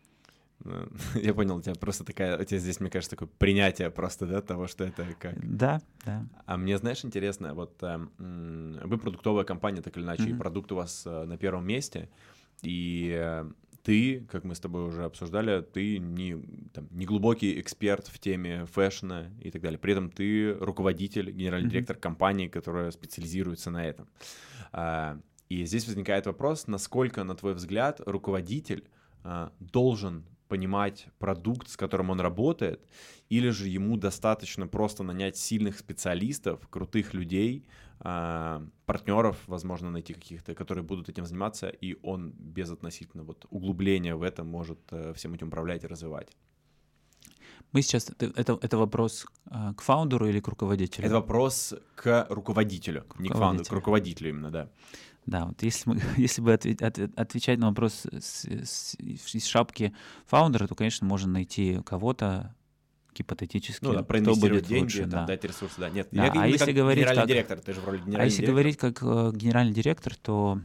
S1: Я понял, у тебя просто такая, у тебя здесь, мне кажется, такое принятие просто, да, того, что это как...
S2: Да, да.
S1: А мне, знаешь, интересно, вот э, вы продуктовая компания, так или иначе, mm-hmm. и продукт у вас э, на первом месте, и э, ты, как мы с тобой уже обсуждали, ты не, там, не глубокий эксперт в теме фэшна и так далее, при этом ты руководитель, генеральный mm-hmm. директор компании, которая специализируется на этом. А, и здесь возникает вопрос, насколько, на твой взгляд, руководитель а, должен понимать продукт, с которым он работает, или же ему достаточно просто нанять сильных специалистов, крутых людей, партнеров, возможно, найти каких-то, которые будут этим заниматься, и он без относительно вот углубления в этом может всем этим управлять и развивать.
S2: Мы сейчас... Это, это, это вопрос э, к фаундеру или к руководителю?
S1: Это вопрос к руководителю, к не к фаундеру, к руководителю именно, да.
S2: Да, вот если, мы, если бы ответ, от, отвечать на вопрос с, с, из шапки фаундера, то, конечно, можно найти кого-то гипотетически,
S1: ну, да,
S2: кто будет
S1: деньги,
S2: лучше.
S1: Там,
S2: да.
S1: дать ресурсы, да. Нет,
S2: да.
S1: я
S2: а если
S1: как
S2: говорить
S1: генеральный
S2: как,
S1: директор, ты же в роли генерального
S2: А если
S1: директора.
S2: говорить как э, генеральный директор, то,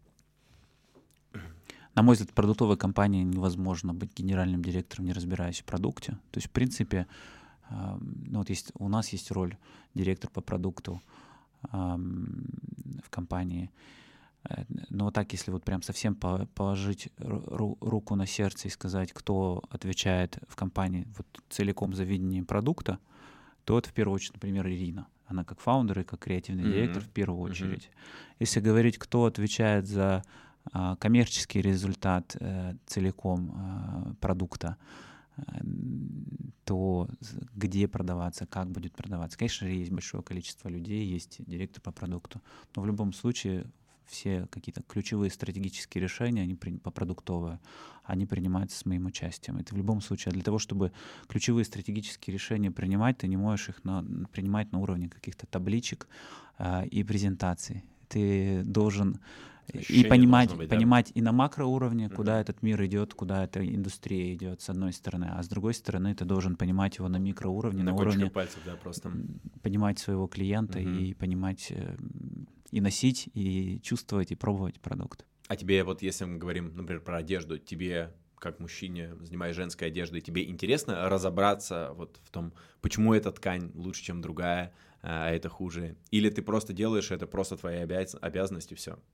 S2: на мой взгляд, в продуктовой компании невозможно быть генеральным директором, не разбираясь в продукте. То есть, в принципе, э, ну, вот есть, у нас есть роль директор по продукту э, в компании. Но так, если вот прям совсем положить ру- руку на сердце и сказать, кто отвечает в компании вот целиком за видение продукта, то это в первую очередь, например, Ирина. Она как фаундер и как креативный mm-hmm. директор в первую очередь. Mm-hmm. Если говорить, кто отвечает за а, коммерческий результат а, целиком а, продукта, а, то где продаваться, как будет продаваться. Конечно же, есть большое количество людей, есть директор по продукту, но в любом случае все какие-то ключевые стратегические решения, они по продуктовые, они принимаются с моим участием. Это в любом случае. А для того, чтобы ключевые стратегические решения принимать, ты не можешь их на, принимать на уровне каких-то табличек э, и презентаций. Ты должен Ощущение и понимать, быть, понимать да? и на макроуровне, куда uh-huh. этот мир идет, куда эта индустрия идет, с одной стороны, а с другой стороны ты должен понимать его на микроуровне, на, на уровне
S1: пальцев, да, просто.
S2: Понимать своего клиента uh-huh. и понимать, и носить, и чувствовать, и пробовать продукт.
S1: А тебе вот, если мы говорим, например, про одежду, тебе, как мужчине, занимаясь женской одеждой, тебе интересно разобраться вот в том, почему эта ткань лучше, чем другая, а это хуже? Или ты просто делаешь это, просто твоя обяз... обязанность и все?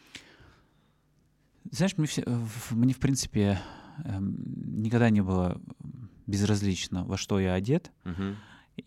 S2: Знаешь, мне, все, мне в принципе, никогда не было безразлично, во что я одет,
S1: uh-huh.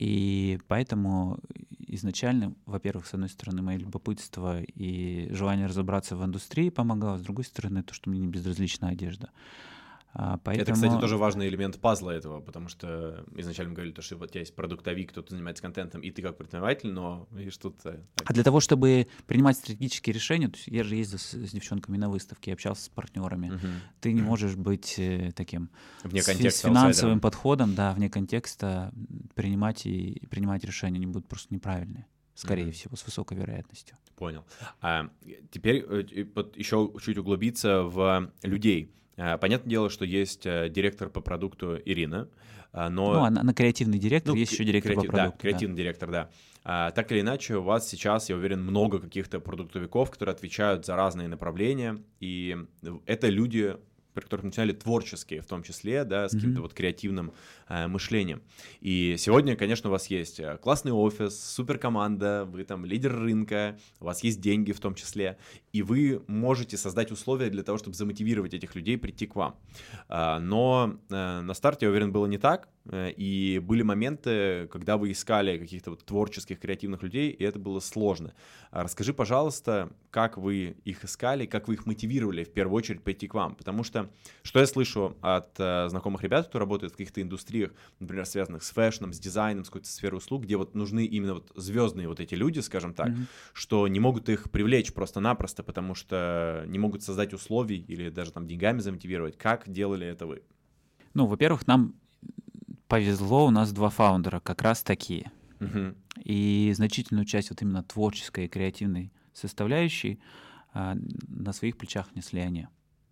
S2: и поэтому изначально, во-первых, с одной стороны, мое любопытство и желание разобраться в индустрии помогало, с другой стороны, то, что мне не безразлична одежда. А, поэтому...
S1: Это, кстати, тоже важный элемент пазла этого, потому что изначально мы говорили, что вот у тебя есть продуктовик, кто-то занимается контентом, и ты как предприниматель, но видишь, тут... Так.
S2: А для того, чтобы принимать стратегические решения, то есть я же ездил с, с девчонками на выставке, общался с партнерами, uh-huh. ты не можешь быть э, таким
S1: вне
S2: с,
S1: контекста,
S2: с финансовым аутсайдером. Подходом, да, вне контекста принимать и принимать решения, они будут просто неправильные, скорее uh-huh. всего, с высокой вероятностью.
S1: Понял. А теперь вот еще чуть углубиться в людей. Понятное дело, что есть директор по продукту Ирина, но...
S2: Ну, она, она креативный директор, ну, есть еще директор креатив, по продукту.
S1: Да, креативный да. директор, да. А, так или иначе, у вас сейчас, я уверен, много каких-то продуктовиков, которые отвечают за разные направления, и это люди, при которых мы начинали творческие, в том числе, да, с mm-hmm. каким-то вот креативным э, мышлением. И сегодня, конечно, у вас есть классный офис, суперкоманда, вы там лидер рынка, у вас есть деньги в том числе, и вы можете создать условия для того, чтобы замотивировать этих людей прийти к вам. А, но э, на старте, я уверен, было не так, э, и были моменты, когда вы искали каких-то вот творческих, креативных людей, и это было сложно. А расскажи, пожалуйста, как вы их искали, как вы их мотивировали в первую очередь пойти к вам, потому что что я слышу от э, знакомых ребят, кто работает в каких-то индустриях, например, связанных с фэшном, с дизайном, с какой-то сферой услуг, где вот нужны именно вот звездные вот эти люди, скажем так, mm-hmm. что не могут их привлечь просто-напросто, потому что не могут создать условий или даже там деньгами замотивировать. Как делали это вы?
S2: Ну, во-первых, нам повезло, у нас два фаундера как раз такие.
S1: Mm-hmm.
S2: И значительную часть вот именно творческой и креативной составляющей а, на своих плечах несли они.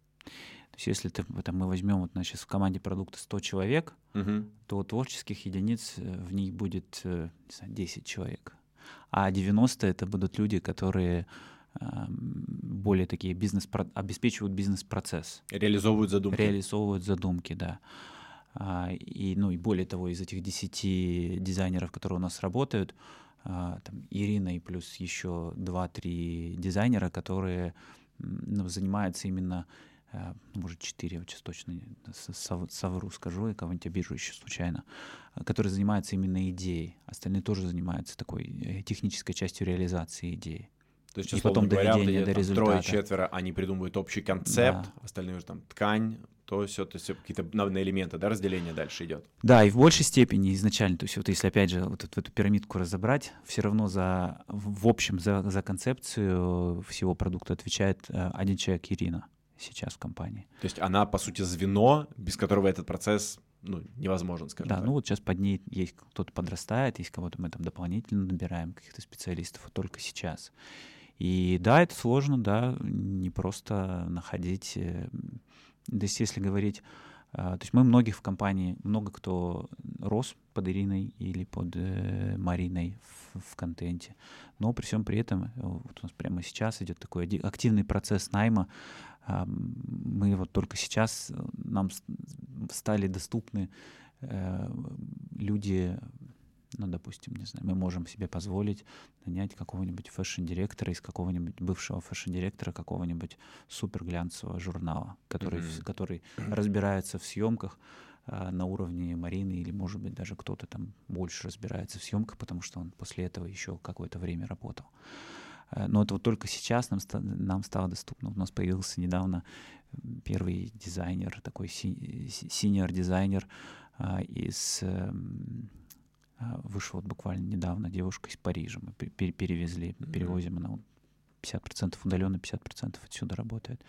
S2: То есть если ты, там, мы возьмем, вот у нас сейчас в команде продукта сто человек,
S1: uh-huh.
S2: то творческих единиц в них будет, не знаю, десять человек. А девяносто это будут люди, которые э, более такие бизнес, обеспечивают бизнес-процесс.
S1: Реализовывают задумки.
S2: Реализовывают задумки, да. А, и, ну, и более того, из этих десяти дизайнеров, которые у нас работают, а, там, Ирина и плюс еще два-три дизайнера, которые ну, занимаются именно... может, четыре, вот сейчас точно совру, скажу, и кого-нибудь обижу еще случайно, которые занимаются именно идеей. Остальные тоже занимаются такой технической частью реализации идеи.
S1: То есть,
S2: и потом
S1: говоря,
S2: доведение
S1: вот
S2: до
S1: там,
S2: результата.
S1: Трое-четверо, они придумывают общий концепт,
S2: да.
S1: остальные уже там ткань, то все, то есть какие-то на элементы, да, разделение дальше идет. Да,
S2: и в большей степени изначально, то есть вот если опять же вот эту, эту пирамидку разобрать, все равно за, в общем за, за концепцию всего продукта отвечает один человек, Ирина, сейчас в компании.
S1: То есть она, по сути, звено, без которого этот процесс ну, невозможен, скажем
S2: да,
S1: так.
S2: ну вот сейчас под ней есть кто-то подрастает, есть кого-то мы там дополнительно набираем, каких-то специалистов, вот только сейчас. И да, это сложно, да, не просто находить. э, То есть если говорить, а, то есть мы многих в компании, много кто рос под Ириной или под э, Мариной в, в контенте, но при всем при этом, э, вот у нас прямо сейчас идет такой ади- активный процесс найма. А, м, Мы вот только сейчас, э, нам с- стали доступны э, люди, ну, допустим, не знаю, мы можем себе позволить нанять какого-нибудь фэшн-директора из какого-нибудь бывшего фэшн-директора какого-нибудь суперглянцевого журнала, который, в-
S1: Мгм.
S2: который разбирается в съемках а, на уровне Марины, или, может быть, даже кто-то там больше разбирается в съемках, потому что он после этого еще какое-то время работал. Э, Но это вот только сейчас нам, ста- нам стало доступно. У нас появился недавно м, первый дизайнер, такой синьор-дизайнер из... эм, а, Вышла вот буквально недавно девушка из Парижа. Мы пе- пе- перевезли,
S1: Мгм.
S2: перевозим, она вот пятьдесят процентов удаленно, пятьдесят процентов отсюда работает.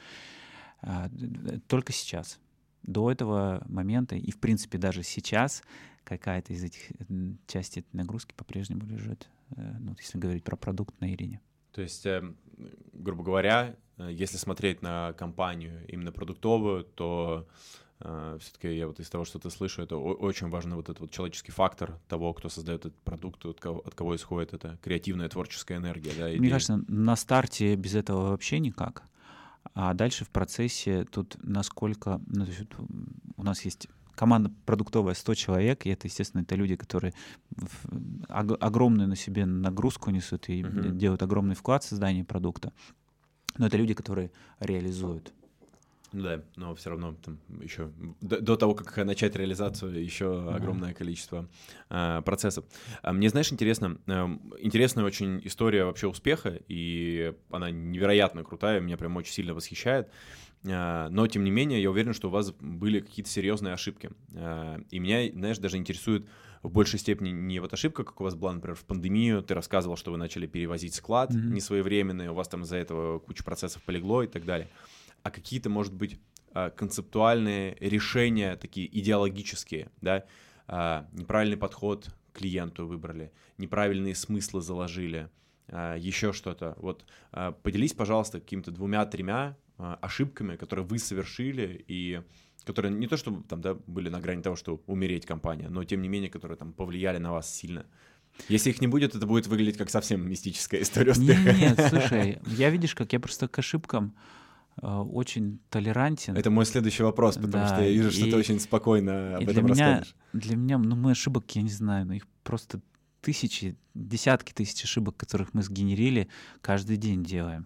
S2: А, д- д- Только сейчас. До этого момента, и в принципе даже сейчас, какая-то из этих м, частей этой нагрузки по-прежнему лежит, э, ну, вот если говорить про продукт на Ирине.
S1: То есть, эм, грубо говоря, э, если смотреть на компанию именно продуктовую, то все-таки я вот из того, что ты слышу, это о- очень важный вот этот вот человеческий фактор того, кто создает этот продукт, от кого, от кого исходит эта креативная творческая энергия, да,
S2: Мне
S1: идеи.
S2: кажется, на старте без этого вообще никак. А дальше в процессе тут насколько... Ну, то есть вот м, у нас есть команда продуктовая сто человек, и это, естественно, это люди, которые в- ог- огромную на себе нагрузку несут и
S1: Мгм.
S2: делают огромный вклад в создание продукта. Но это люди, которые реализуют.
S1: Ну да, но все равно там еще до, до того, как начать реализацию, еще
S2: Ага.
S1: огромное количество а, процессов. А мне, знаешь, интересно, эм, интересная очень история вообще успеха, и она невероятно крутая, меня прям очень сильно восхищает. А, но, тем не менее, я уверен, что у вас были какие-то серьезные ошибки. А, и меня, знаешь, даже интересует в большей степени не вот ошибка, как у вас была, например, в пандемию. Ты рассказывал, что вы начали перевозить склад
S2: Мгм.
S1: несвоевременный, у вас там из-за этого куча процессов полегло и так далее. А какие-то, может быть, а, концептуальные решения, такие идеологические, да, а, неправильный подход к клиенту выбрали, неправильные смыслы заложили, а, еще что-то. Вот а, поделись, пожалуйста, какими-то двумя-тремя а, ошибками, которые вы совершили и которые не то чтобы там, да, были на грани того, что умереть компания, но тем не менее, которые там повлияли на вас сильно. Если их не будет, это будет выглядеть как совсем мистическая история успеха.
S2: Не, нет, слушай, я видишь, как я просто к ошибкам э, очень толерантен.
S1: Это мой следующий вопрос, потому что
S2: Да,
S1: я вижу, что
S2: и-
S1: ты очень спокойно
S2: И
S1: об
S2: для
S1: этом
S2: меня,
S1: расскажешь.
S2: для меня, ну, мы ошибок, я не знаю, но их просто тысячи, десятки тысяч ошибок, которых мы сгенерили, каждый день делаем.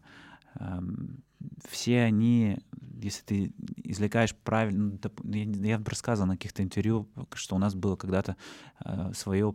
S2: Ам, Все они, если ты извлекаешь правильно, ну, доп- я, не- я рассказывал на каких-то интервью, что у нас было когда-то свое,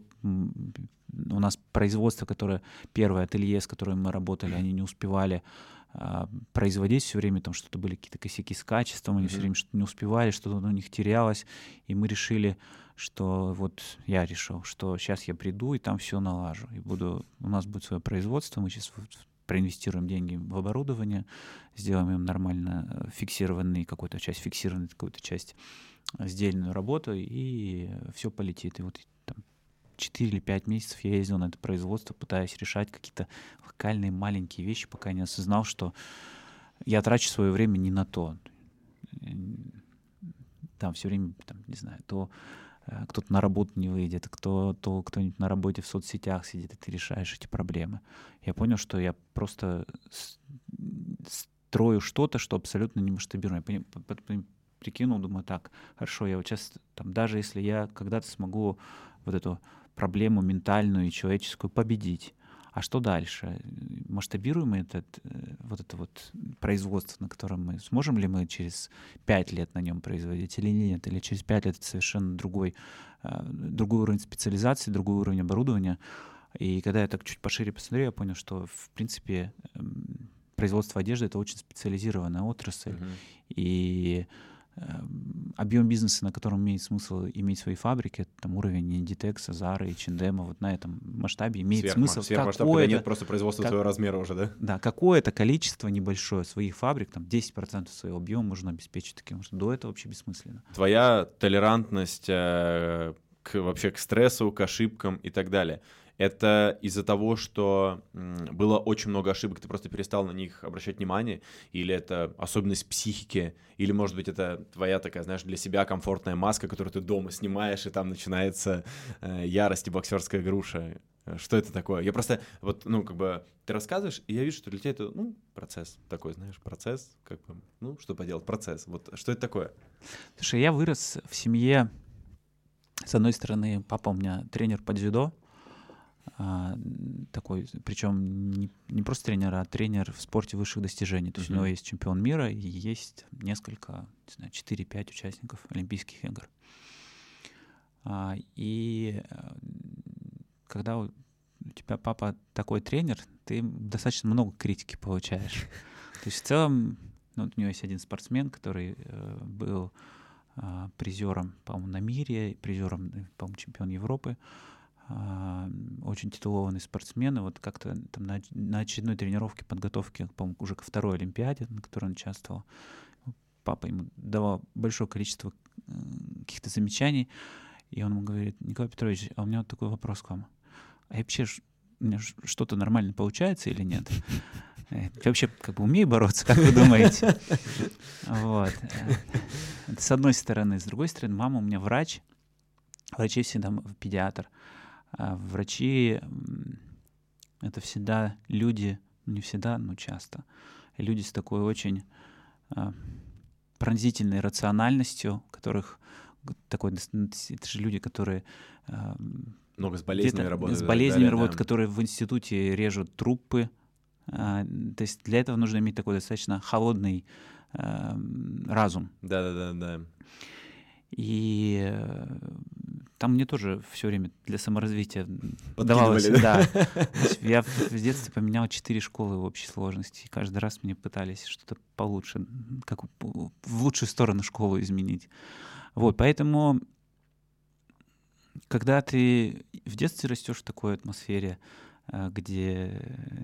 S2: у нас производство, которое, первое ателье, с которым мы работали, они не успевали а, производить все время, там что-то были какие-то косяки с качеством, они все
S1: Мгм.
S2: время что-то не успевали, что-то у них терялось, и мы решили, что вот я решил, что сейчас я приду и там все налажу, и буду, у нас будет свое производство, мы сейчас проинвестируем деньги в оборудование, сделаем им нормально э, фиксированный, какую-то часть фиксированную, какую-то часть э, сдельную работу, и все полетит. И вот там четыре или пять месяцев я ездил на это производство, пытаясь решать какие-то локальные маленькие вещи, пока не осознал, что я трачу свое время не на то. Там все время, там, не знаю, то э, кто-то на работу не выйдет, кто, то кто-нибудь на работе в соцсетях сидит, и ты решаешь эти проблемы. Я понял, что я просто с- строю что-то, что абсолютно не масштабируемо. Я пони- п- п- прикинул, думаю, так, хорошо, я вот сейчас, там, даже если я когда-то смогу вот эту проблему ментальную и человеческую победить, а что дальше? Масштабируем мы этот, э, вот это вот производство, на котором мы... Сможем ли мы через пять лет на нем производить или нет? Или через пять лет это совершенно другой, э, другой уровень специализации, другой уровень оборудования. И когда я так чуть пошире посмотрел, я понял, что, в принципе, эм, производство одежды — это очень специализированная отрасль.
S1: Мгм.
S2: И объем бизнеса, на котором имеет смысл иметь свои фабрики, это там уровень Inditex, Zara, эйч энд эм, вот на этом масштабе имеет
S1: Сверх,
S2: смысл.
S1: Сверхмасштаб, когда нет просто производства как, своего размера уже, да?
S2: Да, какое-то количество небольшое своих фабрик, там десять процентов своего объема можно обеспечить таким, что до этого вообще бессмысленно.
S1: Твоя толерантность э, к, вообще к стрессу, к ошибкам и так далее, это из-за того, что было очень много ошибок, ты просто перестал на них обращать внимание, или это особенность психики, или, может быть, это твоя такая, знаешь, для себя комфортная маска, которую ты дома снимаешь, и там начинается э, ярость и боксерская груша. Что это такое? Я просто, вот, ну, как бы, ты рассказываешь, и я вижу, что для тебя это, ну, процесс такой, знаешь, процесс, как бы, ну, что поделать, процесс. Вот, что это такое?
S2: Слушай, я вырос в семье, с одной стороны, папа у меня тренер по дзюдо, а, такой, причем не, не просто тренер, а тренер в спорте высших достижений. То есть uh-huh. у него есть чемпион мира и есть несколько, не знаю, четыре-пять участников Олимпийских игр. А, и когда у тебя папа такой тренер, ты достаточно много критики получаешь. То есть в целом, ну, у него есть один спортсмен, который э, был э, призером, по-моему, на мире, призером, по-моему, чемпион Европы. Очень титулованный спортсмен, и вот как-то там на, на очередной тренировке, подготовке, по-моему, уже ко второй Олимпиаде, на которой он участвовал, папа ему давал большое количество каких-то замечаний, и он ему говорит: Николай Петрович, а у меня вот такой вопрос к вам. А вообще у меня что-то нормально получается или нет? Я вообще как бы умею бороться, как вы думаете? Вот. Это с одной стороны. С другой стороны, мама у меня врач, врачи всегда педиатр. А врачи — это всегда люди, не всегда, но часто, люди с такой очень а, пронзительной рациональностью, которых такой, это же люди, которые а,
S1: много с болезнями работают,
S2: с болезнями
S1: далее,
S2: работают,
S1: да.
S2: которые в институте режут трупы. А, то есть для этого нужно иметь такой достаточно холодный а, разум.
S1: Да-да-да, да.
S2: И там мне тоже все время для саморазвития
S1: подавалось.
S2: Да. Я в детстве поменял четыре школы в общей сложности. И каждый раз мне пытались что-то получше, как в лучшую сторону школу изменить. Вот, поэтому, когда ты в детстве растешь в такой атмосфере, где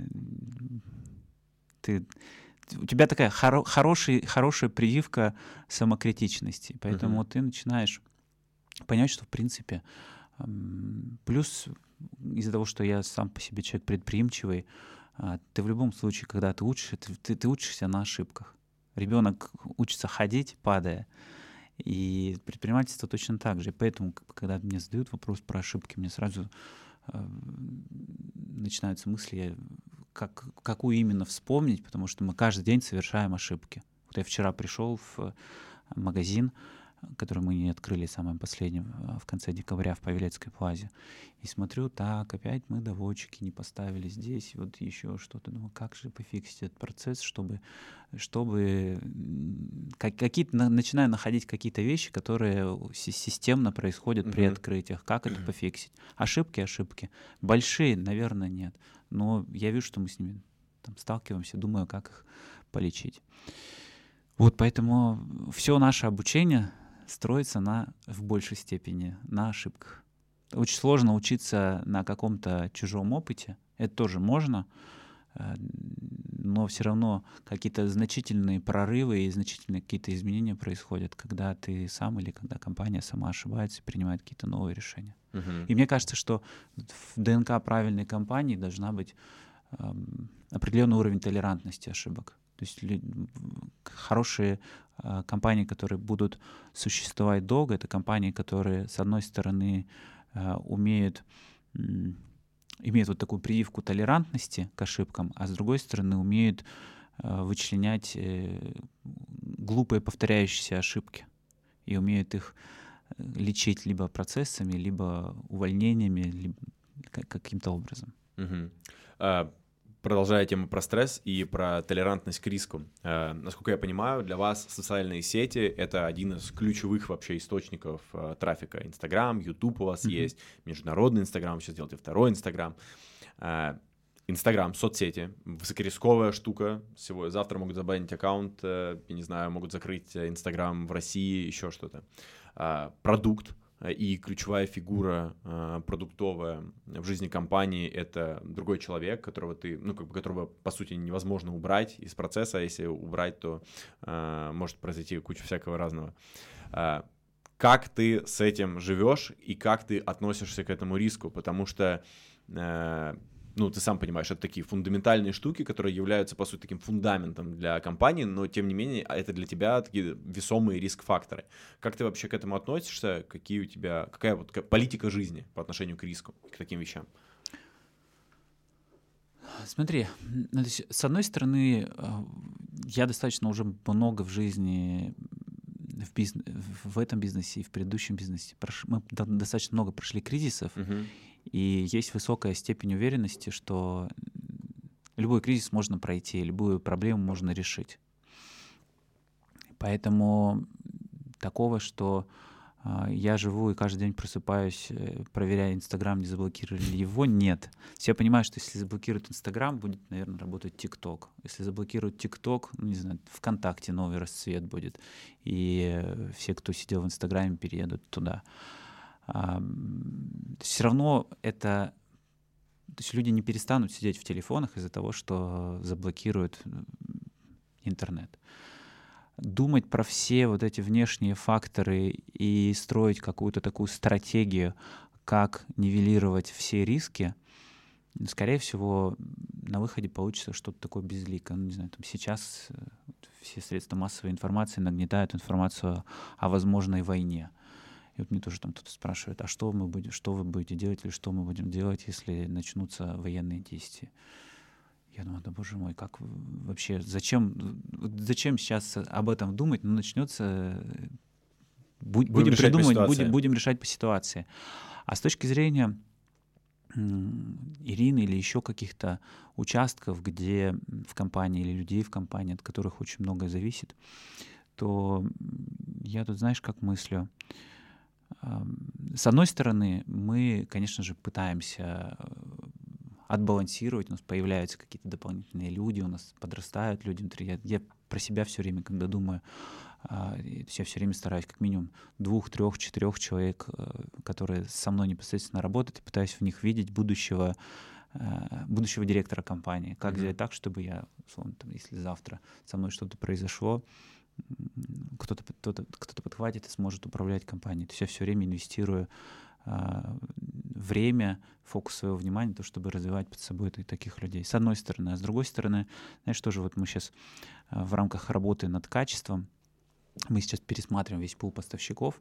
S2: ты... У тебя такая хоро- хороший, хорошая прививка самокритичности. Поэтому uh-huh. ты начинаешь понять, что, в принципе, эм, плюс из-за того, что я сам по себе человек предприимчивый, э, ты в любом случае, когда ты учишься, ты, ты, ты учишься на ошибках. Ребенок учится ходить, падая. И предпринимательство точно так же. И поэтому, когда мне задают вопрос про ошибки, мне сразу э, начинаются мысли, как, какую именно вспомнить, потому что мы каждый день совершаем ошибки. Вот я вчера пришел в магазин, который мы не открыли самым последним в конце декабря в Павелецкой плазе, и смотрю, так, опять мы доводчики не поставили здесь, вот еще что-то. Думаю, как же пофиксить этот процесс, чтобы, чтобы как, какие-то, начинаю находить какие-то вещи, которые системно происходят mm-hmm. при открытиях. Как это пофиксить? Ошибки, ошибки. Большие, наверное, нет. Но я вижу, что мы с ними там сталкиваемся, думаю, как их полечить. Вот поэтому все наше обучение строится на, в большей степени на ошибках. Очень сложно учиться на каком-то чужом опыте. Это тоже можно, но все равно какие-то значительные прорывы и значительные какие-то изменения происходят, когда ты сам или когда компания сама ошибается и принимает какие-то новые решения. Uh-huh. И мне кажется, что в ДНК правильной компании должна быть эм, определенный уровень толерантности ошибок. То есть хорошие э, компании, которые будут существовать долго, это компании, которые, с одной стороны, э, умеют, э, имеют вот такую прививку толерантности к ошибкам, а с другой стороны, умеют э, вычленять э, глупые повторяющиеся ошибки и умеют их лечить либо процессами, либо увольнениями, либо каким-то образом.
S1: Uh-huh. Uh... Продолжая тему про стресс и про толерантность к риску. Э, насколько я понимаю, для вас социальные сети — это один из ключевых вообще источников э, трафика. Инстаграм, Ютуб у вас mm-hmm. есть, международный Инстаграм, сейчас делаете второй Инстаграм. Э, Инстаграм, соцсети, высокорисковая штука. Сегодня, завтра могут забанить аккаунт, э, я не знаю, могут закрыть Инстаграм в России, еще что-то. А, продукт и ключевая фигура а, продуктовая в жизни компании — это другой человек, которого ты, ну, как бы, которого, по сути, невозможно убрать из процесса, а если убрать, то а, может произойти куча всякого разного. А, как ты с этим живешь и как ты относишься к этому риску? Потому что а, ну, ты сам понимаешь, это такие фундаментальные штуки, которые являются, по сути, таким фундаментом для компании, но, тем не менее, это для тебя такие весомые риск-факторы. Как ты вообще к этому относишься? Какие у тебя, какая вот политика жизни по отношению к риску, к таким вещам?
S2: Смотри, с одной стороны, я достаточно уже много в жизни, в, бизнес, в этом бизнесе и в предыдущем бизнесе, мы достаточно много прошли кризисов, uh-huh. И есть высокая степень уверенности, что любой кризис можно пройти, любую проблему можно решить. Поэтому такого, что э, я живу и каждый день просыпаюсь, проверяя Инстаграм, не заблокировали ли его, нет. Все понимают, что если заблокируют Инстаграм, будет, наверное, работать ТикТок. Если заблокируют ТикТок, ну, не знаю, ВКонтакте новый расцвет будет, и все, кто сидел в Инстаграме, переедут туда. Все равно это... То есть люди не перестанут сидеть в телефонах из-за того, что заблокируют интернет. Думать про все вот эти внешние факторы и строить какую-то такую стратегию, как нивелировать все риски, скорее всего, на выходе получится что-то такое безликое. Ну, не знаю, там сейчас все средства массовой информации нагнетают информацию о возможной войне. И вот мне тоже там кто-то спрашивает, а что мы будем, что вы будете делать или что мы будем делать, если начнутся военные действия? Я думаю, да боже мой, как вообще, зачем, зачем сейчас об этом думать? Ну, начнется, будем, будем придумывать, будем, будем решать по ситуации. А с точки зрения Ирины или еще каких-то участков, где в компании или людей в компании, от которых очень многое зависит, то я тут, знаешь, как мыслю. С одной стороны, мы, конечно же, пытаемся отбалансировать, у нас появляются какие-то дополнительные люди, у нас подрастают люди внутри. Я, я про себя все время, когда думаю, я все время стараюсь как минимум двух, трех, четырех человек, которые со мной непосредственно работают, и пытаюсь в них видеть будущего, будущего директора компании. Как mm-hmm. сделать так, чтобы я, условно, там, если завтра со мной что-то произошло, кто-то, кто-то, кто-то подхватит и сможет управлять компанией. То есть я все время инвестирую э, время, фокус своего внимания на то, чтобы развивать под собой таких людей. С одной стороны. А с другой стороны, знаешь, тоже вот мы сейчас э, в рамках работы над качеством, мы сейчас пересматриваем весь пул поставщиков,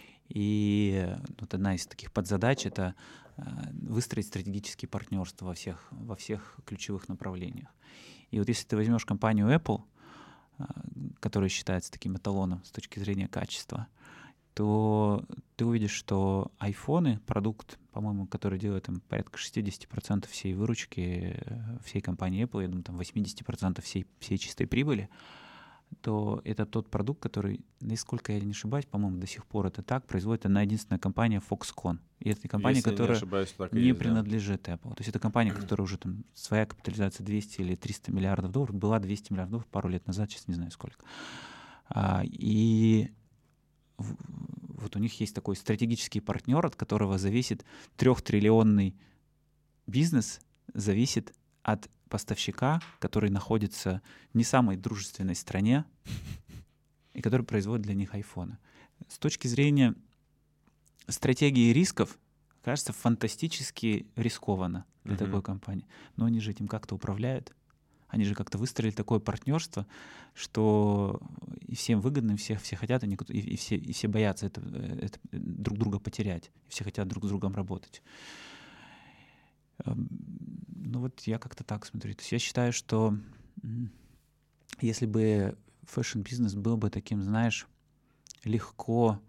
S2: и вот одна из таких подзадач — это э, выстроить стратегические партнерства во всех, во всех ключевых направлениях. И вот если ты возьмешь компанию Apple, который считается таким эталоном с точки зрения качества, то ты увидишь, что айфоны, продукт, по-моему, который делает там, порядка шестьдесят процентов всей выручки всей компании Apple, я думаю, там восемьдесят процентов всей, всей чистой прибыли, то это тот продукт, который, насколько я не ошибаюсь, по-моему, до сих пор это так, производит одна единственная компания Foxconn. И это компания, Если которая не, ошибаюсь, не есть, принадлежит да. Apple. То есть это компания, которая уже там своя капитализация двести или триста миллиардов долларов, была двести миллиардов долларов пару лет назад, сейчас не знаю сколько. А, и в, вот у них есть такой стратегический партнер, от которого зависит трехтриллионный бизнес, зависит от поставщика, который находится в не самой дружественной стране и который производит для них айфоны. С точки зрения стратегии рисков, кажется, фантастически рискованно для uh-huh. такой компании. Но они же этим как-то управляют. Они же как-то выстроили такое партнерство, что и всем выгодно, и все, все хотят, и, никто, и, и, все, и все боятся это, это, друг друга потерять. И все хотят друг с другом работать. Ну вот я как-то так смотрю. То есть я считаю, что если бы фэшн-бизнес был бы таким, знаешь, легко...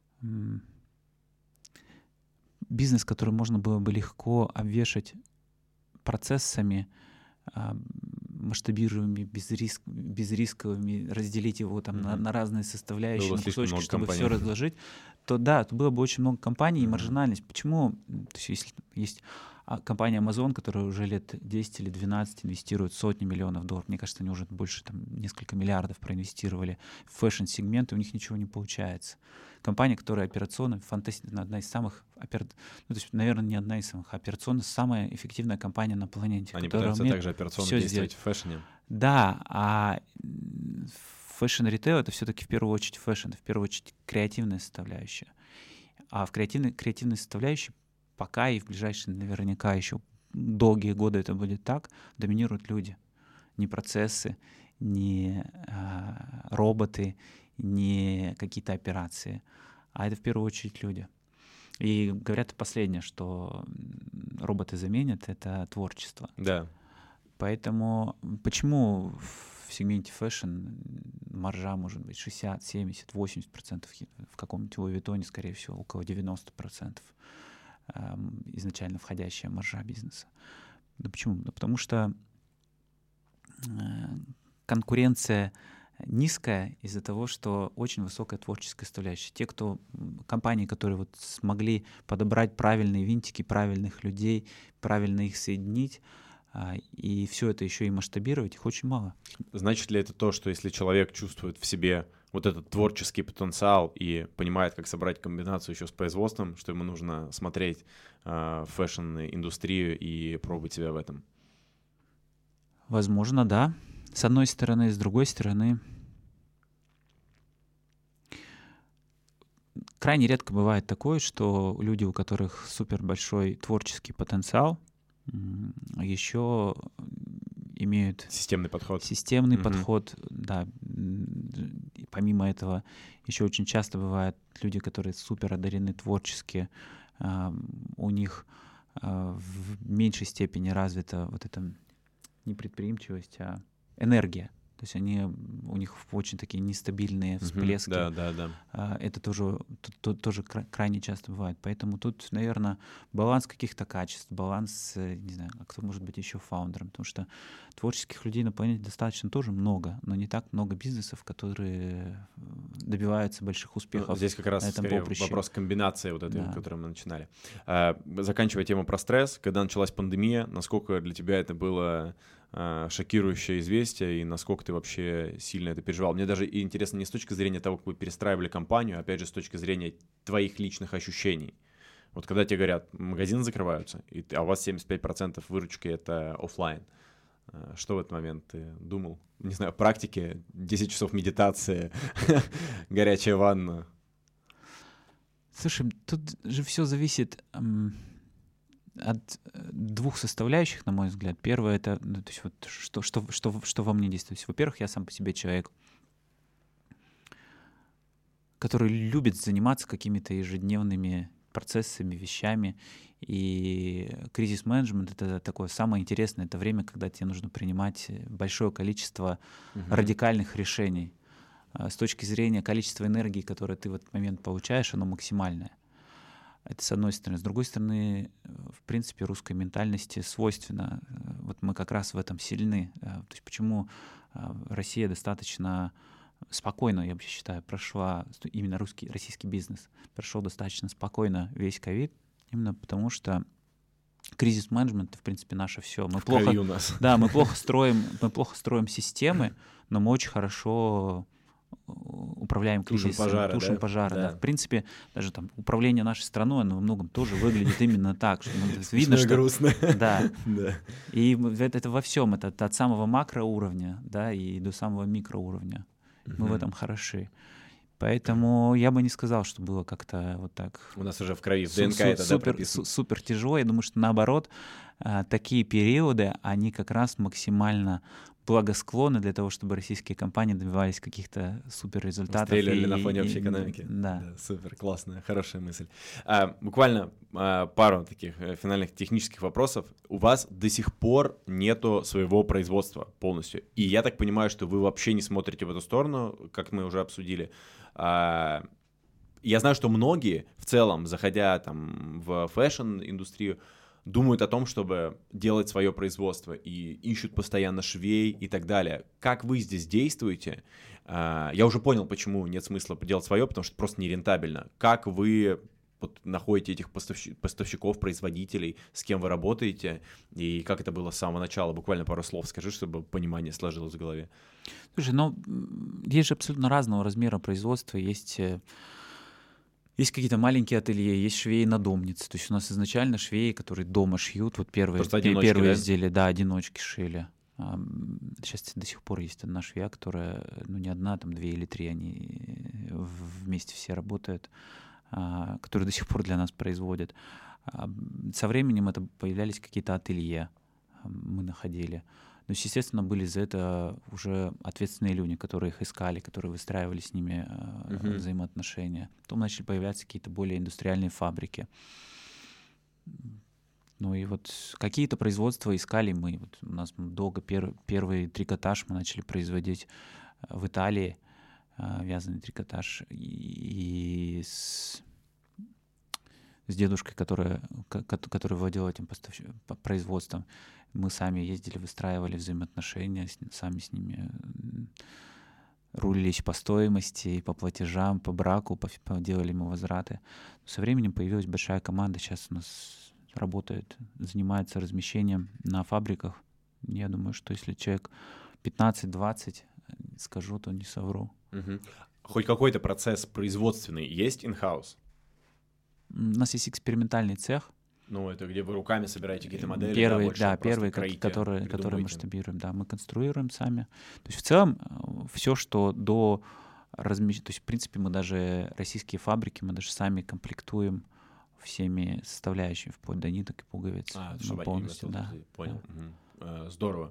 S2: Бизнес, который можно было бы легко обвешать процессами, масштабируемыми, безриск, безрисковыми, разделить его там на, на разные составляющие, на кусочки, чтобы все разложить, то да, то было бы очень много компаний, и
S1: Мгм.
S2: маржинальность. Почему? То есть если есть а, компания Amazon, которая уже лет десять или двенадцать инвестирует сотни миллионов долларов, мне кажется, они уже больше там несколько миллиардов проинвестировали в фэшн-сегмент, и у них ничего не получается. Компания, которая операционно, фантастична, одна из самых, опер... ну, то есть, наверное, не одна из самых, а операционно самая эффективная компания на планете.
S1: Они
S2: которая
S1: пытаются
S2: умеет
S1: также операционно
S2: всё
S1: действовать
S2: сделать.
S1: в фэшне.
S2: Да, а фэшн-ритейл — это все-таки в первую очередь фэшн, это в первую очередь креативная составляющая. А в креативной, креативной составляющей пока и в ближайшие наверняка еще долгие годы это будет так, доминируют люди. Не процессы, не а, роботы, не какие-то операции, а это в первую очередь люди. И говорят последнее, что м, роботы заменят, это творчество.
S1: Да.
S2: Поэтому почему в сегменте фэшн маржа может быть шестьдесят, семьдесят, восемьдесят процентов, в каком-нибудь Луи Виттоне, скорее всего, около девяносто процентов эм, изначально входящая маржа бизнеса. Да почему? Да потому что э, конкуренция низкая из-за того, что очень высокая творческая составляющая. Те, кто компании, которые вот смогли подобрать правильные винтики, правильных людей, правильно их соединить, и все это еще и масштабировать, их очень мало.
S1: Значит ли это то, что если человек чувствует в себе вот этот творческий потенциал и понимает, как собрать комбинацию еще с производством, что ему нужно смотреть э, фэшн-индустрию и пробовать себя в этом?
S2: Возможно, да. С одной стороны, с другой стороны, крайне редко бывает такое, что люди, у которых супер большой творческий потенциал, еще имеют
S1: Системный подход.
S2: Системный
S1: Мгм.
S2: подход, да. И помимо этого, еще очень часто бывают люди, которые супер одарены творчески, а, у них а, в меньшей степени развита вот эта не предприимчивость, а энергия. То есть они, у них очень такие нестабильные всплески.
S1: Мгм. Да, да, да.
S2: А, Это тоже, т- т- тоже кра- крайне часто бывает. Поэтому тут, наверное, баланс каких-то качеств, баланс, э, не знаю, а кто может быть еще фаундером. Потому что творческих людей на планете достаточно тоже много, но не так много бизнесов, которые э, добиваются больших
S1: Ну,
S2: успехов
S1: здесь как раз
S2: на этом
S1: скорее
S2: поприще.
S1: вопрос комбинации вот этой,
S2: Да.
S1: с которой мы начинали. А, заканчивая тему про стресс, когда началась пандемия, насколько для тебя это было а, шокирующее известие и насколько ты вообще сильно это переживал? Мне даже и интересно не с точки зрения того, как вы перестраивали компанию, а опять же с точки зрения твоих личных ощущений. Вот когда тебе говорят, магазины закрываются, и ты- а у вас семьдесят пять процентов выручки — это офлайн. А, Что в этот момент ты думал? Не знаю, практики, десять часов медитации, горячая ванна.
S2: Слушай, тут же все зависит м, от э, двух составляющих, на мой взгляд. Первое — это, ну, то есть вот что, что, что, что во мне действует. Во-первых, я сам по себе человек, который любит заниматься какими-то ежедневными процессами, вещами. И кризис-менеджмент — это такое самое интересное. Это время, когда тебе нужно принимать большое количество
S1: Мгм.
S2: радикальных решений. А С точки зрения количества энергии, которое ты в этот момент получаешь, оно максимальное. Это с одной стороны. С другой стороны, э, в принципе, русской ментальности свойственно. э, Вот мы как раз в этом сильны. Э, То есть почему э, Россия достаточно спокойно, я вообще считаю, прошла, с- именно русский, российский бизнес прошел достаточно спокойно весь ковид, именно потому что кризис-менеджмент — это, в принципе, наше все. Мы
S1: В
S2: плохо,
S1: крови у нас.
S2: да, мы плохо строим, мы плохо строим системы, но мы очень хорошо э, управляем
S1: Тушим
S2: кризисами,
S1: пожары,
S2: тушим
S1: да?
S2: пожары. Да.
S1: Да.
S2: В принципе, даже там управление нашей страной, оно во многом тоже выглядит именно так, что мы- видно,
S1: Смешно и
S2: что
S1: грустно.
S2: да,
S1: Да.
S2: и м- это, это во всем, это от самого макроуровня, да, и до самого микроуровня. Мы в
S1: Мгм.
S2: этом хороши. Поэтому я бы не сказал, что было как-то вот так
S1: У нас уже в крови, в
S2: су-
S1: ДНК
S2: су-
S1: это, да,
S2: супер,
S1: прописано.
S2: су- супер тяжело. Я думаю, что наоборот, а, такие периоды, они как раз максимально благосклонны для того, чтобы российские компании добивались каких-то супер результатов.
S1: Выстреливали на фоне общей экономики.
S2: Да.
S1: Да, супер, классная, хорошая мысль. А, буквально а, пару таких э, финальных технических вопросов. У вас до сих пор нету своего производства полностью. И я так понимаю, что вы вообще не смотрите в эту сторону, как мы уже обсудили. А, я знаю, что многие в целом, заходя там в фэшн-индустрию, думают о том, чтобы делать свое производство, и ищут постоянно швей и так далее. Как вы здесь действуете? Я уже понял, почему нет смысла делать свое, потому что просто нерентабельно. Как вы вот находите этих поставщиков, производителей, с кем вы работаете, и как это было с самого начала? Буквально пару слов скажи, чтобы понимание сложилось в голове.
S2: Слушай, ну, есть же абсолютно разного размера производства, есть... Есть какие-то маленькие ателье, есть швеи-надомницы. То есть у нас изначально швеи, которые дома шьют, вот первые,
S1: одиночки,
S2: первые
S1: да?
S2: изделия, да, одиночки шили. Сейчас до сих пор есть одна швея, которая, ну не одна, там две или три, они вместе все работают, которые до сих пор для нас производят. Со временем это появлялись какие-то ателье, мы находили. Но, естественно, были за это уже ответственные люди, которые их искали, которые выстраивали с ними uh-huh. взаимоотношения. Потом начали появляться какие-то более индустриальные фабрики. Ну и вот какие-то производства искали мы. Вот у нас долго пер, первый трикотаж мы начали производить в Италии, вязаный трикотаж, и, и с, с дедушкой, который, который владел этим поставщ... производством. Мы сами ездили, выстраивали взаимоотношения, сами с ними рулились по стоимости, по платежам, по браку, по, по, делали мы возвраты. Со временем появилась большая команда, сейчас у нас работает, занимается размещением на фабриках. Я думаю, что если человек пятнадцать-двадцать, скажу, то не совру.
S1: Угу. Хоть какой-то процесс производственный есть in-house?
S2: У нас есть экспериментальный цех.
S1: Ну, это где вы руками собираете какие-то модели?
S2: Первый,
S1: да,
S2: да, первый, который, который масштабируем, да, мы конструируем сами. То есть в целом все, что до размещения, то есть в принципе мы даже российские фабрики, мы даже сами комплектуем всеми составляющими, вплоть до ниток и пуговиц.
S1: А,
S2: ну, полностью, да.
S1: Понял.
S2: Да.
S1: Угу. Здорово.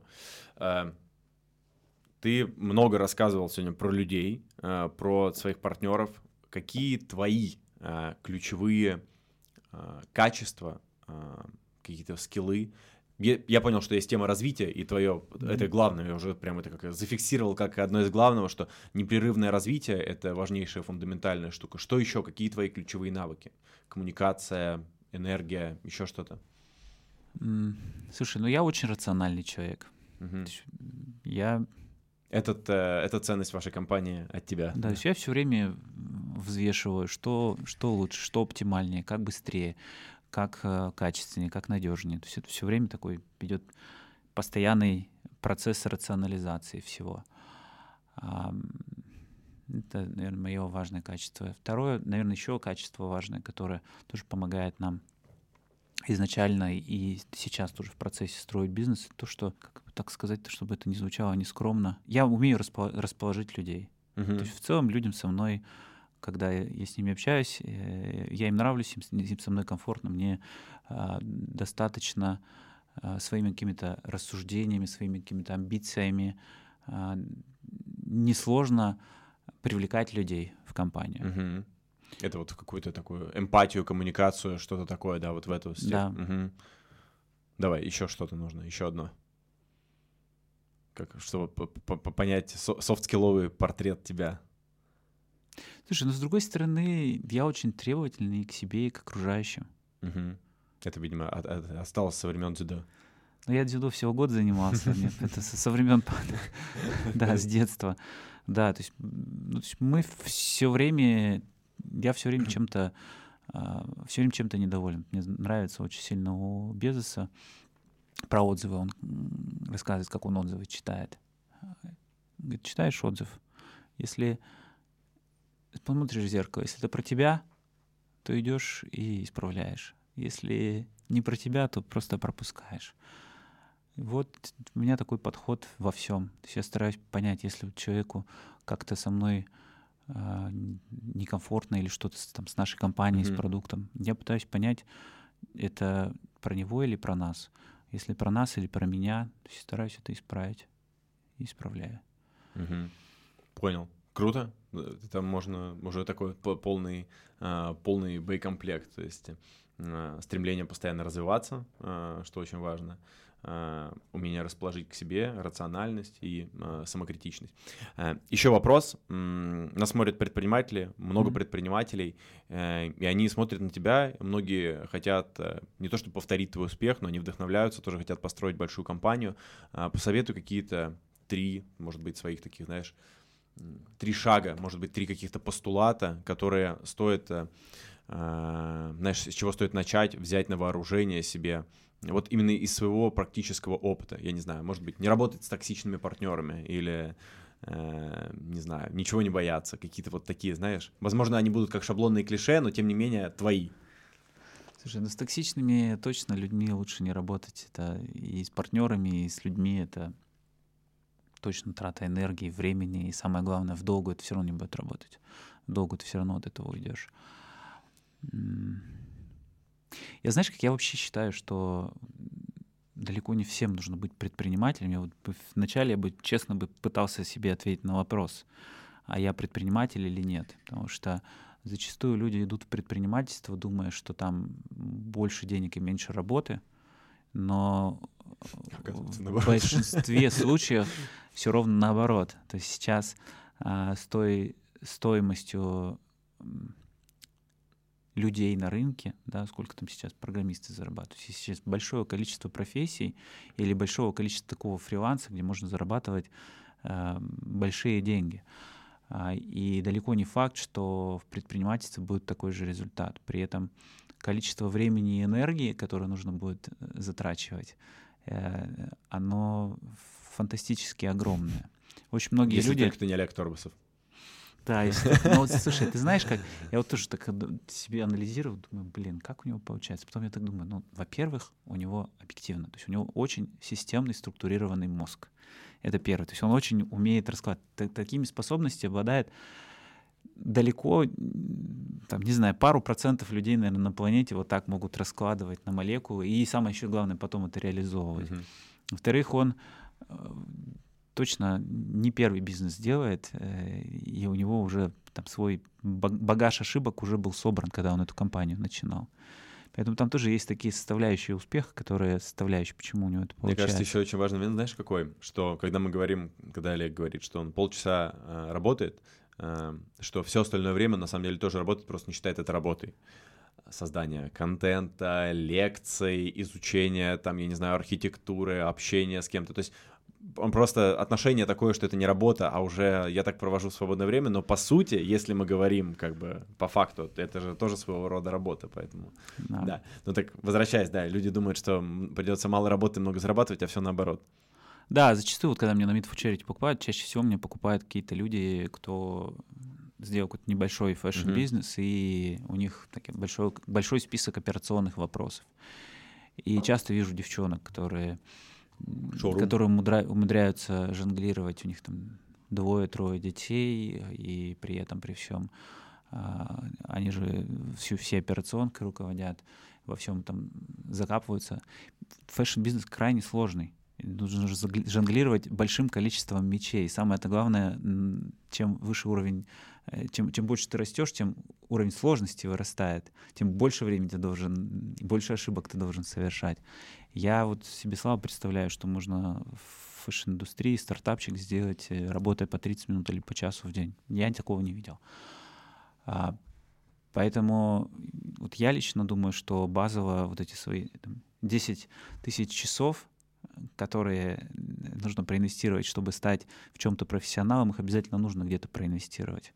S1: Ты много рассказывал сегодня про людей, про своих партнеров. Какие твои ключевые качества, какие-то скиллы? Я понял, что есть тема развития, и твое, mm-hmm. это главное, я уже прямо это как зафиксировал как одно из главного, что непрерывное развитие — это важнейшая фундаментальная штука. Что еще? Какие твои ключевые навыки? Коммуникация, энергия, еще что-то?
S2: Mm. Слушай, ну я очень рациональный человек.
S1: Mm-hmm.
S2: Я...
S1: Этот, это ценность вашей компании от тебя.
S2: Да, то есть я все время взвешиваю, что, что лучше, что оптимальнее, как быстрее, как э, качественнее, как надежнее. То есть это все время такой идет постоянный процесс рационализации всего. А, это, наверное, мое важное качество. Второе, наверное, еще качество важное, которое тоже помогает нам изначально и сейчас тоже в процессе строить бизнес, то, что, как бы так сказать, чтобы это не звучало нескромно, я умею расположить людей. Uh-huh. То есть в целом людям со мной, когда я с ними общаюсь, я им нравлюсь, им со мной комфортно, мне а, достаточно а, своими какими-то рассуждениями, своими какими-то амбициями а, несложно привлекать людей в компанию.
S1: Uh-huh. Это вот какую-то такую эмпатию, коммуникацию, что-то такое, да, вот в эту степь.
S2: Да.
S1: Угу. Давай, еще что-то нужно, еще одно. Как, чтобы понять софт-скилловый портрет тебя.
S2: Слушай, ну с другой стороны, я очень требовательный к себе и к окружающим.
S1: Угу. Это, видимо, от, от, осталось со времен дзюдо.
S2: Ну, я дзюдо всего год занимался, нет, это со времен, да, с детства. Да, то есть мы все время... Я все время чем-то, все время чем-то недоволен. Мне нравится очень сильно у Безоса про отзывы. Он рассказывает, как он отзывы читает. Говорит, читаешь отзыв, если посмотришь в зеркало, если это про тебя, то идешь и исправляешь. Если не про тебя, то просто пропускаешь. Вот у меня такой подход во всем. То есть я стараюсь понять, если человеку как-то со мной некомфортно или что-то там с нашей компанией, mm-hmm. с продуктом. Я пытаюсь понять, это про него или про нас. Если про нас или про меня, то стараюсь это исправить и исправляю.
S1: Mm-hmm. Понял. Круто. Там можно уже такой полный, полный боекомплект. То есть стремление постоянно развиваться, что очень важно. э, умение расположить к себе, рациональность и э, самокритичность. Э, еще вопрос. М, нас смотрят предприниматели, много mm-hmm. предпринимателей, э, и они смотрят на тебя, многие хотят э, не то чтобы повторить твой успех, но они вдохновляются, тоже хотят построить большую компанию. Э, посоветуй какие-то три, может быть, своих таких, знаешь, три шага, может быть, три каких-то постулата, которые стоит, э, знаешь, с чего стоит начать, взять на вооружение себе, вот именно из своего практического опыта. Я не знаю, может быть, не работать с токсичными партнерами или, э, не знаю, ничего не бояться, какие-то вот такие, знаешь. Возможно, они будут как шаблонные клише, но тем не менее твои.
S2: Слушай, ну с токсичными точно людьми лучше не работать. Это и с партнерами, и с людьми это точно трата энергии, времени, и самое главное, в долгу это все равно не будет работать. В долгу ты все равно от этого уйдешь. Я, знаешь, как я вообще считаю, что далеко не всем нужно быть предпринимателем. Я вот вначале я бы честно бы пытался себе ответить на вопрос, а я предприниматель или нет. Потому что зачастую люди идут в предпринимательство, думая, что там больше денег и меньше работы, но в большинстве случаев все ровно наоборот. То есть сейчас а, с той стоимостью людей на рынке, да, сколько там сейчас программисты зарабатывают. Сейчас большое количество профессий или большого количества такого фриланса, где можно зарабатывать э, большие деньги. А, и далеко не факт, что в предпринимательстве будет такой же результат. При этом количество времени и энергии, которое нужно будет затрачивать, э, оно фантастически огромное. Очень многие
S1: Если
S2: люди...
S1: только ты не Олег Торбасов.
S2: Да, если... ну вот слушай, ты знаешь, как я вот тоже так себе анализирую, думаю, блин, как у него получается. Потом я так думаю, ну, во-первых, у него объективно, то есть у него очень системный, структурированный мозг. Это первое. То есть он очень умеет раскладывать. Такими способностями обладает далеко, там, не знаю, пару процентов людей, наверное, на планете вот так могут раскладывать на молекулы. И самое еще главное, потом это реализовывать. Mm-hmm. Во-вторых, он точно не первый бизнес делает, и у него уже там свой багаж ошибок уже был собран, когда он эту компанию начинал. Поэтому там тоже есть такие составляющие успеха, которые составляющие, почему у него это получается.
S1: Мне кажется, еще очень важный момент, знаешь, какой? Что когда мы говорим, когда Олег говорит, что он полчаса э, работает, э, что все остальное время на самом деле тоже работает, просто не считает это работой. Создание контента, лекций, изучение, там, я не знаю, архитектуры, общение с кем-то. То есть он просто отношение такое, что это не работа, а уже я так провожу свободное время, но по сути, если мы говорим как бы по факту, это же тоже своего рода работа, поэтому да. да. Ну так, возвращаясь, да, люди думают, что придется мало работы, много зарабатывать, а все наоборот.
S2: Да, зачастую, вот когда мне на Mid4Charity покупают, чаще всего мне покупают какие-то люди, кто сделал какой-то небольшой фэшн-бизнес, mm-hmm. и у них такой большой, большой список операционных вопросов. И часто вижу девчонок, которые... Шоурум. которые умудряются жонглировать, у них там двое-трое детей, и при этом, при всем, они же всю, все операционкой руководят, во всем там закапываются. Фэшн-бизнес крайне сложный. Нужно жонглировать большим количеством мечей. Самое это главное, чем выше уровень, чем, чем больше ты растешь, тем уровень сложности вырастает, тем больше времени ты должен, больше ошибок ты должен совершать. Я вот себе слабо представляю, что можно в фэшн-индустрии стартапчик сделать, работая по тридцать минут или по часу в день. Я такого не видел. А, поэтому вот я лично думаю, что базово вот эти свои там, десять тысяч часов, которые нужно проинвестировать, чтобы стать в чем-то профессионалом, их обязательно нужно где-то проинвестировать.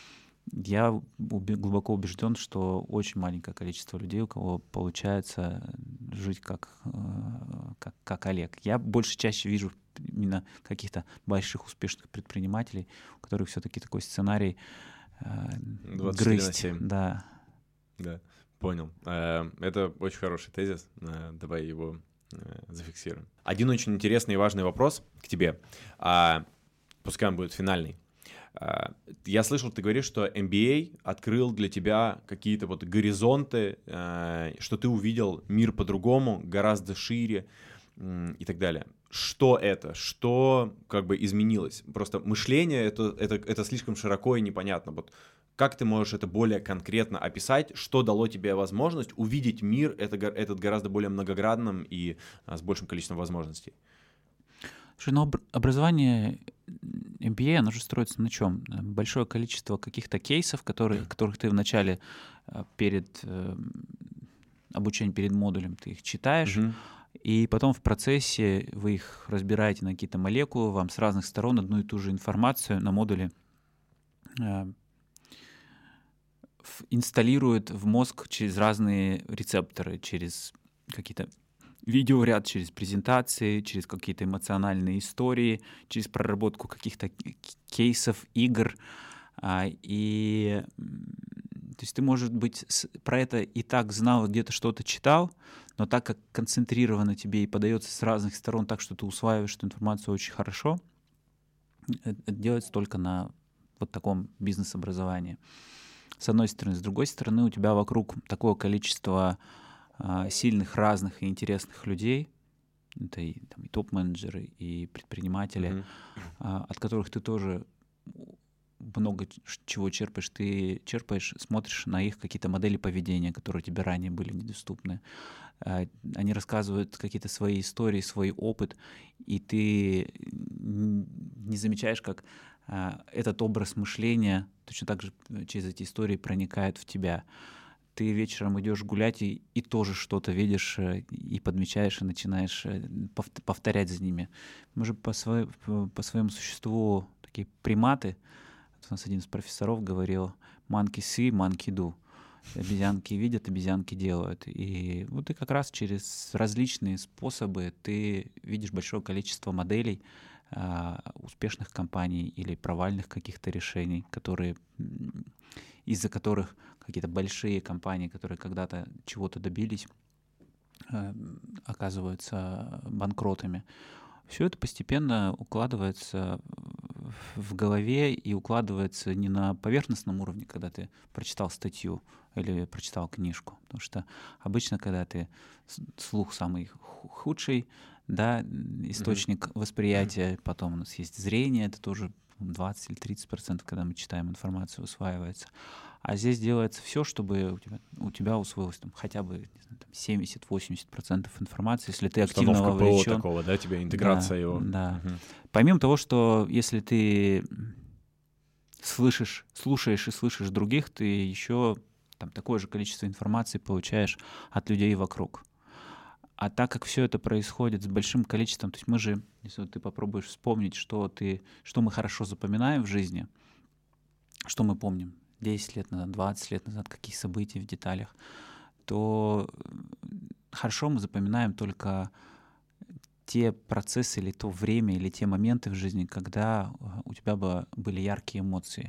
S2: Я глубоко убежден, что очень маленькое количество людей, у кого получается жить как, как, как Олег. Я больше чаще вижу именно каких-то больших успешных предпринимателей, у которых все-таки такой сценарий двадцать четыре на семь. Да.
S1: Да, понял. Это очень хороший тезис. Давай его зафиксируем. Один очень интересный и важный вопрос к тебе. Пускай он будет финальный. Я слышал, ты говоришь, что эм би эй открыл для тебя какие-то вот горизонты, что ты увидел мир по-другому, гораздо шире и так далее. что это, что как бы изменилось. Просто мышление это, это, это слишком широко и непонятно. Вот как ты можешь это более конкретно описать, что дало тебе возможность увидеть мир это, этот гораздо более многогранным и а, с большим количеством возможностей?
S2: Слушай, ну, образование эм би эй, оно же строится на чем? Большое количество каких-то кейсов, которые, которых ты вначале перед э, обучением, перед модулем, ты их читаешь,
S1: Мгм.
S2: и потом в процессе вы их разбираете на какие-то молекулы, вам с разных сторон одну и ту же информацию на модуле э, в- инсталируют в мозг через разные рецепторы, через какие-то видеоряд, через презентации, через какие-то эмоциональные истории, через проработку каких-то к- к- кейсов, игр. А, И м, то есть ты, может быть, с- про это и так знал, где-то что-то читал, но так как концентрированно тебе и подается с разных сторон так, что ты усваиваешь эту информацию очень хорошо, э, это делается только на вот таком бизнес-образовании. С одной стороны. С другой стороны, у тебя вокруг такое количество а, сильных, разных и интересных людей, это и, там, и топ-менеджеры, и предприниматели,
S1: Мгм.
S2: а, от которых ты тоже много ч- чего черпаешь. Ты черпаешь, смотришь на их какие-то модели поведения, которые тебе ранее были недоступны. А, Они рассказывают какие-то свои истории, свой опыт, и ты н- не замечаешь, как а, этот образ мышления точно так же э, через эти истории проникает в тебя. Ты вечером идешь гулять и, и тоже что-то видишь э, и подмечаешь, и начинаешь э, повт- повторять за ними. Мы же по, свое- по по своему существу такие приматы. Вот у нас один из профессоров говорил «monkey see, monkey do». Обезьянки видят, обезьянки делают. И вот и как раз через различные способы ты видишь большое количество моделей а, успешных компаний или провальных каких-то решений, которые, м, из-за которых какие-то большие компании, которые когда-то чего-то добились, э, оказываются банкротами. Все это постепенно укладывается в голове и укладывается не на поверхностном уровне, когда ты прочитал статью или прочитал книжку. Потому что обычно, когда ты с- слух самый ху- худший, да, м, источник восприятия, потом у нас есть зрение, это тоже двадцать или тридцать процентов, когда мы читаем информацию, усваивается. А здесь делается все, чтобы у тебя, у тебя усвоилось там, хотя бы не знаю, там семьдесят-восемьдесят процентов информации, если ты активно
S1: Установка ПО
S2: вовлечен.
S1: такого, да, тебе
S2: Да,
S1: интеграция его.
S2: да.
S1: Мгм.
S2: Помимо того, что если ты слышишь, слушаешь и слышишь других, ты еще там такое же количество информации получаешь от людей вокруг. А так как все это происходит с большим количеством, то есть мы же, если вот ты попробуешь вспомнить, что ты, что мы хорошо запоминаем в жизни, что мы помним десять лет назад, двадцать лет назад, какие события в деталях, то м, хорошо мы запоминаем только те процессы или то время, или те моменты в жизни, когда э, у тебя бы- были яркие эмоции.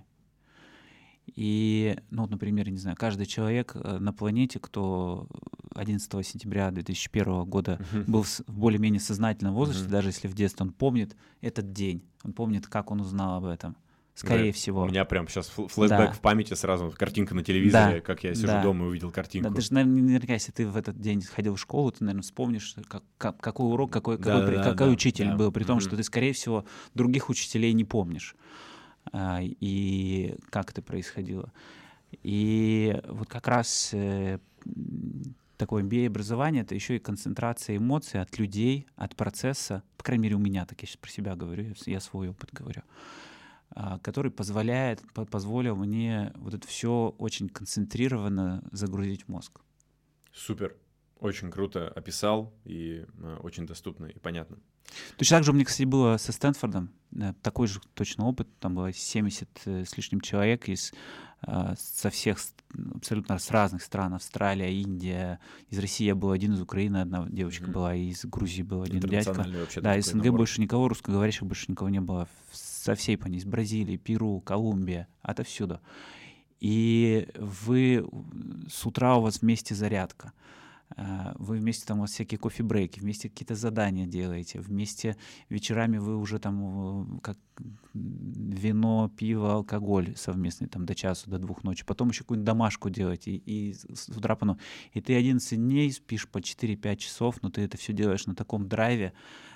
S2: И, ну, вот, например, я не знаю, каждый человек э, на планете, кто одиннадцатого сентября две тысячи первого года
S1: Мгм.
S2: был в с- в более-менее сознательном возрасте,
S1: Мгм.
S2: даже если в детстве, он помнит этот день, он помнит, как он узнал об этом.
S1: Да,
S2: Скорее
S1: у
S2: всего.
S1: меня прям сейчас флешбэк
S2: Да,
S1: в памяти сразу, картинка на
S2: да,
S1: телевизоре, как я сижу
S2: да.
S1: дома и увидел
S2: Да,
S1: картинку.
S2: даже, наверное, наверняка, если ты в этот день ходил в школу, ты, наверное, вспомнишь, как, как- какой урок, какой, какой, при-
S1: Да-да-да,
S2: какой
S1: да,
S2: учитель
S1: да.
S2: был, при том, что
S1: Мгм.
S2: ты, скорее всего, других учителей не помнишь, а, и как это происходило. И вот как раз э, м, такое эм би эй-образование — это еще и концентрация эмоций от людей, от процесса, по крайней мере, у меня, так я сейчас про себя говорю, я с- я свой опыт говорю, а, который позволяет, по- позволил мне вот это все очень концентрированно загрузить в мозг.
S1: Супер. Очень круто описал и э, очень доступно и понятно.
S2: Точно так же у меня, кстати, было со Стэнфордом э, такой же точно опыт. Там было семьдесят э, с лишним человек из а, со всех ст- абсолютно с разных стран: Австралия, Индия. Из России я был один, из Украины одна девочка
S1: Мгм.
S2: была, и из Грузии был один дядька.
S1: Интернациональный вообще
S2: Да,
S1: такой
S2: из СНГ
S1: набор.
S2: больше никого, русскоговорящих больше никого не было. Со всей по ней, из Бразилии, Перу, Колумбия, отовсюду. И вы э, с утра у вас вместе зарядка. А, Вы вместе там, у вас всякие кофе-брейки, вместе какие-то задания делаете, вместе вечерами вы уже там э, как м, вино, пиво, алкоголь совместный там до часу, до двух ночи. Потом еще какую-нибудь домашку делаете, и, и с с утра по но- И ты одиннадцать дней спишь по четыре-пять часов, но ты это все делаешь на таком драйве,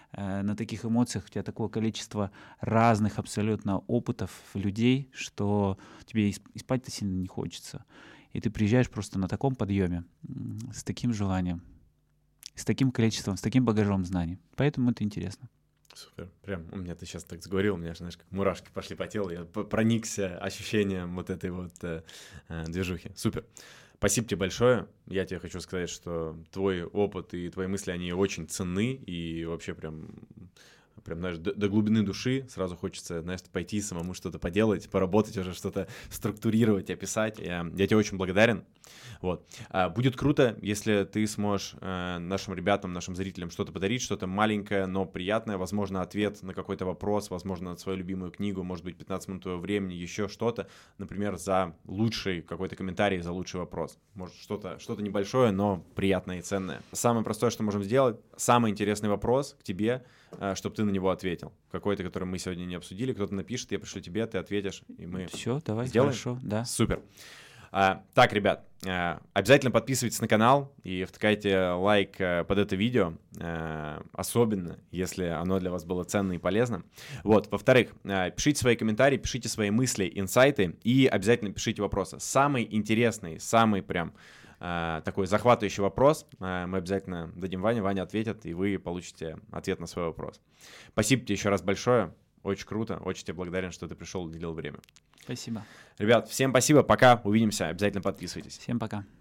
S2: э, на таких эмоциях, у тебя такое количество разных абсолютно опытов людей, что тебе и, и спать-то сильно не хочется. И ты приезжаешь просто на таком подъеме, с таким желанием, с таким количеством, с таким багажом знаний. Поэтому это интересно.
S1: Супер. Прям у меня ты сейчас так заговорил, у меня, знаешь, как мурашки пошли по телу, я проникся ощущением вот этой вот э, э, движухи. Супер. Спасибо тебе большое. Я тебе хочу сказать, что твой опыт и твои мысли, они очень ценны и вообще прям... Прям, знаешь, до, до глубины души сразу хочется, знаешь, пойти самому что-то поделать, поработать уже, что-то структурировать, описать. Я, я тебе очень благодарен. Вот. А, будет круто, если ты сможешь э, нашим ребятам, нашим зрителям что-то подарить, что-то маленькое, но приятное, возможно, ответ на какой-то вопрос, возможно, на свою любимую книгу, может быть, пятнадцать минут твоего времени, еще что-то, например, за лучший какой-то комментарий, за лучший вопрос. Может, что-то, что-то небольшое, но приятное и ценное. Самое простое, что можем сделать, самый интересный вопрос к тебе, чтобы ты на него ответил. Какой-то, который мы сегодня не обсудили, кто-то напишет, я пришлю тебе, ты ответишь, и мы
S2: Все, давай,
S1: сделаем.
S2: Хорошо, да.
S1: Супер. А, так, ребят, а, обязательно подписывайтесь на канал и втыкайте лайк а, под это видео, а, особенно, если оно для вас было ценно и полезно. Вот, во-вторых, а, пишите свои комментарии, пишите свои мысли, инсайты и обязательно пишите вопросы. Самый интересный, самый прям Uh, такой захватывающий вопрос. Uh, мы обязательно дадим Ване, Ваня ответит, и вы получите ответ на свой вопрос. Спасибо тебе еще раз большое. Очень круто. Очень тебе благодарен, что ты пришел и уделил время.
S2: Спасибо.
S1: Ребят, всем спасибо. Пока. Увидимся. Обязательно подписывайтесь.
S2: Всем пока.